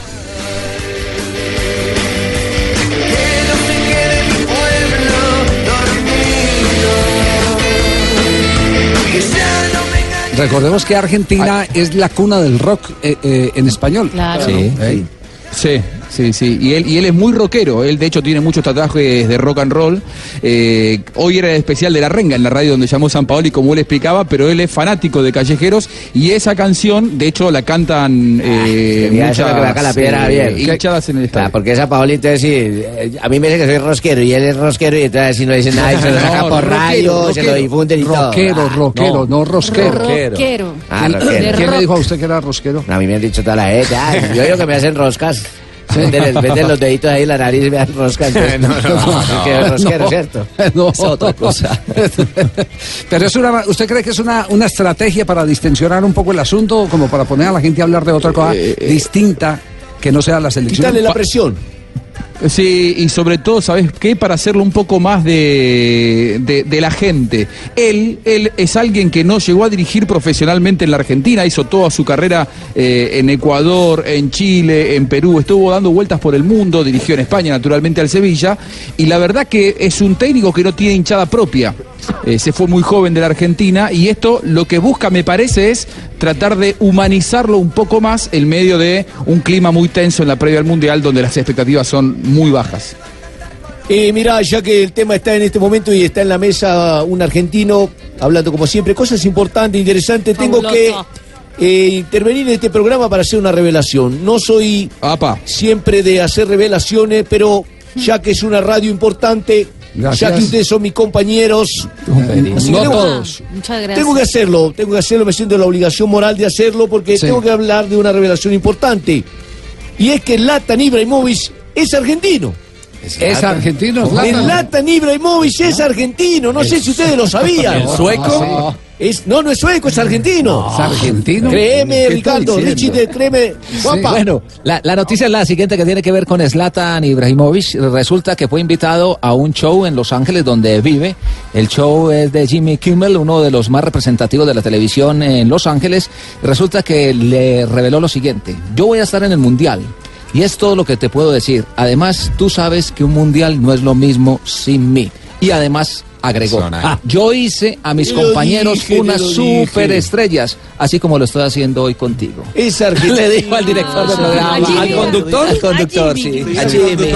Speaker 4: Recordemos que Argentina es la cuna del rock eh, eh, en español.
Speaker 5: Claro.
Speaker 12: Sí,
Speaker 4: ¿Eh?
Speaker 12: sí, sí, sí. Y él, y él es muy rockero. Él, de hecho, tiene muchos tatuajes de rock and roll. Eh, hoy era el especial de La Renga, en la radio donde llamó San Paoli, como él explicaba, pero él es fanático de Callejeros. Y esa canción, de hecho, la cantan eh,
Speaker 8: Quería
Speaker 12: muchas
Speaker 8: eso que me acá la piedra,
Speaker 12: eh,
Speaker 8: bien.
Speaker 12: hinchadas en el estadio.
Speaker 8: Claro, porque esa Paolita es, sí, eh, a mí me dice que soy rosquero y él es rosquero y entonces si no dice nada y se lo saca
Speaker 4: No,
Speaker 8: por
Speaker 4: rockero,
Speaker 8: radio, se
Speaker 4: rockero.
Speaker 8: lo difunden y todo.
Speaker 4: Rockero, rockero, no rosquero.
Speaker 5: Rockero.
Speaker 8: Ah,
Speaker 4: ¿Quién,
Speaker 8: rockero.
Speaker 4: quién le dijo a usted que era rosquero?
Speaker 8: A mí me han dicho toda la gente, ah, yo digo que me hacen roscas. Venden, venden los deditos ahí en la nariz y me dan roscas. Entonces, no, no, no, es que es rosquero,
Speaker 4: no,
Speaker 8: ¿cierto?
Speaker 4: No,
Speaker 8: es otra cosa.
Speaker 4: Pero es una, ¿usted cree que es una, una estrategia para distensionar un poco el asunto, como para poner a la gente a hablar de otra cosa distinta que no sea la selección?
Speaker 18: Quitarle la presión.
Speaker 12: Sí, y sobre todo, ¿sabes qué? Para hacerlo un poco más de, de, de la gente. Él, él es alguien que no llegó a dirigir profesionalmente en la Argentina, hizo toda su carrera eh, en Ecuador, en Chile, en Perú, estuvo dando vueltas por el mundo, dirigió en España, naturalmente al Sevilla, y la verdad que es un técnico que no tiene hinchada propia. Eh, se fue muy joven de la Argentina y esto lo que busca, me parece, es tratar de humanizarlo un poco más en medio de un clima muy tenso en la previa al Mundial donde las expectativas son muy bajas.
Speaker 18: Eh, mirá, ya que el tema está en este momento y está en la mesa un argentino, hablando como siempre, cosas importantes, interesantes, tengo que eh, intervenir en este programa para hacer una revelación. No soy
Speaker 12: Apa.
Speaker 18: siempre de hacer revelaciones, pero ya que es una radio importante,
Speaker 4: Gracias.
Speaker 18: ya que ustedes son mis compañeros, así que
Speaker 4: No
Speaker 18: tengo-
Speaker 4: todos.
Speaker 5: Muchas gracias.
Speaker 18: Tengo que hacerlo, tengo que hacerlo, me siento en la obligación moral de hacerlo porque
Speaker 4: Sí.
Speaker 18: tengo que hablar de una revelación importante. Y es que Zlatan Ibrahimovic es argentino.
Speaker 4: ¿Es argentino?
Speaker 18: Zlatan Ibrahimovic es argentino, no sé si ustedes lo sabían.
Speaker 11: ¿El sueco?
Speaker 18: Es, no, no es sueco, es argentino.
Speaker 4: ¿Es argentino?
Speaker 18: Créeme, Ricardo, Richie, te- créeme, guapa.
Speaker 16: Bueno, la, la noticia es la siguiente que tiene que ver con Zlatan Ibrahimovic. Resulta que fue invitado a un show en Los Ángeles donde vive. El show es de Jimmy Kimmel, uno de los más representativos de la televisión en Los Ángeles. Resulta que le reveló lo siguiente: yo voy a estar en el Mundial. Y es todo lo que te puedo decir. Además, tú sabes que un mundial no es lo mismo sin mí. Y además agregó, ah, yo hice a mis
Speaker 18: Te lo
Speaker 16: compañeros
Speaker 18: dije,
Speaker 16: unas
Speaker 18: te lo dije.
Speaker 16: superestrellas, así como lo estoy haciendo hoy contigo.
Speaker 18: Es argentino.
Speaker 16: Le dijo al director del programa.
Speaker 11: ¿Al conductor?
Speaker 16: Al conductor, sí. A Jimmy.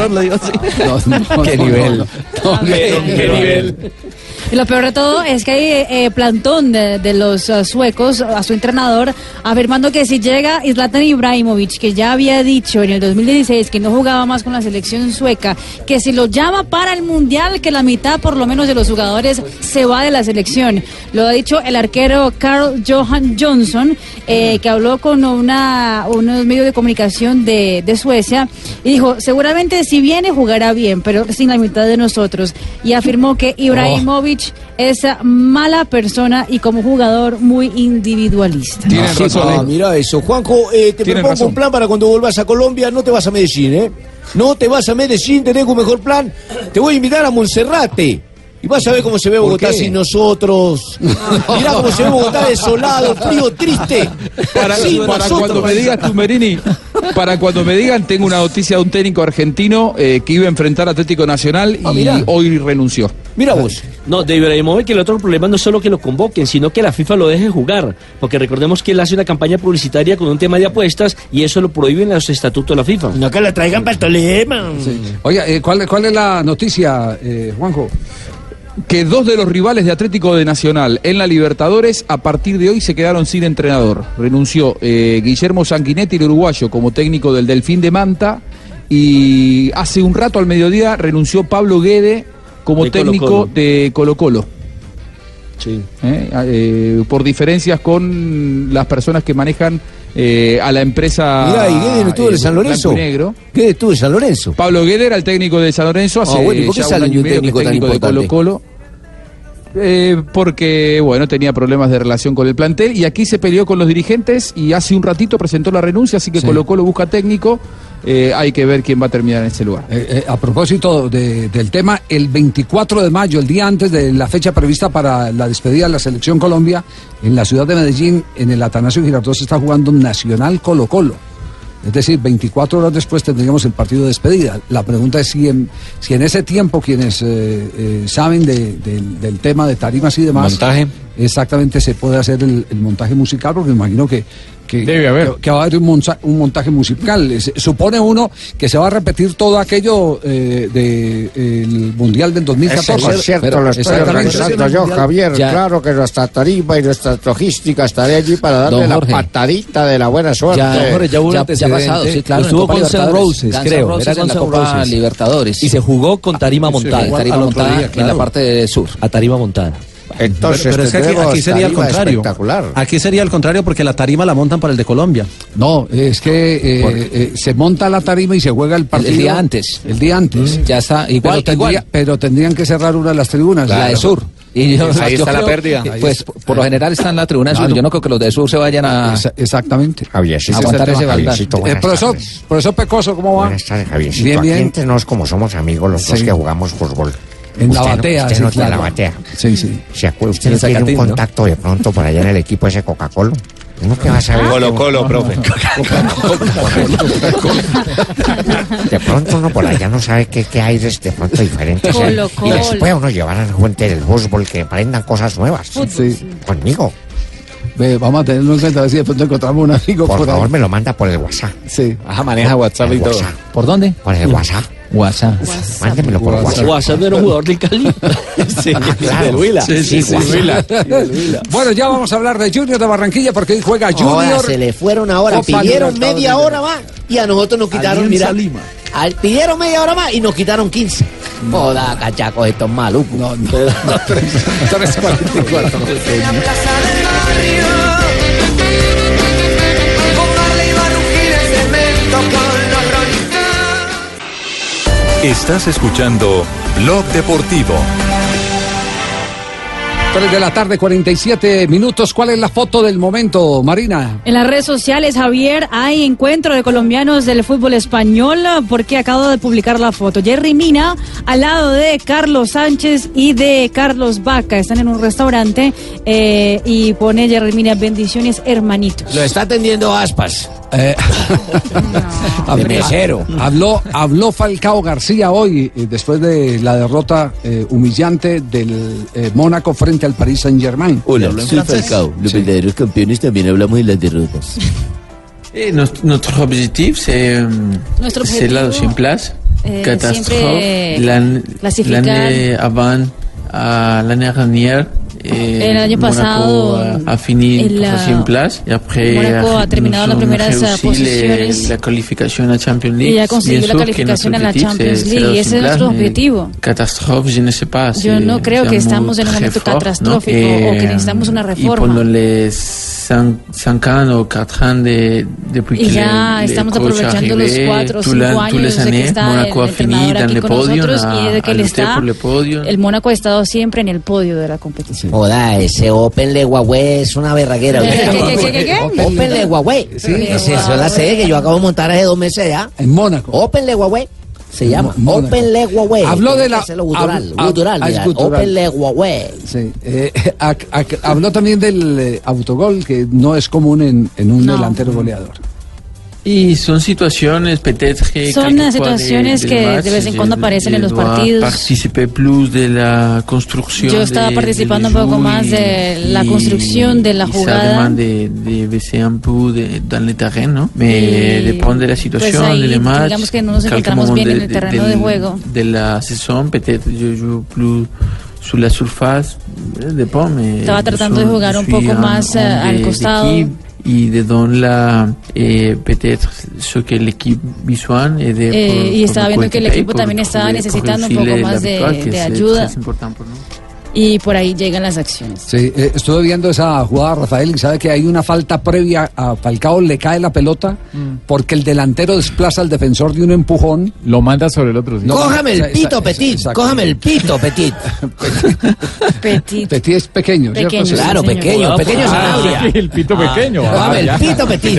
Speaker 4: No, no,
Speaker 16: Qué
Speaker 4: no,
Speaker 16: nivel.
Speaker 4: no, no,
Speaker 6: ¿Qué,
Speaker 4: no,
Speaker 6: qué
Speaker 4: no.
Speaker 6: nivel?
Speaker 5: Y lo peor de todo es que hay eh, plantón de, de los uh, suecos a su entrenador afirmando que si llega Zlatan Ibrahimovic, que ya había dicho en el dos mil dieciséis que no jugaba más con la selección sueca, que si lo llama para el Mundial, que la mitad por lo menos de los jugadores se va de la selección. Lo ha dicho el arquero Carl Johan Johnson, eh, que habló con una, unos medios de comunicación de, de Suecia y dijo, seguramente si viene jugará bien, pero sin la mitad de nosotros. Y afirmó que Ibrahimovic es mala persona y como jugador muy individualista.
Speaker 18: Tienen razón. Ah, mira eso. Juanjo, eh, te
Speaker 12: Tienen
Speaker 18: propongo
Speaker 12: razón.
Speaker 18: un plan para cuando vuelvas a Colombia. No te vas a Medellín, ¿eh? No te vas a Medellín, tenés un mejor plan. Te voy a invitar a Monserrate. Y vas a ver cómo se ve Bogotá
Speaker 4: qué?
Speaker 18: sin nosotros. Mirá cómo se ve Bogotá desolado, frío, triste.
Speaker 12: Para,
Speaker 18: Sin
Speaker 12: para
Speaker 18: nosotros.
Speaker 12: cuando me digas tú, Merini, para cuando me digan, tengo una noticia de un técnico argentino eh, que iba a enfrentar a Atlético Nacional y
Speaker 18: Ah, mirá.
Speaker 12: hoy renunció.
Speaker 18: Mira vos.
Speaker 6: No, de Ibrahimovic, que el otro problema no es solo que lo convoquen, sino que la FIFA lo deje jugar. Porque recordemos que él hace una campaña publicitaria con un tema de apuestas y eso lo prohíben los estatutos de la FIFA.
Speaker 18: No que la traigan para el Tolima.
Speaker 4: Oiga, eh, ¿cuál, ¿cuál es la noticia, eh, Juanjo?
Speaker 12: Que dos de los rivales de Atlético de Nacional en la Libertadores a partir de hoy se quedaron sin entrenador. Renunció eh, Guillermo Sanguinetti, el uruguayo, como técnico del Delfín de Manta, y hace un rato al mediodía renunció Pablo Guede como
Speaker 6: De
Speaker 12: técnico
Speaker 6: Colo-Colo.
Speaker 12: de Colo-Colo.
Speaker 6: Sí.
Speaker 12: Eh, eh, por diferencias con las personas que manejan eh, a la empresa.
Speaker 18: Mirá, y Guede no estuvo en
Speaker 12: eh,
Speaker 18: San Lorenzo.
Speaker 12: blanco y negro.
Speaker 18: ¿Qué estuvo en San Lorenzo?
Speaker 12: Pablo Guede era el técnico de San Lorenzo hace
Speaker 18: Ah, bueno, ¿y por qué
Speaker 12: ya
Speaker 18: sale
Speaker 12: un año y
Speaker 18: un
Speaker 12: medio que es
Speaker 18: técnico tan
Speaker 12: técnico de
Speaker 18: importante?
Speaker 12: Colo-Colo. Eh, porque, bueno, tenía problemas de relación con el plantel y aquí se peleó con los dirigentes y hace un ratito presentó la renuncia, así que
Speaker 4: Sí.
Speaker 12: Colo-Colo busca técnico. Eh, hay que ver quién va a terminar en ese lugar.
Speaker 4: Eh, eh, a propósito de- del tema, el veinticuatro de mayo, el día antes de la fecha prevista para la despedida de la Selección Colombia, en la ciudad de Medellín, en el Atanasio Girardot se está jugando Nacional Colo-Colo. Es decir, veinticuatro horas después tendríamos el partido de despedida. La pregunta es si en, si en ese tiempo quienes eh, eh, saben de- del- del tema de tarimas y demás...
Speaker 3: Montaje.
Speaker 4: Exactamente, se puede hacer el, el montaje musical, porque me imagino que... que
Speaker 9: Debe haber.
Speaker 4: que, que va a haber un, monza- un montaje musical. Se- supone uno que se va a repetir todo aquello eh, del Mundial del dos mil catorce.
Speaker 10: Eso es cierto,
Speaker 4: Pero-
Speaker 10: lo estoy
Speaker 4: exactamente.
Speaker 10: organizando yo, Javier.
Speaker 16: Ya.
Speaker 10: Claro que nuestra tarima y nuestra logística estaré allí para darle
Speaker 16: Don
Speaker 10: la
Speaker 16: Jorge.
Speaker 10: patadita de la buena suerte.
Speaker 16: Ya,
Speaker 11: Jorge, ya hubo un
Speaker 16: ya, ya ha
Speaker 11: antecedente.
Speaker 16: pasado, sí, claro.
Speaker 11: Estuvo
Speaker 16: en Copa
Speaker 11: con Guns N'
Speaker 16: Libertadores.
Speaker 11: Roses,
Speaker 16: Guns N'
Speaker 11: creo.
Speaker 16: Roses
Speaker 11: Era
Speaker 16: en
Speaker 11: Guns
Speaker 16: la
Speaker 11: N'
Speaker 16: Copa
Speaker 11: Roses.
Speaker 16: Libertadores.
Speaker 11: Y se jugó con tarima montada.
Speaker 16: Sí, tarima
Speaker 11: Al otro
Speaker 16: montada
Speaker 11: día,
Speaker 16: en
Speaker 11: claro.
Speaker 16: la parte sur.
Speaker 11: A tarima montada.
Speaker 10: Entonces,
Speaker 8: pero, pero es que aquí,
Speaker 10: tendremos
Speaker 8: aquí sería el
Speaker 10: tarima
Speaker 8: contrario.
Speaker 10: espectacular.
Speaker 8: Aquí sería el contrario porque la tarima la montan para el de Colombia.
Speaker 4: No, es que eh, eh, se monta la tarima y se juega el partido.
Speaker 16: El día antes.
Speaker 4: El día antes.
Speaker 16: Ya está, igual,
Speaker 4: pero, tendría-
Speaker 16: igual.
Speaker 4: pero tendrían que cerrar una de las tribunas.
Speaker 16: La de sur. Y yo-
Speaker 3: Ahí
Speaker 16: yo
Speaker 3: está la
Speaker 16: creo-
Speaker 3: pérdida.
Speaker 16: Pues por lo general está en la tribuna de sur.
Speaker 4: Claro.
Speaker 16: Yo no creo que los de sur se vayan a
Speaker 4: Esa- exactamente.
Speaker 10: Javiercito,
Speaker 16: aguantar ese baldad.
Speaker 10: Javiercito,
Speaker 4: Eh,
Speaker 10: buenas
Speaker 4: profesor,
Speaker 10: tardes.
Speaker 4: profesor Pecoso, ¿cómo va?
Speaker 10: Buenas tardes, Javiercito.
Speaker 4: Bien,
Speaker 10: Aquí
Speaker 4: bien.
Speaker 10: entre nos, como somos amigos los dos
Speaker 4: Sí.
Speaker 10: que jugamos fútbol.
Speaker 4: En la
Speaker 10: Usted no-
Speaker 4: batea,
Speaker 10: usted
Speaker 4: sí,
Speaker 10: no tiene
Speaker 4: claro.
Speaker 10: la batea.
Speaker 4: Sí, sí.
Speaker 10: ¿Se acuerda? ¿Usted
Speaker 11: En
Speaker 10: no tiene un
Speaker 11: Zacatín, ¿no?
Speaker 10: contacto de pronto por allá en el equipo ese Coca-Cola? Uno que va a saber.
Speaker 3: Colo Colo, profe.
Speaker 10: De pronto uno por allá no sabe qué, qué hay de, de pronto diferentes. ¿eh?
Speaker 5: Colo,
Speaker 10: Y
Speaker 5: Colo.
Speaker 10: después uno llevar a la gente del fútbol que aprendan cosas nuevas.
Speaker 4: Sí.
Speaker 10: Conmigo.
Speaker 4: Ve, vamos a tenerlo en cuenta a ver si de pronto encontramos un amigo
Speaker 10: Por
Speaker 4: por,
Speaker 10: favor,
Speaker 4: ahí.
Speaker 10: me lo manda por el WhatsApp.
Speaker 4: Sí.
Speaker 3: Ajá, maneja WhatsApp y
Speaker 10: El
Speaker 3: todo.
Speaker 10: WhatsApp.
Speaker 16: ¿Por dónde?
Speaker 10: Por el WhatsApp.
Speaker 16: WhatsApp.
Speaker 10: Mándemelo por WhatsApp.
Speaker 6: WhatsApp no era un jugador del Cali. Sí,
Speaker 10: Ah, claro.
Speaker 6: del Huila.
Speaker 10: Sí, sí, sí.
Speaker 6: Huila.
Speaker 4: Bueno, ya vamos a hablar de Junior de Barranquilla porque hoy juega
Speaker 28: Ahora
Speaker 4: Junior.
Speaker 28: se le fueron ahora,
Speaker 4: Copa
Speaker 28: pidieron
Speaker 4: Libertadores.
Speaker 28: media hora más y a nosotros nos quitaron,
Speaker 4: Alianza
Speaker 28: mira,
Speaker 4: Lima.
Speaker 28: al- pidieron media hora más y nos quitaron quince.
Speaker 16: Joda, cachacos estos malucos.
Speaker 4: No, no. tres cuarenta y cuatro.
Speaker 14: Estás escuchando Blog Deportivo.
Speaker 4: tres de la tarde, cuarenta y siete minutos. ¿Cuál es la foto del momento, Marina?
Speaker 5: En las redes sociales, Javier, hay encuentro de colombianos del fútbol español porque acabo de publicar la foto. Jerry Mina al lado de Carlos Sánchez y de Carlos Vaca. Están en un restaurante eh, y pone Jerry Mina, bendiciones, hermanitos.
Speaker 8: Lo está atendiendo Aspas.
Speaker 4: Eh,
Speaker 8: no. De mesero.
Speaker 4: Habló, habló Falcao García hoy, eh, después de la derrota eh, humillante del eh, Mónaco frente al Paris Saint-Germain.
Speaker 1: Hola, soy Falcao. Los sí. verdaderos campeones también hablamos de las derrotas.
Speaker 21: Et notre, notre objectif, c'est, c'est la deuxième place.
Speaker 5: Eh,
Speaker 21: Catastrophe. L'année avant, uh, l'année dernière.
Speaker 5: El año pasado
Speaker 21: ha fini
Speaker 5: el,
Speaker 21: en place y après
Speaker 5: Mónaco ha terminado las primeras posiciones
Speaker 21: la calificación a Champions League
Speaker 5: y ya consiguió la calificación a la Champions League y ese es nuestro objetivo.
Speaker 21: Catástrofe, je ne sais pas.
Speaker 5: Yo no creo que estamos en un momento catastrófico o que necesitamos una reforma.
Speaker 21: cinq ans o quatre ans de, depuis
Speaker 5: y ya estamos aprovechando los cuatro o cinco años desde que está el entrenador aquí con nosotros y desde que él está, el Mónaco ha estado siempre en el podio de la competición.
Speaker 8: Joda, ese Open Le Huawei es una berraguera.
Speaker 5: ¿Qué, qué, qué, qué, qué?
Speaker 8: Open Le Huawei. Sí, esa es la sede que yo acabo de montar hace dos meses ya.
Speaker 4: En Mónaco.
Speaker 8: Open Le Huawei. Se llama Mónaco. Open Le Huawei.
Speaker 4: Habló de la...
Speaker 8: Gutural, hab, gutural, hab, gutural. Open Le Huawei.
Speaker 4: Sí. Eh, a, a, habló también del eh, autogol, que no es común en, en un no. delantero goleador.
Speaker 21: Y son situaciones, que
Speaker 5: son situaciones de, de que match, de vez en cuando aparecen en los partidos.
Speaker 21: Participé plus de la construcción.
Speaker 5: Yo estaba
Speaker 21: de,
Speaker 5: participando
Speaker 21: de
Speaker 5: un poco más de la construcción de la jugada.
Speaker 21: De, de baisser un peu de, dans le terrain, ¿no? Me depende de la situación,
Speaker 5: pues ahí,
Speaker 21: del match.
Speaker 5: Digamos que no nos encontramos bien de, en el terreno de, de juego.
Speaker 21: De la saison, peut-être je joue plus sur la surface. Depende.
Speaker 5: Estaba tratando de jugar un poco más uh, al costado.
Speaker 21: Y de don la eh, peut-être ce que el equipo visual eh, de,
Speaker 5: eh,
Speaker 21: por,
Speaker 5: y estaba viendo que el equipo también estaba necesitando un poco más de, de ayuda y por ahí llegan las acciones.
Speaker 4: Sí, eh, estuve viendo esa jugada, Rafael, y sabe que hay una falta previa a Falcao, le cae la pelota mm. porque el delantero desplaza al defensor de un empujón.
Speaker 9: Lo manda sobre el otro.
Speaker 8: Sí. Cójame el pito, esa, Petit, esa, cójame el pito, Petit.
Speaker 5: Petit.
Speaker 4: Petit es pequeño,
Speaker 5: pequeño
Speaker 4: ¿cierto?
Speaker 8: Claro, pequeño, pequeño es
Speaker 9: ah, sí, el pito ah, pequeño.
Speaker 8: Cójame ah, el pito, Petit.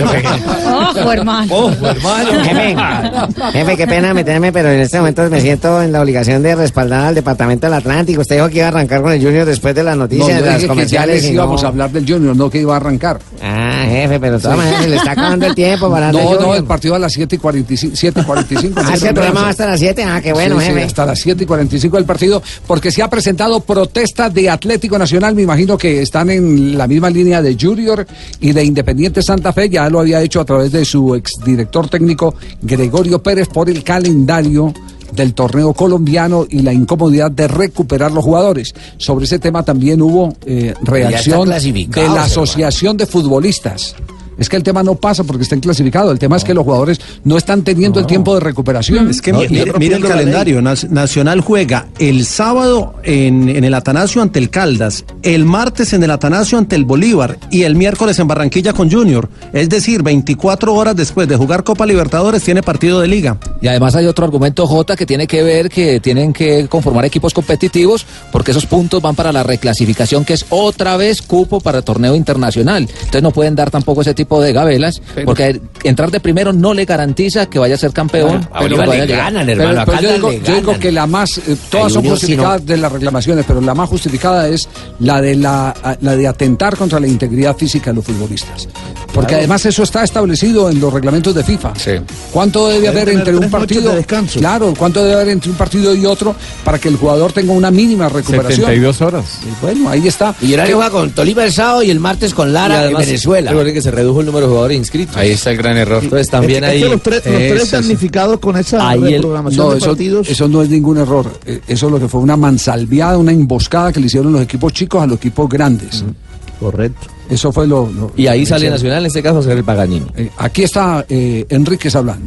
Speaker 5: Ojo, hermano.
Speaker 8: Ojo, hermano. Jefe, jefe, qué pena meterme, pero en este momento me siento en la obligación de respaldar al Departamento del Atlántico. Usted dijo que iba a arrancar con el Junior después de las noticias,
Speaker 4: no,
Speaker 8: de las comerciales.
Speaker 4: Que ya íbamos no... a hablar del Junior, no que iba a arrancar.
Speaker 8: Ah, jefe, pero de todas sí. maneras le está acabando el tiempo para
Speaker 4: No, no, el partido a las siete y cuarenta y cinco.
Speaker 8: Ah, sí, el programa va hasta las siete. Ah, qué bueno,
Speaker 4: sí,
Speaker 8: jefe.
Speaker 4: Sí, hasta las siete y cuarenta y cinco del partido, porque se ha presentado protesta de Atlético Nacional. Me imagino que están en la misma línea de Junior y de Independiente Santa Fe. Ya lo había hecho a través de su exdirector técnico Gregorio Pérez por el calendario del torneo colombiano y la incomodidad de recuperar los jugadores. Sobre ese tema también hubo eh, reacción de la Asociación de Futbolistas. Es que el tema no pasa porque estén clasificados. El tema no. es que los jugadores no están teniendo no. el tiempo de recuperación.
Speaker 7: Es que no, mire, mire el calendario. Nacional juega el sábado en, en el Atanasio ante el Caldas, el martes en el Atanasio ante el Bolívar y el miércoles en Barranquilla con Junior. Es decir, veinticuatro horas después de jugar Copa Libertadores tiene partido de Liga.
Speaker 16: Y además hay otro argumento, Jota, que tiene que ver que tienen que conformar equipos competitivos porque esos puntos van para la reclasificación, que es otra vez cupo para el torneo internacional. Entonces no pueden dar tampoco ese tipo de gabelas, pero, porque entrar de primero no le garantiza que vaya a ser campeón.
Speaker 8: Pero, pero, le ganan, hermano,
Speaker 4: pero, pero yo, digo, yo digo que la más, eh, todas Ay, son justificadas si no. de las reclamaciones, pero la más justificada es la de la, la de atentar contra la integridad física de los futbolistas. Porque claro. además eso está establecido en los reglamentos de FIFA.
Speaker 7: Sí.
Speaker 4: ¿Cuánto debe haber entre un partido? De descanso. Claro, ¿cuánto debe haber entre un partido y otro para que el jugador tenga una mínima recuperación?
Speaker 9: setenta y dos horas.
Speaker 4: Y bueno, ahí está.
Speaker 8: Y ahora juega con Tolima el sábado y el martes con Lara en Venezuela.
Speaker 11: Recuerden que se redujo el número de jugadores inscritos.
Speaker 9: Ahí está el gran error.
Speaker 11: Entonces también
Speaker 18: es,
Speaker 11: ahí.
Speaker 18: Es que los tres, los tres damnificados con esa reprogramación
Speaker 4: no,
Speaker 18: de
Speaker 4: eso,
Speaker 18: partidos.
Speaker 4: Eso no es ningún error. Eso es lo que fue una mansalviada, una emboscada que le hicieron los equipos chicos a los equipos grandes.
Speaker 7: Mm. Correcto.
Speaker 4: Eso fue lo. lo
Speaker 11: y ahí sale Nacional, en este caso, a ser el Paganini.
Speaker 4: Eh, aquí está eh, Enríquez hablando.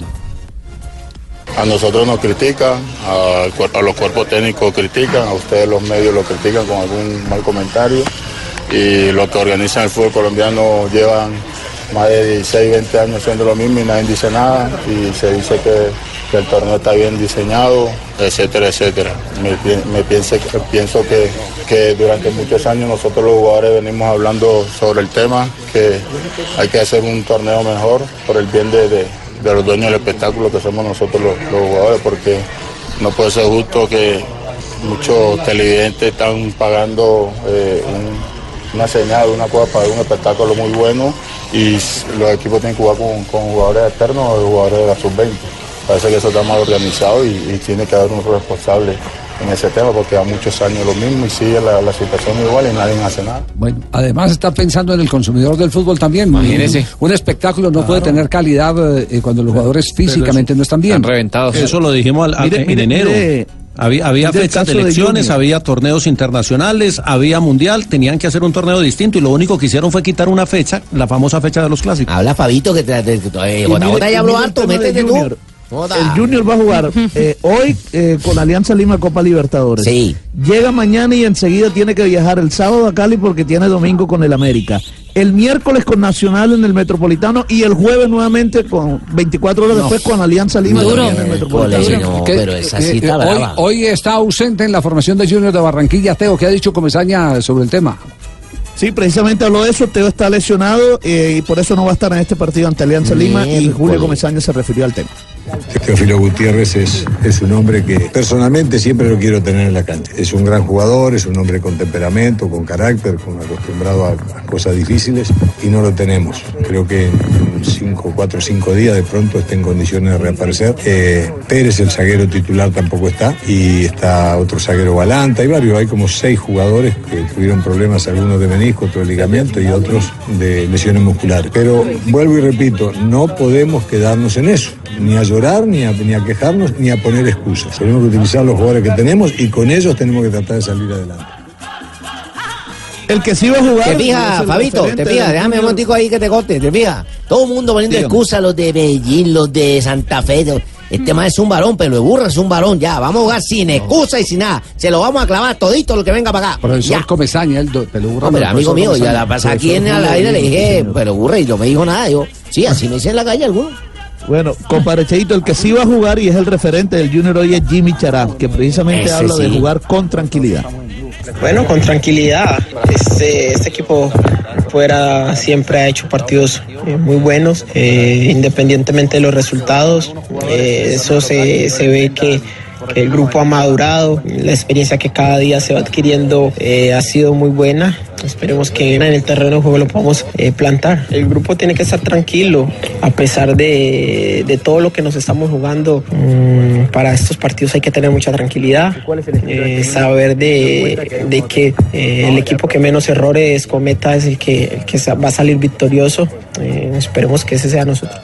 Speaker 22: A nosotros nos critican, a, a los cuerpos técnicos critican, a ustedes los medios lo critican con algún mal comentario y lo que organizan el fútbol colombiano llevan más de dieciséis, veinte años haciendo lo mismo y nadie dice nada y se dice que, que el torneo está bien diseñado, etcétera, etcétera. Me, me pienso, pienso que, que durante muchos años nosotros los jugadores venimos hablando sobre el tema, que hay que hacer un torneo mejor por el bien de, de, de los dueños del espectáculo que somos nosotros los, los jugadores, porque no puede ser justo que muchos televidentes están pagando eh, un, una señal, una cosa para un espectáculo muy bueno y los equipos tienen que jugar con, con jugadores externos o jugadores de la sub veinte. Parece que eso está mal organizado y, y tiene que haber un responsable en ese tema porque hace muchos años lo mismo y sigue la, la situación igual y nadie hace nada.
Speaker 4: Bueno, además está pensando en el consumidor del fútbol también.
Speaker 3: Imagínese.
Speaker 4: Un, un espectáculo no
Speaker 3: Claro.
Speaker 4: puede tener calidad eh, cuando los jugadores físicamente no están bien.
Speaker 3: Están reventados.
Speaker 13: Eso lo dijimos al-
Speaker 4: Mire,
Speaker 13: en
Speaker 4: mire,
Speaker 13: enero.
Speaker 4: mire.
Speaker 13: había había
Speaker 4: mire el
Speaker 13: fechas de
Speaker 4: caso de
Speaker 13: elecciones,
Speaker 4: Junior.
Speaker 13: había torneos internacionales, había mundial, tenían que hacer un torneo distinto y lo único que hicieron fue quitar una fecha, la famosa fecha de los clásicos.
Speaker 28: Habla Fabito que te, te, te- eh, J J ya habló harto, métete tú. Joda.
Speaker 15: El Junior va a jugar eh, hoy eh, con Alianza Lima Copa Libertadores.
Speaker 28: Sí.
Speaker 15: Llega mañana y enseguida tiene que viajar el sábado a Cali porque tiene domingo con el América. El miércoles con Nacional en el Metropolitano y el jueves nuevamente con veinticuatro horas
Speaker 4: No.
Speaker 15: después con Alianza Lima
Speaker 4: Duro.
Speaker 15: también en el Metropolitano.
Speaker 4: Que- que- que hoy, hoy está ausente en la formación de Junior de Barranquilla, Teo. ¿Qué ha dicho Comesaña sobre el tema?
Speaker 15: Sí, precisamente habló de eso. Teo está lesionado eh, y por eso no va a estar en este partido ante Alianza Lima y Julio Comesaña se refirió al tema.
Speaker 17: Teófilo Gutiérrez es, es un hombre que personalmente siempre lo quiero tener en la cancha. Es un gran jugador, es un hombre con temperamento, con carácter, con acostumbrado a, a cosas difíciles y no lo tenemos. Creo que en cinco, cuatro o cinco días de pronto está en condiciones de reaparecer. Eh, Pérez, el zaguero titular, tampoco está y está otro zaguero Balanta. Hay varios, hay como seis jugadores que tuvieron problemas, algunos de menisco, otros de ligamento y otros de lesiones musculares. Pero vuelvo y repito, no podemos quedarnos en eso, ni a llorar, ni a, ni a quejarnos, ni a poner excusas. Tenemos que utilizar los jugadores que tenemos y con ellos tenemos que tratar de salir adelante.
Speaker 15: El que sí va a jugar.
Speaker 28: Te fijas,
Speaker 15: es el
Speaker 28: Fabito,
Speaker 15: referente
Speaker 28: te fijas,
Speaker 15: del
Speaker 28: déjame un
Speaker 15: Junior.
Speaker 28: momentico ahí que te corte, te fijas. Todo el mundo poniendo
Speaker 15: Dígame.
Speaker 28: excusas, los de Medellín, los de Santa Fe. Este más es un varón, pero de burra es un varón, ya. Vamos a jugar sin excusa y sin nada. Se lo vamos a clavar todito lo que venga para acá.
Speaker 4: Profesor
Speaker 28: Ya.
Speaker 4: Comesaña, el do, Pelo Burra,
Speaker 28: Hombre,
Speaker 4: pero
Speaker 28: amigo
Speaker 4: profesor
Speaker 28: mío, ya
Speaker 4: Comesaña.
Speaker 28: la pasé aquí
Speaker 4: Profesor
Speaker 28: en el
Speaker 4: Julio
Speaker 28: aire, le
Speaker 4: Rodríguez,
Speaker 28: dije,
Speaker 4: señor.
Speaker 28: pero burra, y no me dijo nada. Yo, sí, así me dice en la calle alguno.
Speaker 15: Bueno, compadre Cheito, el que sí va a jugar y es el referente del Junior hoy es Jimmy Chará, que precisamente
Speaker 28: Ese
Speaker 15: habla de
Speaker 28: sí.
Speaker 15: jugar con tranquilidad.
Speaker 23: Bueno, con tranquilidad. Este, este equipo fuera siempre ha hecho partidos eh, muy buenos, eh, independientemente de los resultados. Eh, eso se, se ve que, que el grupo ha madurado, la experiencia que cada día se va adquiriendo eh, ha sido muy buena. Esperemos que en el terreno de juego lo podamos eh, plantar. El grupo tiene que estar tranquilo, a pesar de, de todo lo que nos estamos jugando. Mm, para estos partidos hay que tener mucha tranquilidad, eh, saber de, de que eh, el equipo que menos errores cometa es el que, el que sa- va a salir victorioso. Eh, esperemos que ese sea nosotros.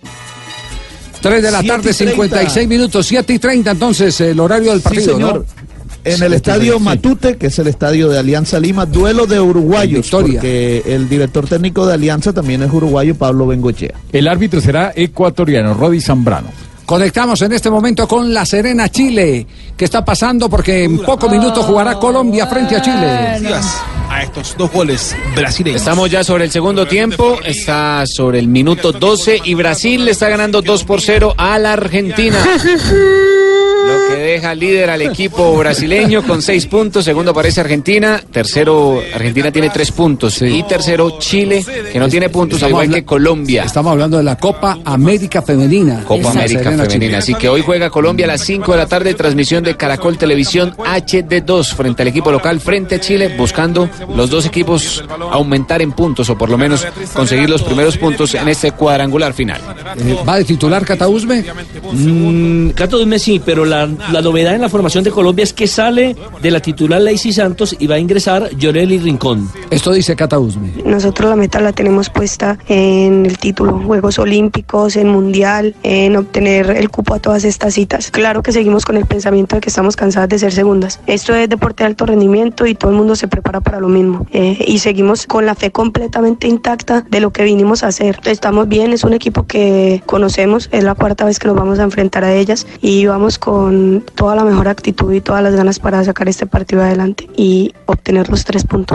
Speaker 4: tres de la
Speaker 15: siete y
Speaker 4: tarde,
Speaker 15: treinta.
Speaker 4: cincuenta y seis minutos, siete y treinta entonces el horario del
Speaker 15: Sí,
Speaker 4: partido,
Speaker 15: señor.
Speaker 4: ¿no?
Speaker 15: En el estadio Matute, que es el estadio de Alianza Lima, duelo de uruguayos,
Speaker 4: Victoria.
Speaker 15: porque el director técnico de Alianza también es uruguayo, Pablo Bengoechea.
Speaker 9: El árbitro será ecuatoriano, Rodi Zambrano.
Speaker 4: Conectamos en este momento con La Serena, Chile. ¿Qué está pasando? Porque en pocos minutos jugará Colombia frente a Chile.
Speaker 24: A estos dos goles brasileños.
Speaker 3: Estamos ya sobre el segundo tiempo, está sobre el minuto doce y Brasil le está ganando dos por cero a la Argentina. Lo que deja líder al equipo brasileño con seis puntos. Segundo aparece Argentina. Tercero, Argentina tiene tres puntos. Y tercero, Chile, que no tiene puntos, al
Speaker 4: Estamos
Speaker 3: igual
Speaker 4: habla-
Speaker 3: que Colombia.
Speaker 4: Estamos hablando de la Copa América Femenina.
Speaker 3: Copa
Speaker 4: La
Speaker 3: América
Speaker 4: Serena,
Speaker 3: Femenina.
Speaker 4: Chile.
Speaker 3: Así que hoy juega Colombia a las cinco de la tarde, transmisión de Caracol Televisión H D dos frente al equipo local, frente a Chile, buscando los dos equipos aumentar en puntos o por lo menos conseguir los primeros puntos en este cuadrangular final.
Speaker 4: Eh, ¿Va de titular Catausme?
Speaker 6: Mm, Cato Dume sí, pero la, la novedad en la formación de Colombia es que sale de la titular Lacey Santos y va a ingresar Yoreli Rincón.
Speaker 4: Esto dice Catausme.
Speaker 25: Nosotros la meta la tenemos puesta en el título, Juegos Olímpicos, en Mundial, en obtener el cupo a todas estas citas. Claro que seguimos con el pensamiento de que estamos cansadas de ser segundas. Esto es deporte de alto rendimiento y todo el mundo se prepara para lo mismo. Eh, y seguimos con la fe completamente intacta de lo que vinimos a hacer. Estamos bien, es un equipo que conocemos, es la cuarta vez que nos vamos a enfrentar a ellas y vamos con toda la mejor actitud y todas las ganas para sacar este partido adelante y obtener los tres puntos.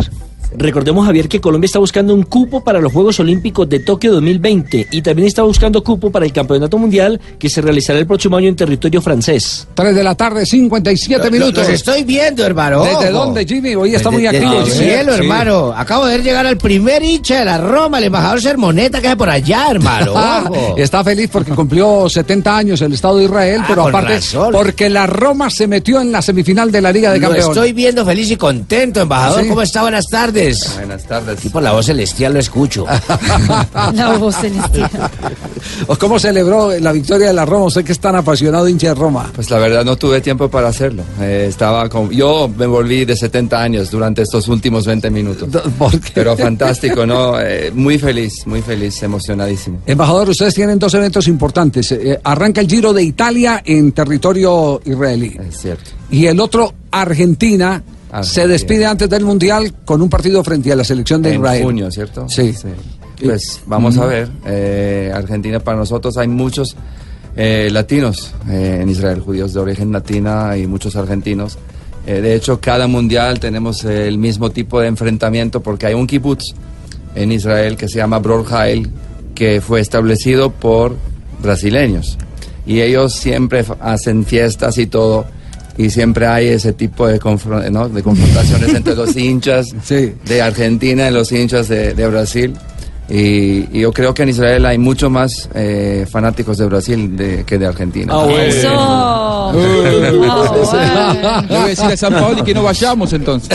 Speaker 6: Recordemos, Javier, que Colombia está buscando un cupo para los Juegos Olímpicos de Tokio dos mil veinte y también está buscando cupo para el Campeonato Mundial que se realizará el próximo año en territorio francés.
Speaker 4: tres de la tarde, cincuenta y siete minutos.
Speaker 28: Los estoy viendo, hermano.
Speaker 4: ¿Desde dónde, Jimmy? Hoy está muy
Speaker 28: Desde
Speaker 4: activo.
Speaker 28: el
Speaker 4: Sí.
Speaker 28: cielo,
Speaker 4: Sí.
Speaker 28: hermano. Acabo de ver llegar al primer hincha de la Roma, el embajador Sermoneta, que es por allá, hermano. Ojo.
Speaker 4: Está feliz porque cumplió setenta años el Estado de Israel,
Speaker 28: Ah,
Speaker 4: pero
Speaker 28: con
Speaker 4: aparte
Speaker 28: razón.
Speaker 4: porque la Roma se metió en la semifinal de la Liga de
Speaker 28: Lo
Speaker 4: Campeones.
Speaker 28: estoy viendo feliz y contento, embajador.
Speaker 4: ¿Sí?
Speaker 28: ¿Cómo está? Buenas tardes.
Speaker 2: Buenas tardes.
Speaker 28: Y por la voz celestial lo escucho.
Speaker 5: La voz celestial.
Speaker 4: ¿Cómo celebró la victoria de la Roma? Usted que es tan apasionado hincha de Roma.
Speaker 2: Pues la verdad no tuve tiempo para hacerlo. Eh, estaba con, yo me volví de setenta años durante estos últimos veinte minutos. Pero fantástico, ¿no? Eh, muy feliz, muy feliz, emocionadísimo.
Speaker 4: Embajador, ustedes tienen dos eventos importantes. Eh, arranca el Giro de Italia en territorio israelí.
Speaker 2: Es cierto.
Speaker 4: Y el otro, Argentina,
Speaker 2: Argentina.
Speaker 4: se despide antes del Mundial con un partido frente a la selección de
Speaker 2: En
Speaker 4: Israel.
Speaker 2: junio, ¿cierto?
Speaker 4: Sí.
Speaker 2: Pues vamos
Speaker 4: Mm.
Speaker 2: a ver. Eh, Argentina para nosotros hay muchos eh, latinos eh, en Israel, judíos de origen latina y muchos argentinos. Eh, de hecho, cada mundial tenemos eh, el mismo tipo de enfrentamiento porque hay un kibutz en Israel que se llama Bror Jael, que fue establecido por brasileños. Y ellos siempre f- hacen fiestas y todo. Y siempre hay ese tipo de, confron- ¿no? de confrontaciones entre los hinchas de Argentina y los hinchas de, de Brasil. Y, y yo creo que en Israel hay mucho más eh, fanáticos de Brasil de, que de Argentina.
Speaker 9: Ah, bueno.
Speaker 5: Eso.
Speaker 9: Ah, bueno. Le voy a decir a San Paoli que no vayamos entonces.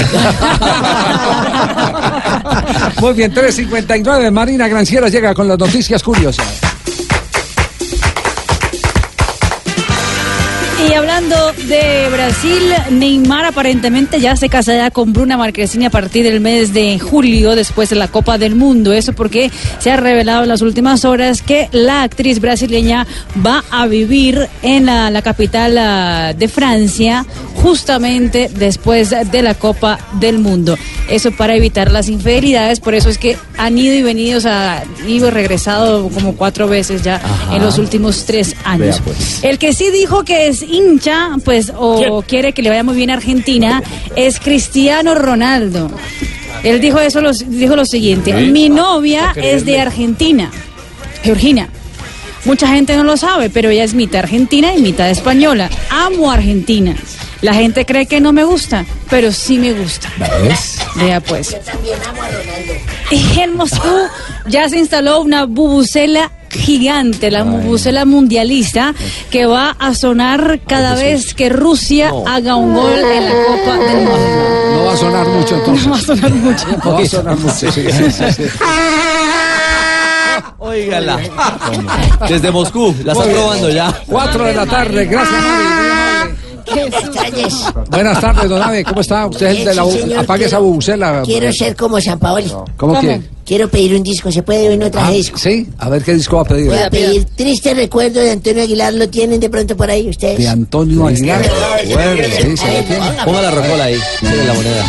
Speaker 4: Muy bien, tres cincuenta y nueve. Marina Granciera llega con las noticias curiosas.
Speaker 5: Y hablando de Brasil, Neymar aparentemente ya se casará con Bruna Marquezine a partir del mes de julio, después de la Copa del Mundo. Eso porque se ha revelado en las últimas horas que la actriz brasileña va a vivir en la, la capital uh, de Francia, justamente después de la Copa del Mundo. Eso para evitar las infidelidades, por eso es que han ido y venido, o sea, ido y regresado como cuatro veces ya
Speaker 10: Ajá.
Speaker 5: en los últimos tres años.
Speaker 10: Vea, pues.
Speaker 5: El que sí dijo que es hincha, pues, o
Speaker 10: ¿Quién?
Speaker 5: quiere que le vaya muy bien a Argentina, es Cristiano Ronaldo. Él dijo eso, lo, dijo lo siguiente:
Speaker 10: Sí.
Speaker 5: mi novia
Speaker 10: No
Speaker 5: es de
Speaker 10: creerle.
Speaker 5: Argentina, Georgina. Mucha gente no lo sabe, pero ella es mitad argentina y mitad española. Amo a Argentina. La gente cree que no me gusta, pero sí me gusta.
Speaker 10: ¿Ves?
Speaker 5: Vea pues. Y en Moscú ya se instaló una bubucela gigante, la bubucela mundialista, que va a sonar cada vez que Rusia haga un gol en la Copa del Mundo.
Speaker 4: No va a sonar mucho entonces.
Speaker 5: No va a sonar mucho.
Speaker 4: No va a sonar mucho, sí, sí, sí, sí.
Speaker 11: Óigala. Desde Moscú, la
Speaker 4: Muy
Speaker 11: están
Speaker 4: bien.
Speaker 11: probando ya.
Speaker 4: Cuatro de la tarde, gracias, Mari, muy amable. Buenas tardes, don Ave, ¿cómo está? Usted es el de la...
Speaker 28: Sí, señor,
Speaker 4: apague esa
Speaker 28: quiero-
Speaker 4: bubucela.
Speaker 28: Quiero ser como San Paoli.
Speaker 4: ¿Cómo que?
Speaker 28: Quiero pedir un disco, ¿se puede? Hoy no traje
Speaker 4: Ah,
Speaker 28: disco.
Speaker 4: sí, a ver qué disco va a pedir.
Speaker 28: Voy a pedir Triste Recuerdo de Antonio Aguilar, ¿lo tienen de pronto por ahí ustedes?
Speaker 4: De Antonio Aguilar. Bueno, sí, se le tiene.
Speaker 11: Ponga la rocola ahí, sigue la moneda.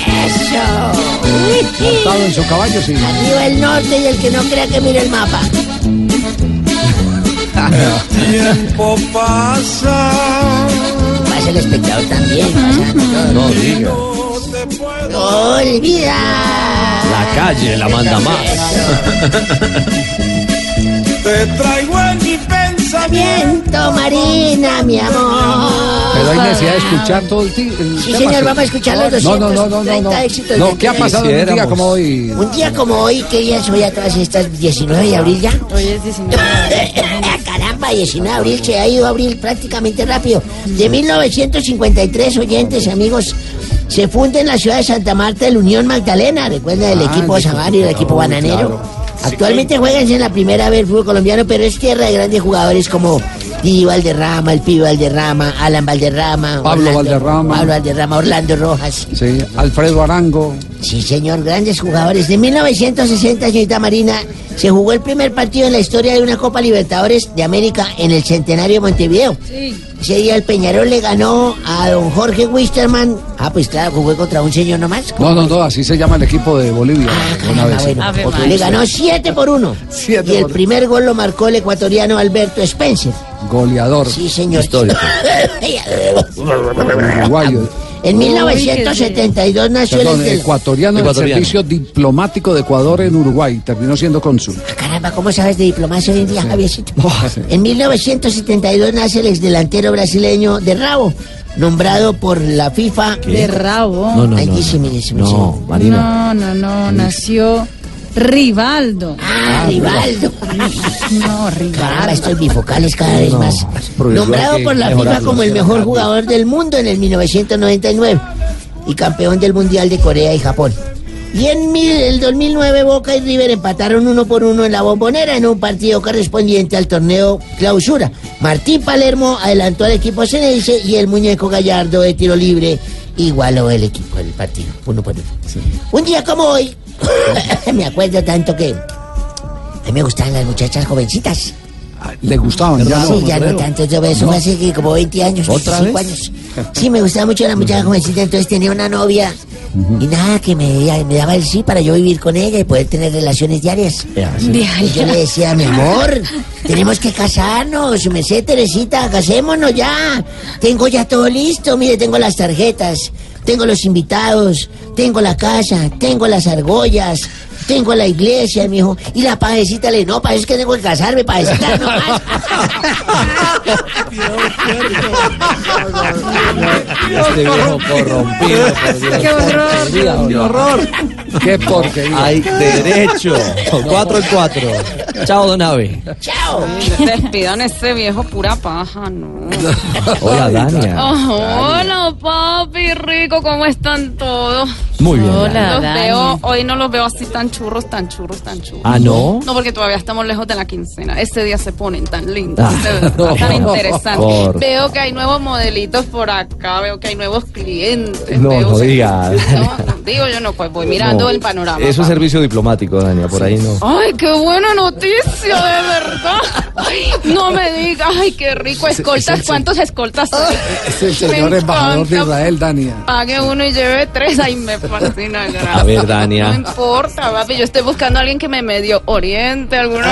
Speaker 28: Eso.
Speaker 4: Montado en su caballo, sí.
Speaker 28: Arriba el norte y el que no crea que mire el mapa.
Speaker 10: Tiempo pasa.
Speaker 28: Pasa el espectador también. Pasando todo.
Speaker 11: No diga.
Speaker 28: Olvida.
Speaker 11: La calle la manda más.
Speaker 10: Te traigo en mi
Speaker 28: Pensamiento, Marina, mi amor.
Speaker 4: Pero hay necesidad de escuchar todo el, ti- el
Speaker 28: Sí,
Speaker 4: tema,
Speaker 28: señor, vamos a escuchar los
Speaker 4: No, no, no, no, no,
Speaker 28: doscientos treinta
Speaker 4: no.
Speaker 28: éxitos
Speaker 4: No,
Speaker 28: de
Speaker 4: ¿qué ha
Speaker 28: Antonio.
Speaker 4: pasado en un día como hoy?
Speaker 28: Un día como hoy, ¿qué día es hoy a todas estas? diecinueve de abril ya.
Speaker 5: Hoy es diecinueve.
Speaker 28: Caramba, diecinueve de abril, se ha ido abril prácticamente rápido. De mil novecientos cincuenta y tres, oyentes, amigos, se funda en la ciudad de Santa Marta el Unión Magdalena. Recuerda el
Speaker 10: Ah,
Speaker 28: equipo
Speaker 10: el
Speaker 28: Samario y el equipo
Speaker 10: Uy,
Speaker 28: Bananero.
Speaker 10: claro.
Speaker 28: Actualmente juegan en la primera vez el fútbol colombiano, pero es tierra de grandes jugadores como Didi Valderrama, el Pibe Valderrama, Alan Valderrama,
Speaker 4: Pablo Valderrama.
Speaker 28: Pablo Valderrama, Orlando Rojas.
Speaker 4: Sí, Alfredo Arango.
Speaker 28: Sí, señor, grandes jugadores. De mil novecientos sesenta, señorita Marina, se jugó el primer partido en la historia de una Copa Libertadores de América en el Centenario de Montevideo.
Speaker 5: Sí.
Speaker 28: Ese día el Peñarol le ganó a don Jorge Wisterman. Ah, pues claro, jugó contra un señor nomás.
Speaker 4: No, no, no, así se llama el equipo de Bolivia. Una vez.
Speaker 28: Ah, bueno,
Speaker 4: Otro
Speaker 28: le
Speaker 4: día.
Speaker 28: ganó siete por uno.
Speaker 4: Siete
Speaker 28: y el
Speaker 4: por-
Speaker 28: primer gol lo marcó el ecuatoriano Alberto Spencer.
Speaker 4: Goleador.
Speaker 28: Sí, señor.
Speaker 4: Histórico. Uruguayo.
Speaker 28: En mil novecientos setenta y dos nació
Speaker 4: Perdón,
Speaker 28: el...
Speaker 4: ecuatoriano del Servicio Diplomático de Ecuador en Uruguay. Terminó siendo cónsul.
Speaker 28: Caramba, ¿cómo sabes de diplomacia hoy en día, Javiercito? En mil novecientos setenta y dos nace el exdelantero brasileño de Rabo, nombrado por la FIFA...
Speaker 5: ¿Qué? De Rabo.
Speaker 28: No, no, Ay, no, sí, mire, sí,
Speaker 5: no, Marina. No, no, no, nació Rivaldo.
Speaker 28: Ah, Rivaldo.
Speaker 5: No, Rivaldo.
Speaker 28: Caramba, estos bifocales cada vez
Speaker 5: No,
Speaker 28: más. Nombrado por la FIFA como el mejor jugador del mundo en el mil novecientos noventa y nueve y campeón del Mundial de Corea y Japón. Y en mil, el dos mil nueve Boca y River empataron uno por uno en la Bombonera en un partido correspondiente al torneo Clausura. Martín Palermo adelantó al equipo Ceneice y el muñeco Gallardo de tiro libre igualó el equipo del partido, uno por uno. Sí. Un día como hoy, me acuerdo tanto que a mí me gustaban las muchachas jovencitas.
Speaker 4: ¿Le gustaban?
Speaker 28: Ya
Speaker 4: no,
Speaker 28: sí, ya no tanto, yo eso
Speaker 4: no.
Speaker 28: hace que como veinte años,
Speaker 4: ¿Otra
Speaker 28: veinticinco
Speaker 4: vez?
Speaker 28: años. Sí, me gustaba mucho la muchacha jovencita, entonces tenía una novia uh-huh. y nada, que me, me daba el sí para yo vivir con ella y poder tener relaciones diarias.
Speaker 5: Sí.
Speaker 28: Y yo le decía, mi amor, tenemos que casarnos, me sé, Teresita, casémonos ya. Tengo ya todo listo, mire, tengo las tarjetas, tengo los invitados, tengo la casa, tengo las argollas, tengo la iglesia, mijo. Y la pajecita le no, pajecita, es que tengo que casarme, pajecita, no más.
Speaker 11: Este viejo corrompido.
Speaker 5: ¡Qué horror!
Speaker 11: ¡Qué horror!
Speaker 4: ¡Qué porquería!
Speaker 11: Hay derecho. Cuatro en cuatro. Chao, don Ave.
Speaker 28: ¡Chao!
Speaker 1: Despidan a ese viejo pura paja, no.
Speaker 11: Hola, Dania.
Speaker 1: Oh, hola, papi, rico, ¿cómo están todos?
Speaker 11: Muy bien.
Speaker 1: Hola, los
Speaker 5: Dani.
Speaker 1: veo, hoy no los veo así tan churros, tan churros, tan churros.
Speaker 11: ¿Ah, no?
Speaker 1: No, porque todavía estamos lejos de la quincena. Ese día se ponen tan lindos,
Speaker 11: Ah,
Speaker 1: de verdad, tan
Speaker 11: no,
Speaker 1: interesantes.
Speaker 11: por-
Speaker 1: Veo que hay nuevos modelitos por acá, veo que hay nuevos clientes.
Speaker 11: No,
Speaker 1: veo
Speaker 11: no
Speaker 1: que-
Speaker 11: diga.
Speaker 1: No, no, digo yo no, pues voy mirando
Speaker 11: No,
Speaker 1: el panorama.
Speaker 11: Eso es
Speaker 1: papi.
Speaker 11: servicio diplomático, Dania, por ahí no.
Speaker 1: Ay, qué buena noticia, de verdad. Ay, no me digas, ay, qué rico. Escoltas, ¿cuántos escoltas hay?
Speaker 4: Es el señor
Speaker 1: Me
Speaker 4: embajador de
Speaker 1: encanta.
Speaker 4: Israel, Dania.
Speaker 1: Pague uno y lleve tres, ay, me fascina. gracias.
Speaker 11: A ver, Dania.
Speaker 1: No importa, papi, yo estoy buscando a alguien que me medio oriente, alguna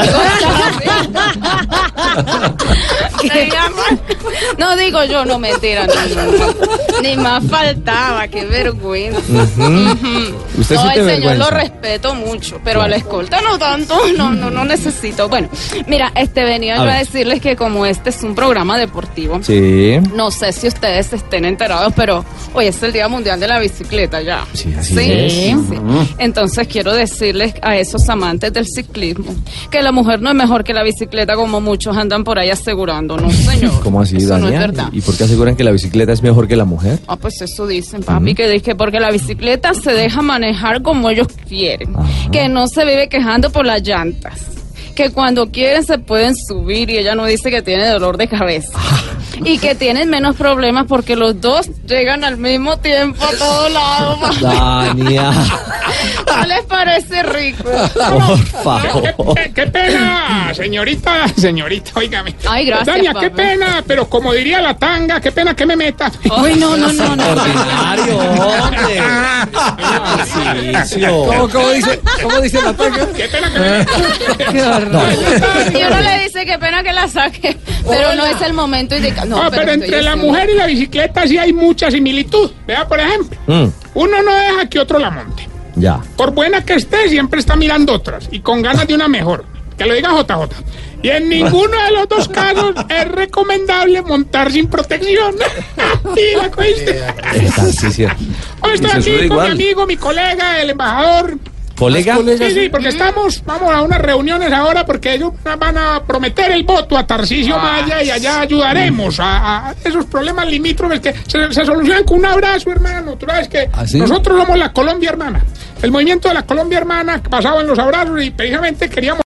Speaker 1: cosa así. Se llama- No digo yo, no, mentira, no, no, no. Ni más faltaba, qué vergüenza.
Speaker 11: Ujú. Usted
Speaker 1: no,
Speaker 11: sí
Speaker 1: el
Speaker 11: te
Speaker 1: señor
Speaker 11: vergüenza.
Speaker 1: lo respeto mucho, pero a la escolta no tanto, no, no, no necesito. Bueno, mira, este venía
Speaker 11: A
Speaker 1: yo a
Speaker 11: ver.
Speaker 1: decirles que como este es un programa deportivo,
Speaker 11: Sí.
Speaker 1: no sé si ustedes estén enterados, pero hoy es el Día Mundial de la Bicicleta ya.
Speaker 11: Sí, así
Speaker 1: Sí,
Speaker 11: es.
Speaker 1: sí.
Speaker 11: Ujú.
Speaker 1: Entonces quiero decirles a esos amantes del ciclismo que la mujer no es mejor que la bicicleta como muchos andan por ahí asegurando, no señor.
Speaker 11: ¿Cómo así,
Speaker 1: Eso no es
Speaker 11: Dania?
Speaker 1: verdad.
Speaker 11: ¿Y por qué aseguran que la bicicleta es mejor que la mujer?
Speaker 1: Ah, pues eso dicen, papi, que dije porque la bicicleta se deja manejar como ellos quieren, que no se vive quejando por las llantas, que cuando quieren se pueden subir y ella no dice que tiene dolor de cabeza. Y que tienen menos problemas porque los dos llegan al mismo tiempo a todos lados.
Speaker 11: Dania,
Speaker 1: ¿No les parece rico?
Speaker 11: por favor.
Speaker 12: Qué, qué pena, señorita, señorita, óigame.
Speaker 1: Ay, gracias,
Speaker 12: Dania,
Speaker 1: Pablo.
Speaker 12: qué pena, pero como diría la tanga, qué pena que me meta.
Speaker 1: Ay, no, no, no, no.
Speaker 11: Ordinario, hombre.
Speaker 4: ¿Cómo, cómo dice, ¿Cómo dice la tanga?
Speaker 12: Qué pena que me meta.
Speaker 1: Qué horror. Y uno le dice qué pena que la saque, pero no es el momento indicado. No,
Speaker 12: No, pero
Speaker 1: estoy
Speaker 12: entre la
Speaker 1: diciendo-
Speaker 12: mujer y la bicicleta sí hay mucha similitud. Vea, por ejemplo,
Speaker 11: Mm,
Speaker 12: uno no deja que otro la monte.
Speaker 11: ya.
Speaker 12: Por buena que esté, siempre está mirando otras y con ganas de una mejor. Que lo diga J J. Y en ninguno de los dos casos es recomendable montar sin protección. ¿Sí, la cogiste?
Speaker 11: Está, sí, sí.
Speaker 12: Hoy estoy
Speaker 11: Y se
Speaker 12: aquí
Speaker 11: sube
Speaker 12: con
Speaker 11: igual.
Speaker 12: mi amigo, mi colega, el embajador.
Speaker 11: ¿Colega?
Speaker 12: Sí, sí, porque estamos, vamos a unas reuniones ahora porque ellos van a prometer el voto a Tarcisio Maya y allá ayudaremos a, a esos problemas limítrofes que se, se solucionan con un abrazo, hermano. Tú sabes que
Speaker 4: ¿Ah, sí?
Speaker 12: nosotros somos la Colombia hermana. El movimiento de la Colombia hermana basado en los abrazos y precisamente queríamos